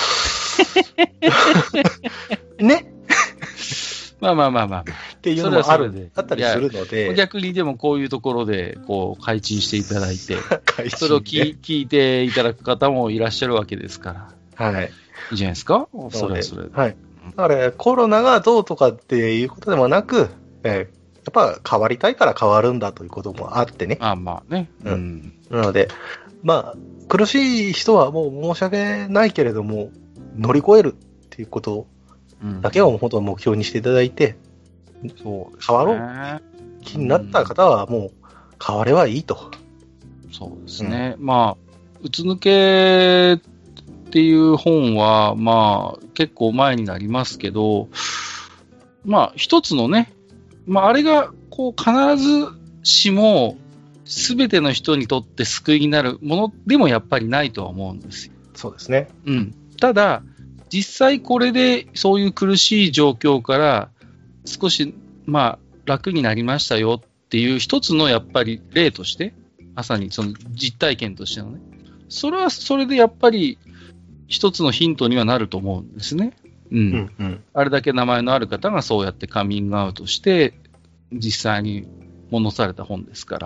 ねまあっていうのもあったりするので、 逆にでもこういうところでこう開陳していただいてそれを聞いていただく方もいらっしゃるわけですから、いいじゃないですか。それはそれで、だからコロナがどうとかっていうことでもなく、やっぱ変わりたいから変わるんだということもあってね。 まあね。 なので、まあ、苦しい人はもう申し訳ないけれども、乗り越えるっていうことだけを本当に目標にしていただいて、変わろう気になった方はもう変わればいいと。 そうですね。まあ、うつ抜けっていう本は、まあ、結構前になりますけど、まあ、一つのね、まあ、あれが、こう、必ずしも、すべての人にとって救いになるものでもやっぱりないとは思うんですよ。 そうですね。 ただ、 実際これでそういう苦しい状況から少し、楽になりましたよっていう一つのやっぱり例として、まさにその実体験としてのね、それはそれでやっぱり一つのヒントにはなると思うんですね。あれだけ名前のある方がそうやってカミングアウトして実際に物された本ですから、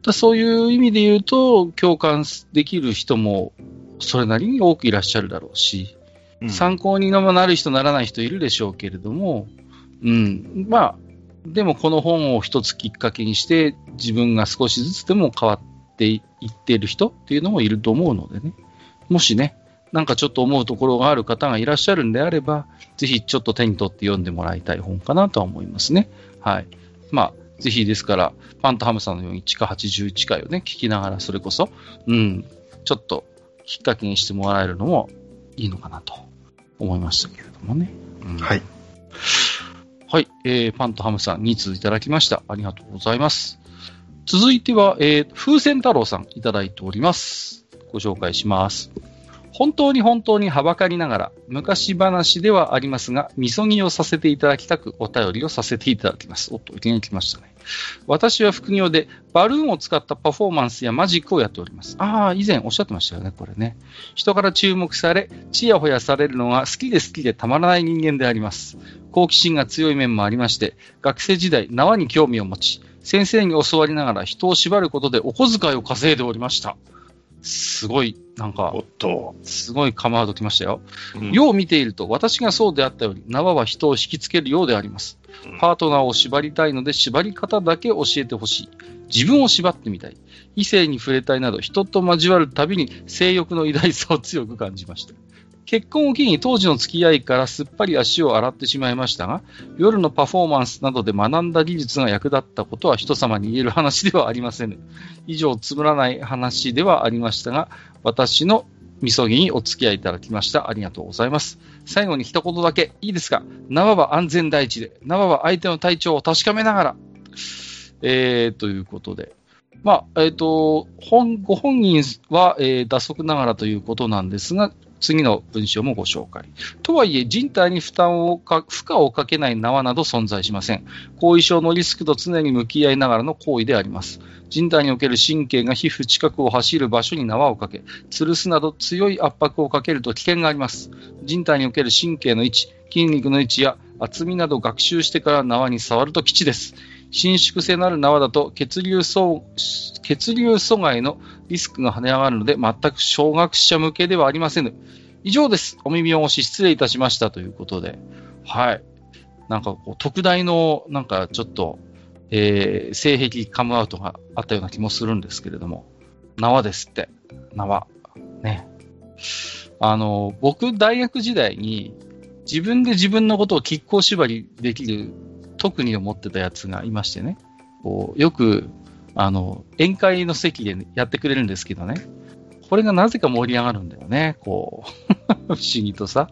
そういう意味で言うと共感できる人もそれなりに多くいらっしゃるだろうし、参考になる人ならない人いるでしょうけれども、でもこの本を一つきっかけにして自分が少しずつでも変わっていっている人っていうのもいると思うのでね、もしね、なんかちょっと思うところがある方がいらっしゃるんであれば、ぜひちょっと手に取って読んでもらいたい本かなとは思いますね。はい。ぜひですから、パンとハムさんのように地下81回をね、聞きながらそれこそ、ちょっときっかけにしてもらえるのもいいのかなと思いましたけれどもね。 はい。 はい、パンとハムさん2通いただきました。ありがとうございます。続いては、風船太郎さんいただいております。ご紹介します。本当にはばかりながら、昔話ではありますが、みそぎをさせていただきたくお便りをさせていただきます。おっと、いきなり来ましたね。私は副業でバルーンを使ったパフォーマンスやマジックをやっております。以前おっしゃってましたよね、これね。人から注目され、ちやほやされるのが好きでたまらない人間であります。好奇心が強い面もありまして、学生時代、縄に興味を持ち、先生に教わりながら人を縛ることでお小遣いを稼いでおりました。すごい、すごいカムワード来ましたよ。よう見ていると、私がそうであったように、縄は人を引きつけるようであります。パートナーを縛りたいので、縛り方だけ教えてほしい。自分を縛ってみたい。異性に触れたいなど、人と交わるたびに性欲の偉大さを強く感じました。結婚を機に当時の付き合いからすっぱり足を洗ってしまいましたが、夜のパフォーマンスなどで学んだ技術が役立ったことは人様に言える話ではありません。以上、つまらない話ではありましたが、私のみそぎにお付き合いいただきました。ありがとうございます。最後に一言だけいいですか？縄は安全第一で、縄は相手の体調を確かめながら、ということで。ご本人は、脱足ながらということなんですが、次の文章もご紹介。とはいえ、人体に負荷をかけない縄など存在しません。後遺症のリスクと常に向き合いながらの行為であります。人体における神経が皮膚近くを走る場所に縄をかけ、吊るすなど強い圧迫をかけると危険があります。人体における神経の位置、筋肉の位置や厚みなどを学習してから縄に触ると吉です。伸縮性のある縄だと血流阻害のリスクが跳ね上がるので全く小学者向けではありません。以上です。お耳を押し失礼いたしましたということで、はい。なんかこう特大のなんかちょっと、性癖カムアウトがあったような気もするんですけれども、縄ですって。縄。ね。僕大学時代に自分で自分のことを亀甲縛りできる特技を持ってたやつがいましてね、こうよく宴会の席で、ね、やってくれるんですけどね、これがなぜか盛り上がるんだよね、こう不思議とさ、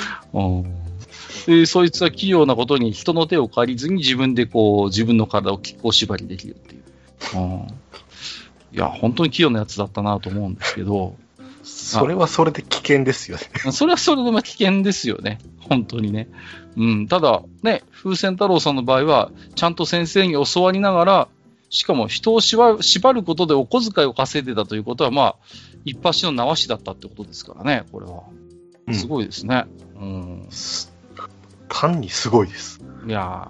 でそいつは器用なことに人の手を借りずに自分でこう自分の体を亀甲縛りできるっていう、いや本当に器用なやつだったなと思うんですけど、 それはそれで危険ですよね。 それはそれで危険ですよね。本当にね。ただ、ね、風船太郎さんの場合は、ちゃんと先生に教わりながら、しかも人を縛ることでお小遣いを稼いでたということは、一発の縄師だったってことですからね、これは。すごいですね。 単にすごいです。 いや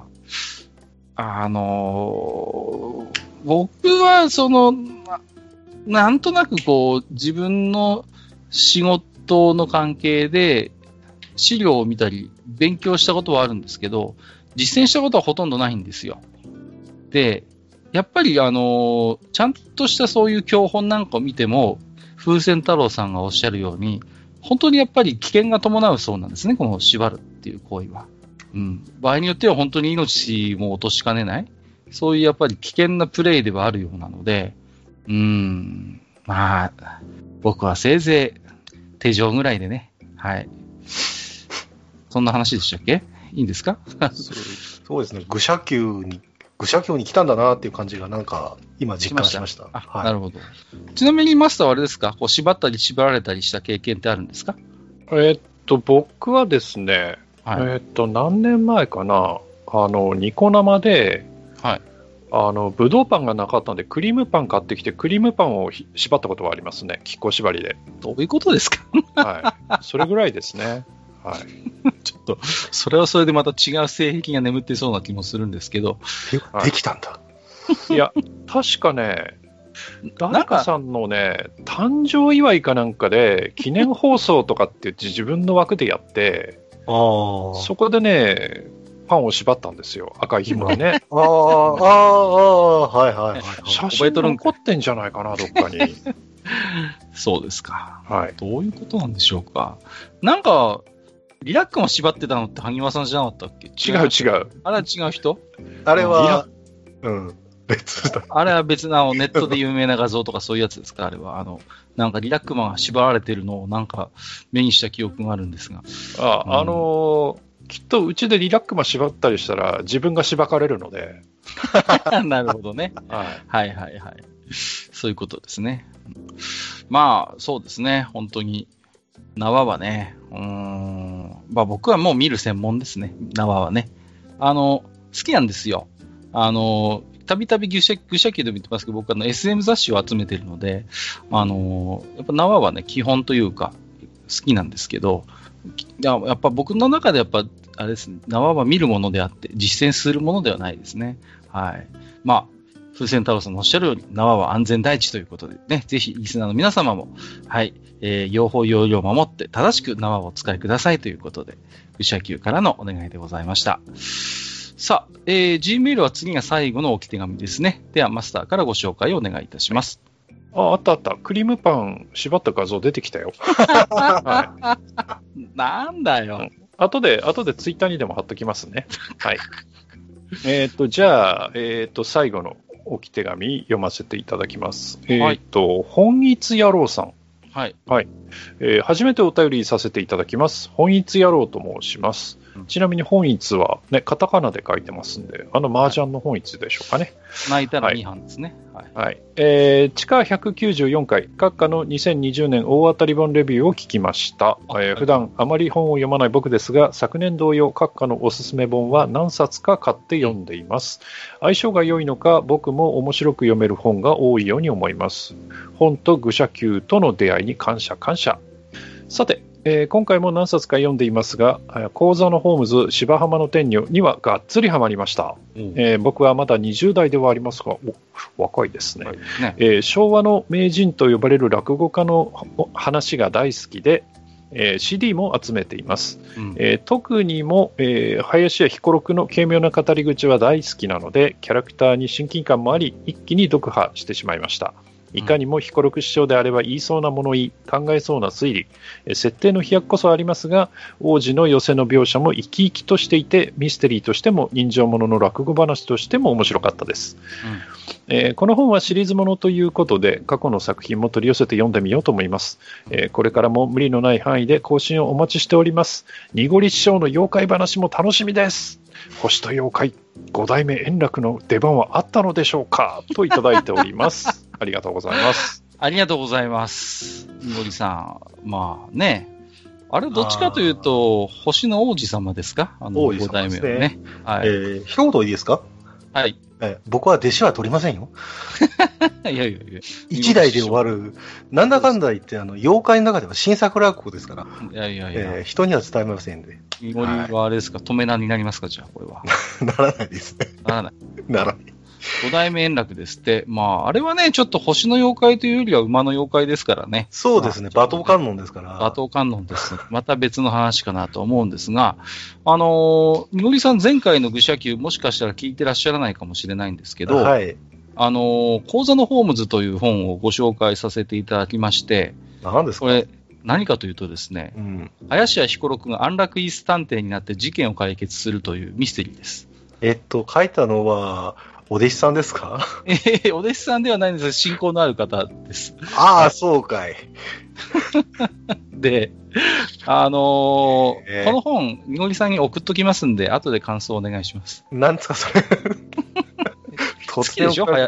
僕は、なんとなくこう、自分の仕事の関係で資料を見たり勉強したことはあるんですけど、実践したことはほとんどないんですよ。で、やっぱりちゃんとしたそういう教本なんかを見ても、風船太郎さんがおっしゃるように、本当にやっぱり危険が伴うそうなんですね、この縛るっていう行為は。場合によっては本当に命も落としかねない、そういうやっぱり危険なプレイではあるようなので、僕はせいぜい手錠ぐらいでね。はい。そんな話でしたっけ？いいんですか？ そうですね。愚者級に来たんだなっていう感じがなんか今実感しました。 はい、なるほど。ちなみにマスターはあれですか？こう縛ったり縛られたりした経験ってあるんですか？ 僕はですね、 はい。 何年前かな、ニコ生で、 はい。 ぶどうパンがなかったんで、クリームパン買ってきて、クリームパンを縛ったことはありますね。亀甲縛りで。 どういうことですか？ はい。それぐらいですね。はい。 ちょっと、それはそれでまた違う性癖が眠ってそうな気もするんですけど。 できたんだ。 いや、確かね、誰かさんのね、誕生祝いかなんかで、記念放送とかって言って自分の枠でやって、そこでね、パンを縛ったんですよ、赤い紐でね。 はいはいはい。 写真残ってんじゃないかな、どっかに。 そうですか。 はい。 どういうことなんでしょうか。なんか、リラックマ縛ってたのって萩間さんじゃなかったっけ？ 違う。 あれは違う人？ あれは、別だ。 あれは別なネットで有名な画像とかそういうやつですか？あれは。なんかリラックマが縛られてるのをなんか目にした記憶があるんですが。 きっとうちでリラックマ縛ったりしたら自分が縛かれるので。 なるほどね。 はいはい。そういうことですね。まあ、そうですね。本当に。縄はね、まあ僕はもう見る専門ですね。縄はね。好きなんですよ。たびたび愚者級で見てますけど、僕はSM 雑誌を集めてるので、やっぱ縄はね、基本というか、好きなんですけど、やっぱ僕の中であれですね、縄は見るものであって、実践するものではないですね。はい。まあ、風船太郎さんのおっしゃるように、縄は安全第一ということでね、ぜひリスナーの皆様も、はい、用法用量を守って正しく縄をお使いくださいということで、愚者級からのお願いでございました。さあ、Gmail は次が最後の置き手紙ですね。では、マスターからご紹介をお願いいたします。 あった。クリームパン縛った画像出てきたよ。はい、なんだよ。 後でツイッターにでも貼っときますね。はい。じゃあ、最後の置き手紙読ませていただきます。本一野郎さん。 はい。 はい。初めてお便りさせていただきます。本一野郎と申します。ちなみに本一はね、カタカナで書いてますんで、麻雀の本一でしょうかね。 泣いたら2班ですね。 はい。地下194回、閣下の2020年大当たり本レビューを聞きました。普段あまり本を読まない僕ですが、昨年同様、閣下のおすすめ本は何冊か買って読んでいます。相性が良いのか、僕も面白く読める本が多いように思います。本と愚者級との出会いに感謝。さて、今回も何冊か読んでいますが、講座のホームズ芝浜の天女にはがっつりハマりました。僕はまだ20代ではありますが、若いですね。昭和の名人と呼ばれる落語家の話が大好きで、CD も集めています。特にも、林家彦六の軽妙な語り口は大好きなので、キャラクターに親近感もあり、一気に読破してしまいました。いかにも彦六師匠であれば言いそうな物言い、考えそうな推理、設定の飛躍こそありますが、王子の寄せの描写も生き生きとしていて、ミステリーとしても人情ものの落語話としても面白かったです。この本はシリーズものということで、過去の作品も取り寄せて読んでみようと思います。これからも無理のない範囲で更新をお待ちしております。濁り師匠の妖怪話も楽しみです。星と妖怪、五代目円楽の出番はあったのでしょうか、といただいております。ありがとうございます。 ありがとうございます。濁りさん。まあね。あれ、どっちかというと、星の王子様ですか？ 王子様ですね。 5代目はね。はい。 一言いいですか？ はい。 僕は弟子は取りませんよ。 いや。 一代で終わる。なんだかんだ言って、妖怪の中では新作落語ですから。 いや。 人には伝えませんで。 濁りはあれですか？止め名になりますか？じゃあ、これは。 ならないですね。 ならない。 ならない。 五代目円楽ですって。まあ、あれはね、ちょっと星の妖怪というよりは馬の妖怪ですからね。 そうですね。馬頭観音ですから。 馬頭観音です。また別の話かなと思うんですが、濁りさん前回の愚者級もしかしたら聞いてらっしゃらないかもしれないんですけど、 はい。 講座のホームズという本をご紹介させていただきまして、 何ですか？ これ、何かというとですね、林家彦六が安楽椅子探偵になって事件を解決するというミステリーです。 書いたのは、お弟子さんですか？ お弟子さんではないんですが、信仰のある方です。 ああ、そうかい。 で、この本、濁りさんに送っときますんで、後で感想をお願いします。 なんですか、それ。 好きでしょ？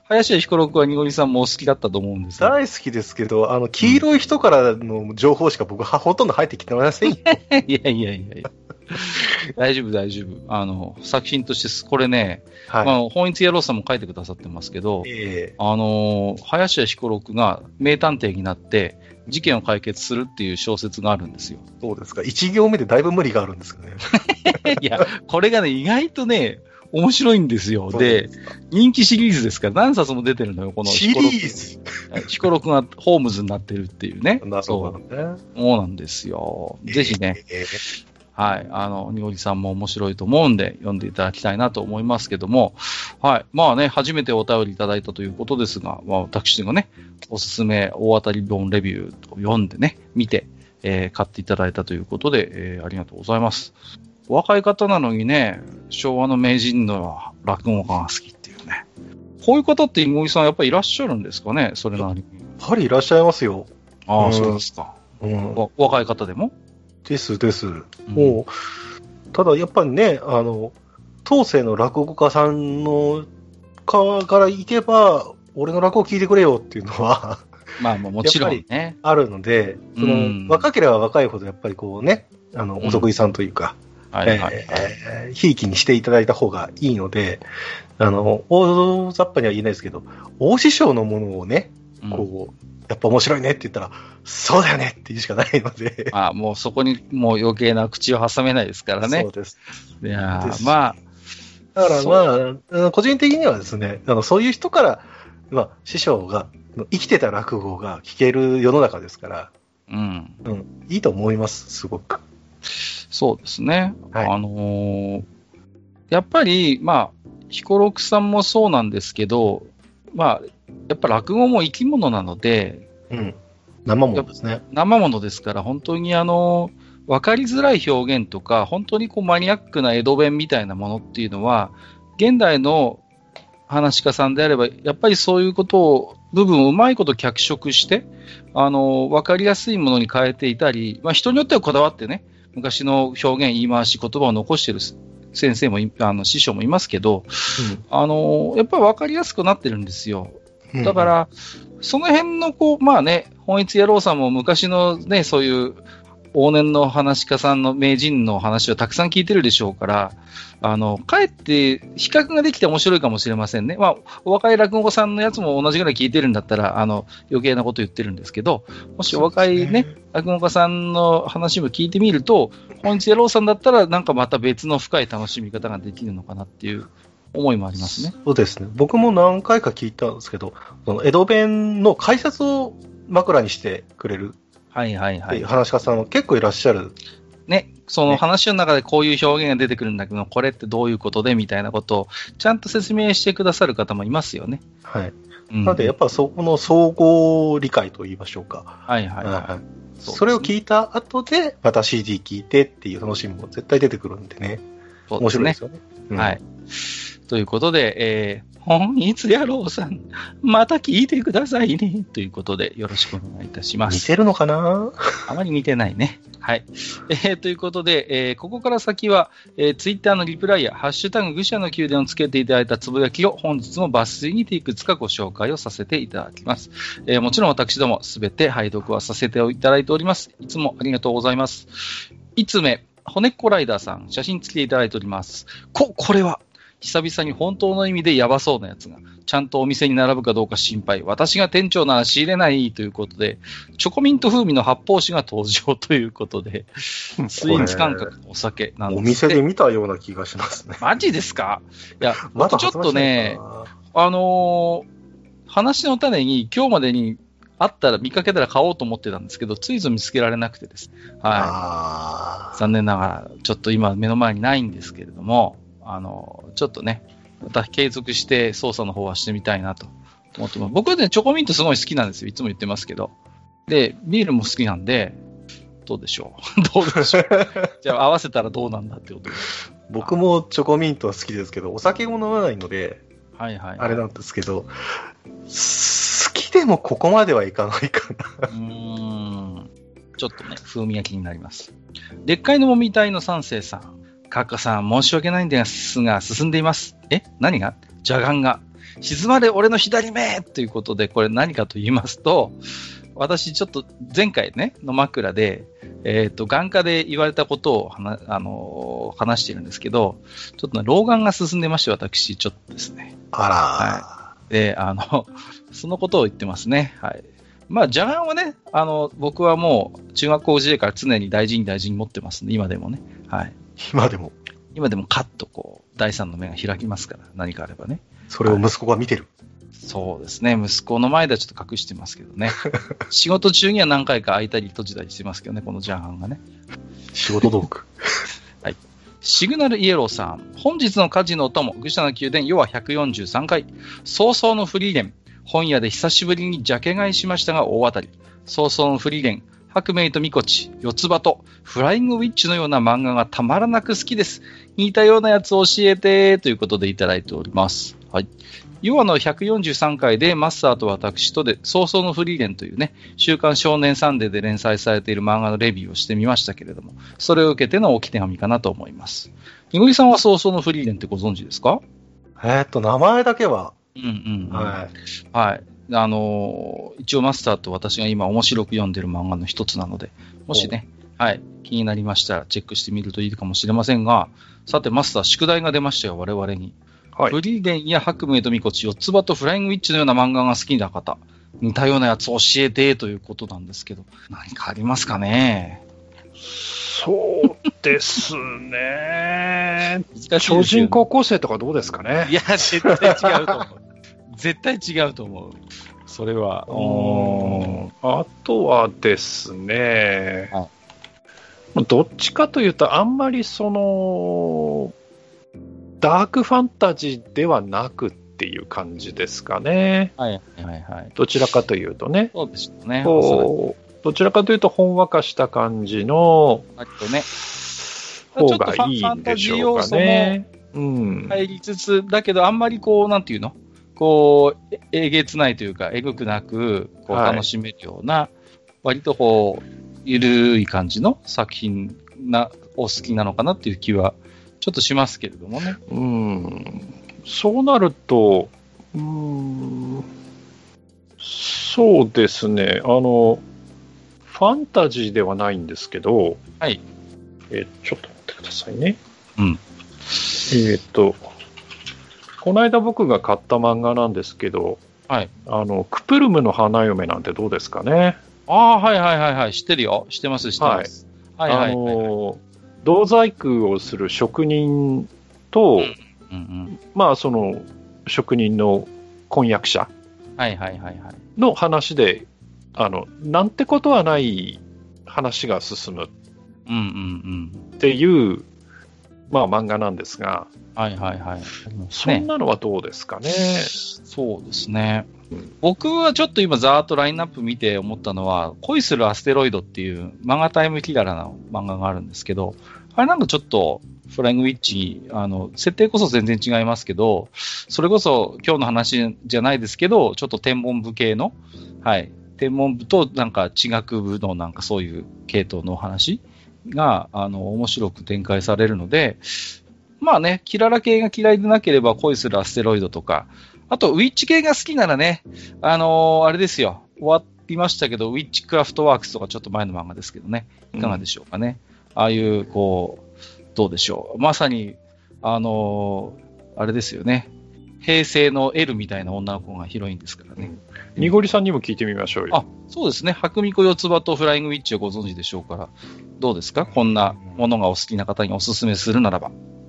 林家彦六はにごりさんもお好きだったと思うんですよ。 大好きですけど、黄色い人からの情報しか僕はほとんど入ってきてませんよ。 いやいやいやいや。大丈夫、大丈夫。作品として、これね、 はい。 まあ、本一野郎さんも書いてくださってますけど、林家彦六が名探偵になって、事件を解決するっていう小説があるんですよ。 そうですか。1行目でだいぶ無理があるんですよね。 いや、これがね、意外とね、面白いんですよ。で、人気シリーズですから、何冊も出てるのよ、このシリーズ。 彦六がホームズになってるっていうね。 なるほどね。 そうなんですよ。ぜひね、はい、にごりさんも面白いと思うんで、読んでいただきたいなと思いますけども、はい。まあね、初めてお便りいただいたということですが、まあ私がね、おすすめ大当たり本レビューを読んでね、見て、買っていただいたということで、ありがとうございます。お若い方なのにね、昭和の名人の落語家が好きっていうね。こういう方って、にごりさんやっぱりいらっしゃるんですかね、それなりに。 やはりいらっしゃいますよ。 ああ、そうですか。若い方でもです。もう、ただやっぱりね、当世の落語家さんの側から行けば、俺の落語聞いてくれよっていうのは、 まあもちろんね。 あるので、若ければ若いほどやっぱりこうね、お得意さんというか、ひいきにしていただいた方がいいので、大雑把には言えないですけど、大師匠のものをね、こう、やっぱ面白いねって言ったら、そうだよねって言うしかないので。 もうそこにもう余計な口を挟めないですからね。 そうです。 いやまあ。 だからまあ、個人的にはですね、そういう人から、まあ、師匠が、生きてた落語が聞ける世の中ですから、いいと思います、すごく。 そうですね。 はい、 やっぱり、まあ、彦六さんもそうなんですけど、まあ、やっぱ落語も生き物なので、 生物ですね。 生物ですから、本当に分かりづらい表現とか、本当にこうマニアックな江戸弁みたいなものっていうのは、現代の話し家さんであれば、やっぱりそういうことを、部分をうまいこと脚色して、わかりやすいものに変えていたり、まあ人によってはこだわってね、昔の表現、言い回し、言葉を残している先生も、師匠もいますけど、やっぱりわかりやすくなってるんですよ。だから、その辺のこう、まあね、本一野郎さんも昔のね、そういう往年の話し家さんの名人の話をたくさん聞いてるでしょうから、かえって比較ができて面白いかもしれませんね。まあ、お若い落語家さんのやつも同じぐらい聞いてるんだったら、余計なこと言ってるんですけど、もしお若いね、落語家さんの話も聞いてみると、本一野郎さんだったらなんかまた別の深い楽しみ方ができるのかなっていう思いもありますね。 そうですね。僕も何回か聞いたんですけど、その江戸弁の解説を枕にしてくれる話し家さんは結構いらっしゃる。 ね、その話の中でこういう表現が出てくるんだけど、これってどういうことでみたいなことをちゃんと説明してくださる方もいますよね。 はい。なのでやっぱそこの総合理解と言いましょうか。それを聞いた後でまた CD 聞いてっていう楽しみも絶対出てくるんでね。面白いですよね。 はい。ということで、本一野郎さん、また聞いてくださいね。ということで、よろしくお願いいたします。 似てるのかな？ あまり似てないね。はい。ということで、ここから先は、ツイッターのリプライや、ハッシュタグ愚者の宮殿をつけていただいたつぶやきを本日も抜粋にていくつかご紹介をさせていただきます。もちろん私どもすべて拝読はさせていただいております。いつもありがとうございます。5つ目、骨っこライダーさん、写真付きでいただいております。これは久々に本当の意味でやばそうなやつが、ちゃんとお店に並ぶかどうか心配。私が店長なら仕入れないということで、チョコミント風味の発泡酒が登場ということで、スイーツ感覚のお酒なんです。 お店で見たような気がしますね。 マジですか？いや、僕ちょっとね、話の種に今日までにあったら見かけたら買おうと思ってたんですけど、ついぞ見つけられなくてですね。はい。残念ながら、ちょっと今目の前にないんですけれども、ちょっとね、また継続して操作の方はしてみたいなと思ってます。僕はね、チョコミントすごい好きなんですよ。いつも言ってますけど。で、ビールも好きなんで、どうでしょうどうでしょうじゃあ合わせたらどうなんだってことです。 僕もチョコミントは好きですけど、お酒も飲まないので、あれなんですけど、好きでもここまではいかないかな。 ちょっとね、風味焼きになります。でっかいのもみたいの三世さん。カッカさん、申し訳ないんですが、進んでいます。何が？ジャガンが。 静まれ俺の左目ということで、これ何かと言いますと、私ちょっと前回ね、の枕で、眼科で言われたことを話してるんですけど、ちょっとね、老眼が進んでまして、私、ちょっとですね。 あら、 はい。で、そのことを言ってますね。はい。まあ、邪眼はね、僕はもう、中学校時代から常に大事に持ってますんで、今でもね。はい。 今でもカッとこう、第三の目が開きますから、何かあればね。 それを息子が見てる。はい、 そうですね。息子の前ではちょっと隠してますけどね。仕事中には何回か開いたり閉じたりしてますけどね、この邪眼がね。 仕事道具。 はい。シグナルイエローさん。本日の家事のお供、愚者の宮殿、要は143回。早々のフリーレン。本屋で久しぶりにジャケ買いしましたが大当たり。早々のフリーレン。白明とミコチ、四つ葉と、フライングウィッチのような漫画がたまらなく好きです。似たようなやつ教えて、ということでいただいております。はい。ヨアの143回でマスターと私とで、早々のフリーレンというね、週刊少年サンデーで連載されている漫画のレビューをしてみましたけれども、それを受けての置き手紙かなと思います。いごりさんは早々のフリーレンってご存知ですか？ 名前だけは。 はい。はい。一応マスターと私が今面白く読んでる漫画の一つなので、もしね、はい、気になりましたらチェックしてみるといいかもしれませんが、さてマスター、宿題が出ましたよ、我々に。はい、フリーレンや白明とミコチ、四つ葉とフライングウィッチのような漫画が好きな方、似たようなやつ教えてということなんですけど、何かありますかね？ そうですね。超人高校生とかどうですかね？ いや、絶対違うと思う。絶対違うと思う。それは。 あとはですね、どっちかというと、あんまりダークファンタジーではなくっていう感じですかね。 はいはいはい。 どちらかというとね。 そうですね。 どちらかというと、ほんわかした感じの方がいいんでしょうかね。 入りつつ、だけどあんまりこう、なんていうの？こう、えげつないというか、えぐくなく、こう、楽しめるような、割とこう、ゆるい感じの作品を好きなのかなっていう気は、ちょっとしますけれどもね。 そうなると、そうですね、ファンタジーではないんですけど、 はい。 ちょっと待ってくださいね。 うん。 この間僕が買った漫画なんですけど、 はい。 クプルムの花嫁なんてどうですかね。 はいはいはいはい。知ってるよ。知ってます、知ってます。はいはいはい。 銅細工をする職人と、まあその職人の婚約者の話で、なんてことはない話が進むっていう、まあ漫画なんですが、 はいはいはい。 そんなのはどうですかね。 そうですね。僕はちょっと今ざーっとラインナップ見て思ったのは、恋するアステロイドっていう漫画タイムキララの漫画があるんですけど、あれなんかちょっとフライングウィッチ、設定こそ全然違いますけど、それこそ今日の話じゃないですけど、ちょっと天文部系の、はい、天文部となんか地学部のなんかそういう系統のお話が、面白く展開されるので、まあね、キララ系が嫌いでなければ恋するアステロイドとか、あとウィッチ系が好きならね、あれですよ、終わりましたけど、ウィッチクラフトワークスとかちょっと前の漫画ですけどね、いかがでしょうかね。ああいう、こう、どうでしょう。まさに、あれですよね。平成の L みたいな女の子がヒロインですからね。 にごりさんにも聞いてみましょうよ。 そうですね。白巫女四つ葉とフライングウィッチをご存知でしょうから、どうですか？こんなものがお好きな方におすすめするならば。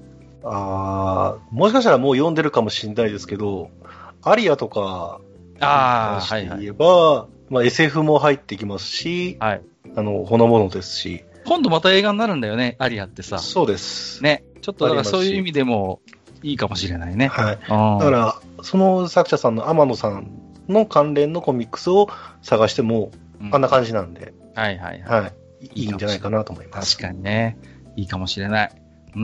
もしかしたらもう読んでるかもしれないですけど、アリアとかに関して言えば、まあ SF も入ってきますし、 はい、 ほのものですし。 今度また映画になるんだよね、アリアってさ。 そうです。 ね。ちょっとだからそういう意味でもいいかもしれないね。 はい。だから、その作者さんの天野さんの関連のコミックスを探しても、あんな感じなんで。 はいはいはい。 はい。いいんじゃないかなと思います。 確かにね。いいかもしれない。うん。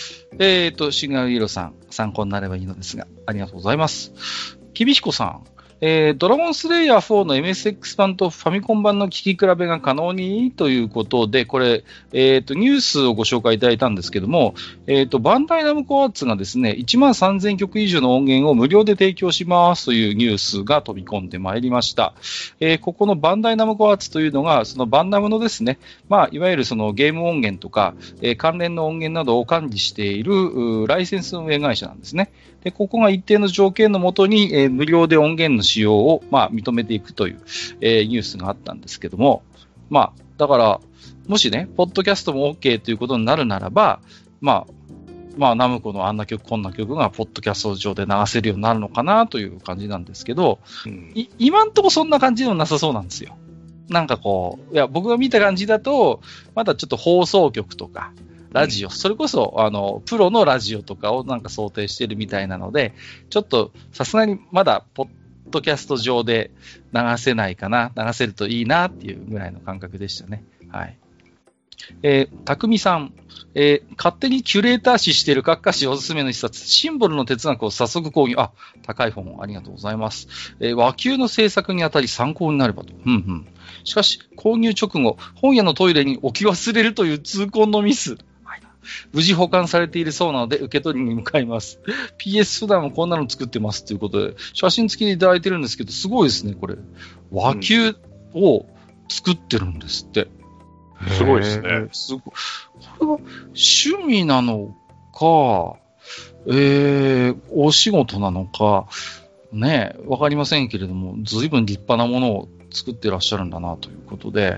シンガルイエローさん、参考になればいいのですが、ありがとうございます。きびひこさん、 ドラゴンスレイヤー4の MSX 版とファミコン版の聞き比べが可能にということで、これ、ニュースをご紹介いただいたんですけども、バンダイナムコアーツがですね、13,000曲以上の音源を無料で提供しますというニュースが飛び込んでまいりました。ここのバンダイナムコアーツというのが、そのバンダムのですね、いわゆるそのゲーム音源とか、関連の音源などを管理しているライセンス運営会社なんですね。で、ここが一定の条件のもとに、無料で音源の使用を、認めていくという、ニュースがあったんですけども、だから、もしね、ポッドキャストも OK ということになるならば、ナムコのあんな曲、こんな曲がポッドキャスト上で流せるようになるのかなという感じなんですけど、今んとこそんな感じでもなさそうなんですよ。なんかこう、いや、僕が見た感じだと、まだちょっと放送局とか、ラジオ、それこそ、プロのラジオとかをなんか想定してるみたいなので、ちょっとさすがにまだポッドキャスト上で流せないかな、流せるといいなっていうぐらいの感覚でしたね。はい。たくみさん、勝手にキュレーター視している各歌詞おすすめの一冊、シンボルの哲学を早速購入。高い本ありがとうございます。和球の制作にあたり参考になればと。しかし、購入直後、本屋のトイレに置き忘れるという痛恨のミス。無事保管されているそうなので受け取りに向かいます。PS 普段もこんなの作ってますということで、写真付きでいただいてるんですけど、すごいですね、これ。和球を作ってるんですって。 すごいですね。 これは趣味なのか、お仕事なのか、ね、わかりませんけれども、随分立派なものを作ってらっしゃるんだなということで、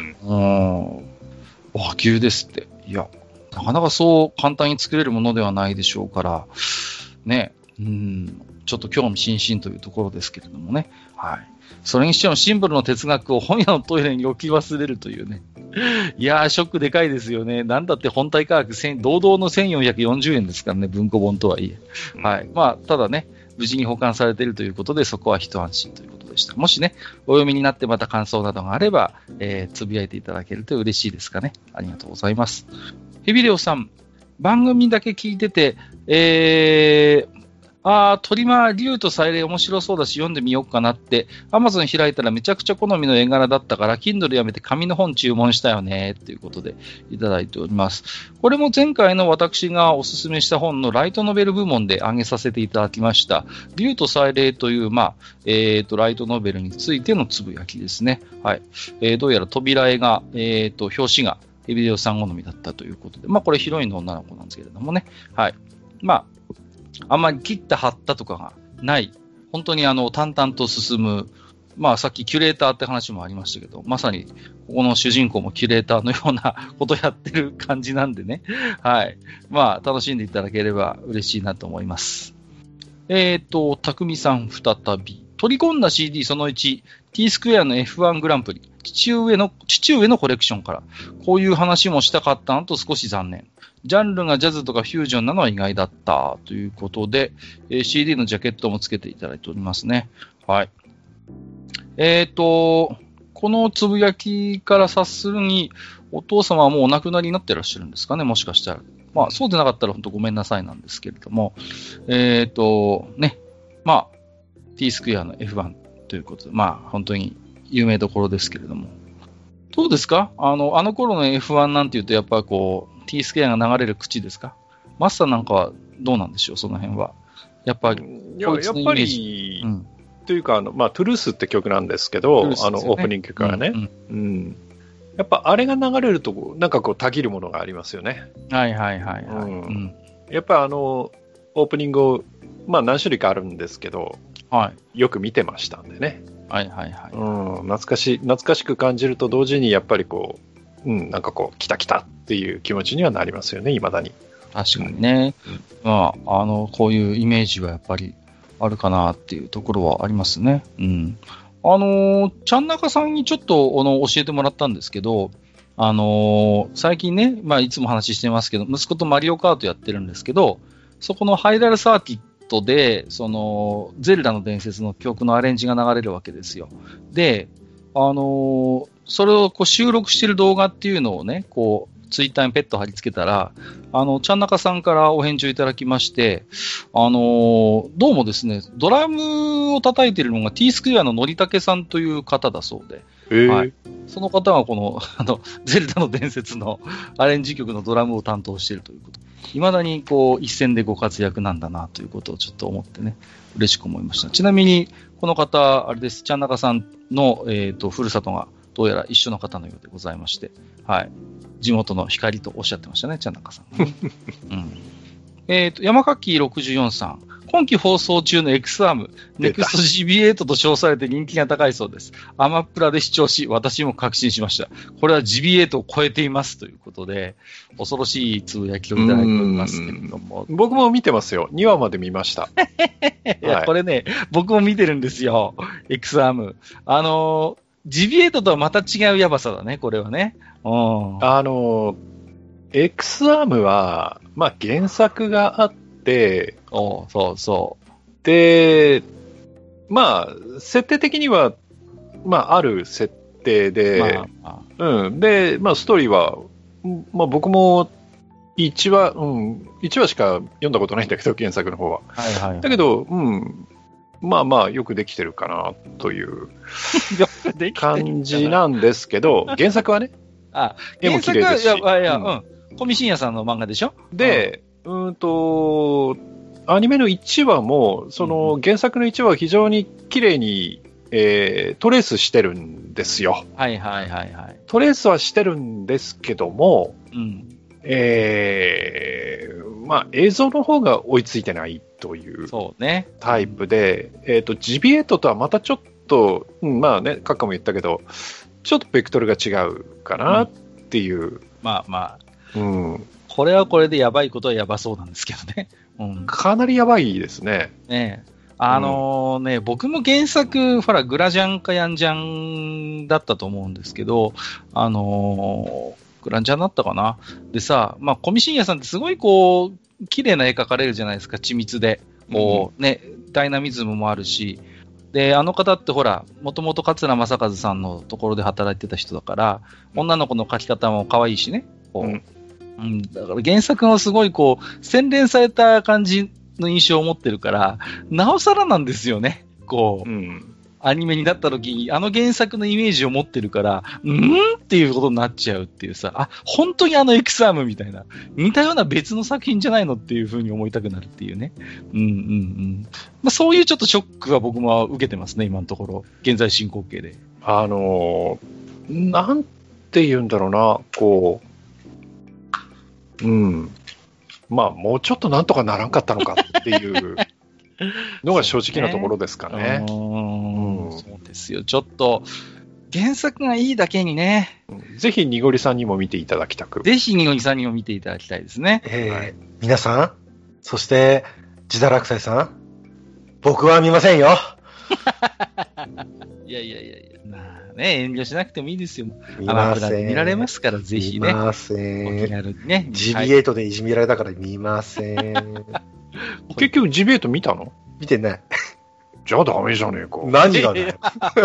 和球ですって。いや、なかなかそう簡単に作れるものではないでしょうから、ね、ちょっと興味津々というところですけれどもね。はい。それにしてもシンボルの哲学を本屋のトイレに置き忘れるというね。いやー、ショックでかいですよね。なんだって本体価格堂々の1440円ですからね、文庫本とはいえ。はい。ただね、無事に保管されているということで、そこは一安心ということでした。もしね、お読みになってまた感想などがあれば、つぶやいていただけると嬉しいですかね。ありがとうございます。ヘビレオさん、番組だけ聞いてて、トリマー、竜とサイレン面白そうだし読んでみようかなって、Amazon 開いたらめちゃくちゃ好みの絵柄だったから、Kindle やめて紙の本注文したよね、ということでいただいております。これも前回の私がおすすめした本のライトノベル部門で挙げさせていただきました、竜とサイレンという、ライトノベルについてのつぶやきですね。はい。どうやら扉絵が、表紙が、ヘビレオさん好みだったということで、これヒロインの女の子なんですけれどもね。はい。あんまり切った貼ったとかがない。本当に淡々と進む。さっきキュレーターって話もありましたけど、まさにここの主人公もキュレーターのようなことやってる感じなんでね。はい。楽しんでいただければ嬉しいなと思います。たくみさん再び。取り込んだ CD その1、T スクエアの F1 グランプリ。父上のコレクションから。こういう話もしたかったのと少し残念。ジャンルがジャズとかフュージョンなのは意外だったということで、CD のジャケットもつけていただいておりますね。はい。このつぶやきから察するに、お父様はもうお亡くなりになってらっしゃるんですかね、もしかしたら。そうでなかったら本当ごめんなさいなんですけれども、T スクエアの F1 ということで、本当に有名どころですけれども。どうですか？あの頃の F1 なんていうと、やっぱT スクエアが流れる口ですか？マスターなんかはどうなんでしょう、その辺は。やっぱり、 というか、トゥルースって曲なんですけど、ね、オープニング曲がね。やっぱあれが流れると、なんかたぎるものがありますよね。 はいはい。 やっぱオープニングを、何種類かあるんですけど、よく見てましたんでね。懐かしく感じると同時に、やっぱりなんか来たっていう気持ちにはなりますよね、未だに。 確かにね。こういうイメージはやっぱりあるかなっていうところはありますね。ちゃんなかさんにちょっと教えてもらったんですけど、最近ね、いつも話してますけど、息子とマリオカートやってるんですけど、そこのハイラルサーキットで、ゼルダの伝説の曲のアレンジが流れるわけですよ。で、それを収録してる動画っていうのをね、 ツイッターにペット貼り付けたら、ちゃんなかさんからお返事をいただきまして、どうもですね、ドラムを叩いているのが T スクエアののりたけさんという方だそうで、はい、その方がこの、ゼルダの伝説のアレンジ曲のドラムを担当しているということ。未だにこう、一線でご活躍なんだなということをちょっと思ってね、嬉しく思いました。ちなみに、この方、あれです、ちゃんなかさんの、ふるさとが、どうやら一緒の方のようでございまして、はい。地元の光とおっしゃってましたね、ちゃんなかさん。うん、山垣64さん。今期放送中の X アーム、ネクスト GB8 と称されて人気が高いそうです。アマプラで視聴し、私も確信しました。これは GB8 を超えていますということで、恐ろしいつぶやきをいただいておりますけれども。 僕も見てますよ。2話まで見ました。 いや、これね、僕も見てるんですよ。X アーム。GB8 とはまた違うやばさだね、これはね。 X アームは、まあ原作があって、 そうそう。 で、まあ、設定的には、まあ、ある設定で、で、まあ、ストーリーは、まあ、僕も1話しか読んだことないんだけど、原作の方は。だけど、まあまあ、よくできてるかな、という感じなんですけど、原作はね、絵も綺麗ですし。 小見真也さんの漫画でしょ？ で、アニメの1話も、その原作の1話は非常に綺麗に、トレースしてるんですよ。トレースはしてるんですけども、まあ映像の方が追いついてないというタイプで、GB8 とはまたちょっと、まあね、カッカも言ったけど、ちょっとベクトルが違うかなっていう。 まあ、これはこれでやばいことはやばそうなんですけどね。 かなりやばいですね。 僕も原作、ほら、グラジャンかヤンジャンだったと思うんですけど、グランジャンだったかな。でさ、まあ、小見真也さんってすごいこう、綺麗な絵描かれるじゃないですか、緻密で。こう、ダイナミズムもあるし。で、あの方ってほら、もともと桂正和さんのところで働いてた人だから、女の子の描き方も可愛いしね。だから原作のすごいこう、洗練された感じの印象を持ってるから、なおさらなんですよね。こう、アニメになった時に、あの原作のイメージを持ってるから、っていうことになっちゃうっていうさ、本当にX アームみたいな、似たような別の作品じゃないのっていう風に思いたくなるっていうね。まあ、そういうちょっとショックは僕も受けてますね、今のところ。現在進行形で。 なんて言うんだろうな、こう、まあ、もうちょっとなんとかならんかったのかっていうのが正直なところですかね。 そうですよ。ちょっと、原作がいいだけにね。 ぜひ、にごりさんにも見ていただきたく。 ぜひ、にごりさんにも見ていただきたいですね。 皆さん、そして、自堕落斎さん、僕は見ませんよ。 いや。まあね、遠慮しなくてもいいですよ。アマプラで見られますから、ぜひね。 見ません。 お気軽にね。 GB8 でいじめられたから見ません。 結局 GB8 見たの？ 見てない。 じゃあダメじゃねえか。 何がね。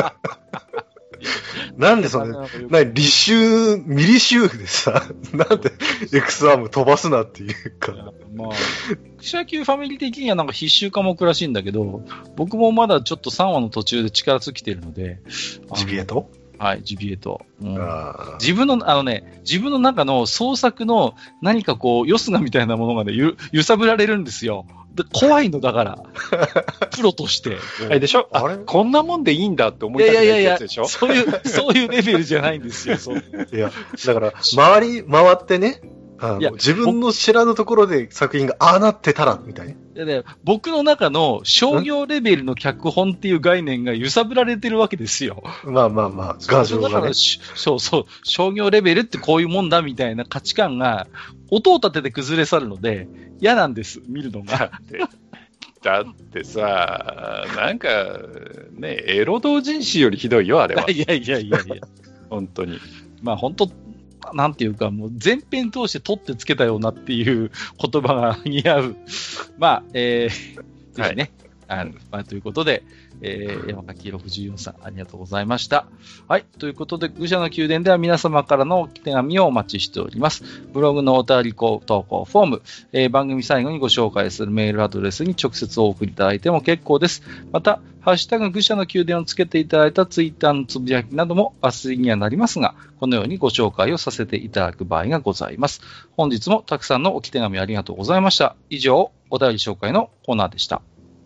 なんでそれ、ミリ集でさ、なんで X アーム飛ばすなっていうか。 まあ、草野球ファミリー的にはなんか必修科目らしいんだけど、僕もまだちょっと3話の途中で力尽きてるので。 GB8？ はい、GB8。自分の中の創作の何かこう、よすがみたいなものがね、揺さぶられるんですよ。で怖いのだから。プロとして。 あれでしょ？こんなもんでいいんだって思いたくないやつでしょ？ そういうレベルじゃないんですよ。 いや、だから、回ってね、自分の知らぬところで作品がああなってたら、みたいな。 僕の中の商業レベルの脚本っていう概念が揺さぶられてるわけですよ。 まあ、ガジョウがね。 そう、商業レベルってこういうもんだみたいな価値観が、音を立てて崩れ去るので、嫌なんです、見るのが。 だってさ、なんか、ね、エロ同人誌よりひどいよ、あれは。 いや。 本当に。 まあ、本当なんていうか、もう全編通して取ってつけたようなっていう言葉が似合う。まあ、ぜひね、 ということで、山垣64さん、ありがとうございました。はい。ということで、愚者の宮殿では皆様からのお手紙をお待ちしております。ブログのお便り投稿フォーム、番組最後にご紹介するメールアドレスに直接お送りいただいても結構です。また、ハッシュタグ愚者の宮殿をつけていただいたツイッターのつぶやきなども忘れにはなりますが、このようにご紹介をさせていただく場合がございます。本日もたくさんのお手紙ありがとうございました。以上、お便り紹介のコーナーでした。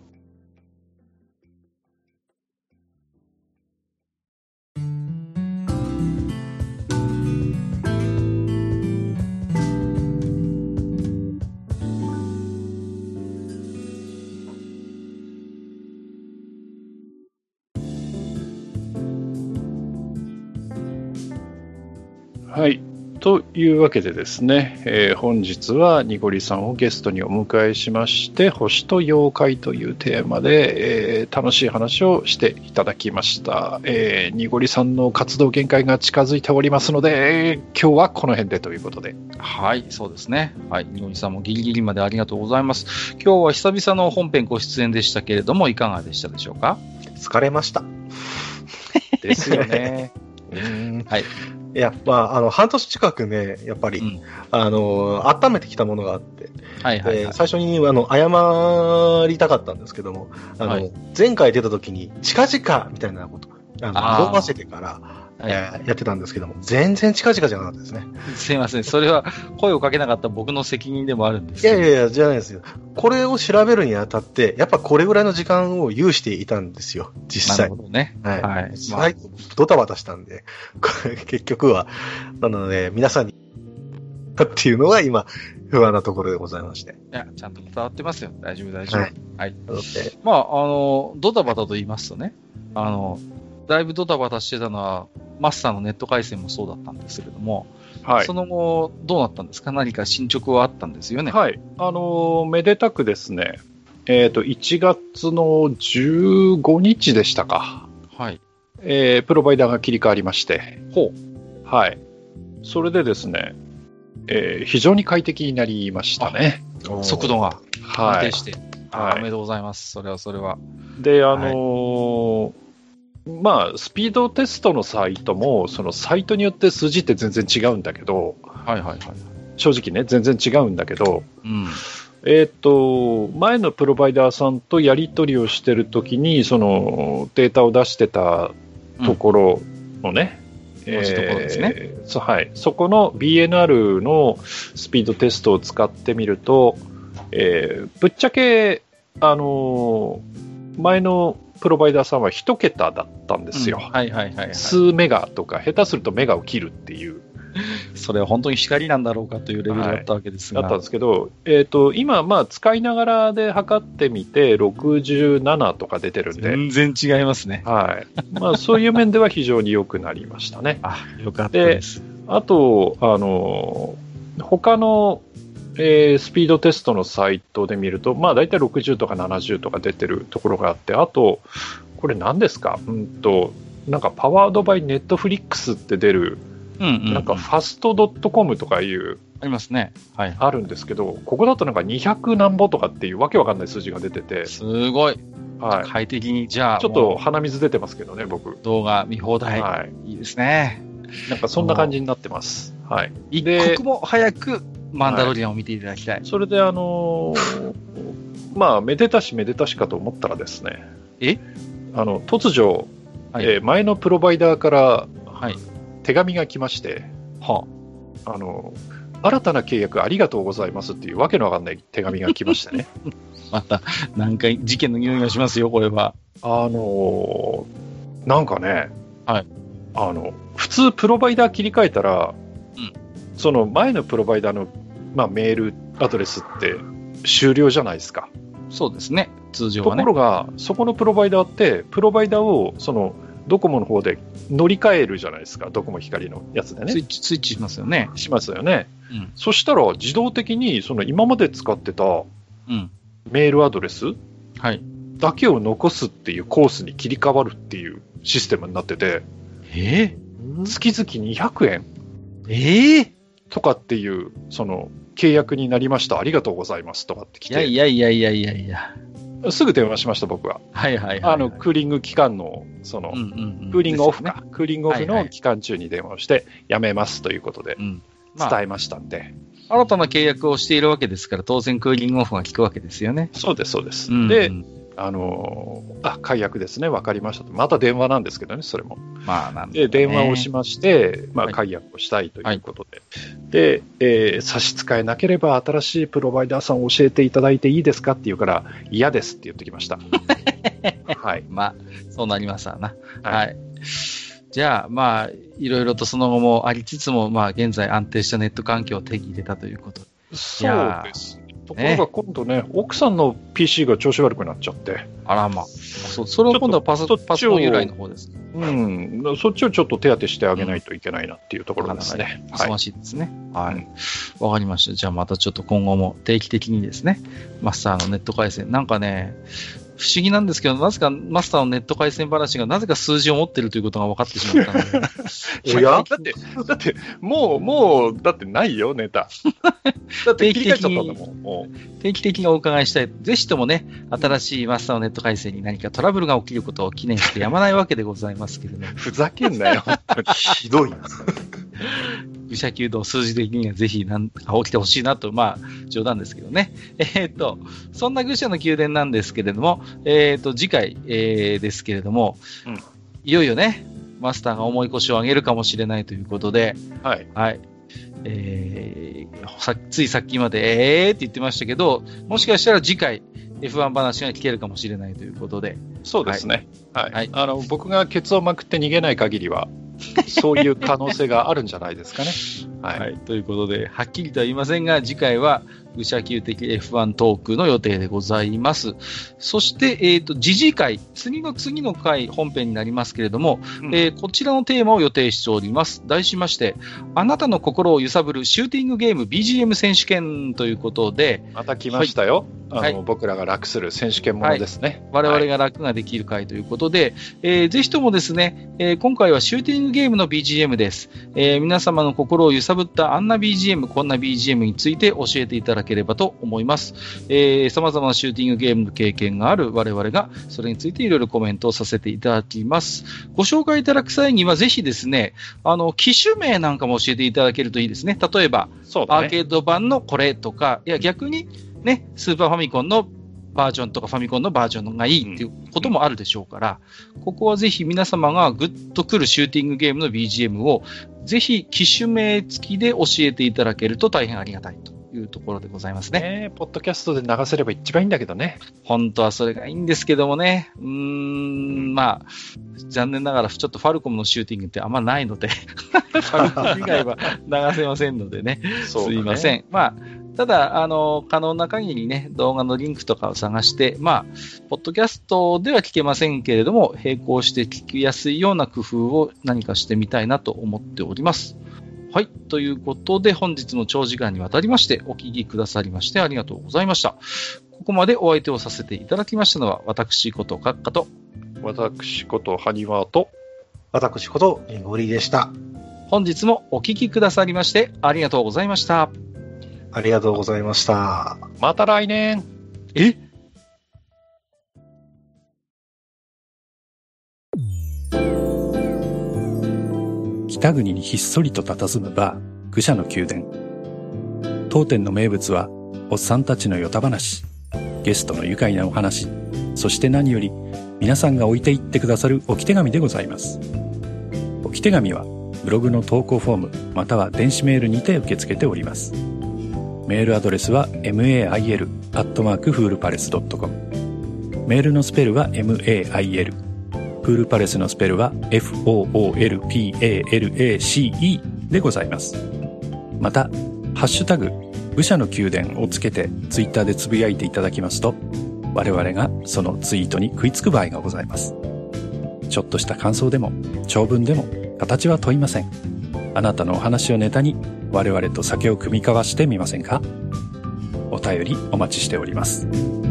はい。というわけでですね、本日はニゴリさんをゲストにお迎えしまして、星と妖怪というテーマで、楽しい話をしていただきました。ニゴリさんの活動限界が近づいておりますので、今日はこの辺でということで。 はい、そうですね。はい、ニゴリさんもギリギリまでありがとうございます。今日は久々の本編ご出演でしたけれども、いかがでしたでしょうか？ 疲れました。 ですよね。 はい。いや、半年近くね、やっぱり、温めてきたものがあって、はいはいはい、最初に、謝りたかったんですけども、はい、前回出た時に、近々みたいなこと、思わせてから、やってたんですけども、全然近々じゃなかったですね。 すいません。それは声をかけなかった僕の責任でもあるんですいや、じゃないですよ。これを調べるにあたって、やっぱこれぐらいの時間を有していたんですよ、実際。 なるほどね。 はい。ドタバタしたんで、結局は、なので、皆さんに、っていうのが今、不安なところでございまして。 いや、ちゃんと伝わってますよ。大丈夫。はい。ドタバタと言いますとね、だいぶドタバタしてたのは、マスターのネット回線もそうだったんですけれども、はい、その後、どうなったんですか？何か進捗はあったんですよね。 はい。めでたくですね、1月の15日でしたか。 はい。 プロバイダーが切り替わりまして。はい。それでですね、非常に快適になりましたね。 速度が安定して。 はい。 おめでとうございます。それは。 で、スピードテストのサイトも、そのサイトによって数字って全然違うんだけど、正直ね、全然違うんだけど、前のプロバイダーさんとやり取りをしてるときに、そのデータを出してたところのね、そこの BNR のスピードテストを使ってみると、ぶっちゃけ、前のプロバイダーさんは1桁だったんですよ。数メガとか、下手するとメガを切るっていう。 それは本当に光なんだろうかというレベルだったわけですが。 だったんですけど、今、使いながらで測ってみて、67とか出てるんで。 全然違いますね。 はい。そういう面では非常に良くなりましたね。 よかったです。 あと、他の、スピードテストのサイトで見ると、だいたい60とか70とか出てるところがあって、あと、これ何ですか？なんかパワードバイネットフリックスって出る、なんかファスト.com とかいうありますね。 あるんですけど、ここだとなんか200何歩とかっていうわけわかんない数字が出てて、 すごい。快適に、じゃあちょっと鼻水出てますけどね、僕。 動画見放題。いいですね。 なんかそんな感じになってます。はい。 一刻も早くマンダロリアンを見ていただきたい。 それでめでたしかと思ったらですね、突如、前のプロバイダーから、手紙が来まして、新たな契約ありがとうございますっていうわけのわかんない手紙が来ましてね。 また、なんか事件の匂いがしますよ、これは。 なんかね、普通プロバイダー切り替えたら、その前のプロバイダーの、メールアドレスって終了じゃないですか。 そうですね、通常はね。 ところが、そこのプロバイダーって、プロバイダーをそのドコモの方で乗り換えるじゃないですか、ドコモ光のやつでね。 スイッチしますよね。 しますよね。そしたら自動的にその今まで使ってたメールアドレスだけを残すっていうコースに切り替わるっていうシステムになってて、月々200円とかっていうその契約になりました、ありがとうございますとかって来て、 いや。 すぐ電話しました、僕は。 はいはいはい、はい。 クーリング期間の、クーリングオフか。クーリングオフの期間中に電話をして、やめますということで、伝えましたんで。 新たな契約をしているわけですから、当然クーリングオフが効くわけですよね。 そうです、そうです。で、解約ですね、わかりましたと。また電話なんですけどね、それも。 なんで、 電話をしまして、解約をしたいということで。で、差し支えなければ新しいプロバイダーさんを教えていただいていいですかって言うから、嫌ですって言ってきました。はい。 そうなりますわな。はい。じゃあ、いろいろとその後もありつつも、現在安定したネット環境を手に入れたということで。 そうです。ところが今度ね、奥さんの PC が調子悪くなっちゃって。 あらそれは今度はパソコン由来の方です。 そっちをちょっと手当てしてあげないといけないなっていうところですね。 忙しいですね。はい。わかりました。じゃあまたちょっと今後も定期的にですね、マスターのネット回線、なんかね、不思議なんですけど、なぜかマスターのネット回線話がなぜか数字を持ってるということが分かってしまったので。 おやだって、もう、だってないよ、ネタ。だって切り替えちゃったんだもん。 定期的にお伺いしたい。ぜひともね、新しいマスターのネット回線に何かトラブルが起きることを記念してやまないわけでございますけれども。 ふざけんなよ、本当に。 ひどい。 愚者弓道数字的にはぜひなんか起きてほしいなと、冗談ですけどね。そんな愚者の宮殿なんですけれども、次回、ですけれども、いよいよね、マスターが重い腰を上げるかもしれないということで、はい。ついさっきまで、って言ってましたけど、もしかしたら次回、F1 話が聞けるかもしれないということで。 そうですね。はい。僕がケツをまくって逃げない限りは、そういう可能性があるんじゃないですかね。 はい。ということで、はっきりとは言いませんが、次回は、愚者級的 F1 トークの予定でございます。そして、次々回、次の回本編になりますけれども、こちらのテーマを予定しております。題しまして、あなたの心を揺さぶるシューティングゲーム BGM 選手権ということで。 また来ましたよ。僕らが楽する選手権ものですね。 我々が楽ができる回ということで、ぜひともですね、今回はシューティングゲームの BGM です。皆様の心を揺さぶったあんな BGM、こんな BGM について教えていただければと思います。様々なシューティングゲームの経験がある我々が、それについていろいろコメントをさせていただきます。ご紹介いただく際には、ぜひですね、機種名なんかも教えていただけるといいですね。例えば、アーケード版のこれとか、いや逆に、ね、スーパーファミコンのバージョンとかファミコンのバージョンがいいっていうこともあるでしょうから、ここはぜひ皆様がグッとくるシューティングゲームの BGM をぜひ機種名付きで教えていただけると大変ありがたいというところでございますね。 ポッドキャストで流せれば一番いいんだけどね。 本当はそれがいいんですけどもね。残念ながらちょっとファルコムのシューティングってあんまないので、ファルコム以外は流せませんのでね。すいません。ただ、可能な限りね、動画のリンクとかを探して、ポッドキャストでは聞けませんけれども、並行して聞きやすいような工夫を何かしてみたいなと思っております。はい。ということで、本日も長時間にわたりまして、お聞きくださりましてありがとうございました。ここまでお相手をさせていただきましたのは、私ことカッカと、 私ことハニワと、 私ことゴリでした。 本日もお聞きくださりましてありがとうございました。 ありがとうございました。 また来年。 北国にひっそりと佇むバー、愚者の宮殿。当店の名物は、おっさんたちのヨタ話、ゲストの愉快なお話、そして何より、皆さんが置いていってくださる置き手紙でございます。置き手紙は、ブログの投稿フォーム、または電子メールにて受け付けております。メールアドレスは mail@foolpalace.com。メールのスペルは mail。フールパレスのスペルは foolpalace でございます。また、ハッシュタグ、愚者の宮殿をつけてツイッターでつぶやいていただきますと、我々がそのツイートに食いつく場合がございます。ちょっとした感想でも、長文でも、形は問いません。あなたのお話をネタに、我々と酒を酌み交わしてみませんか？お便りお待ちしております。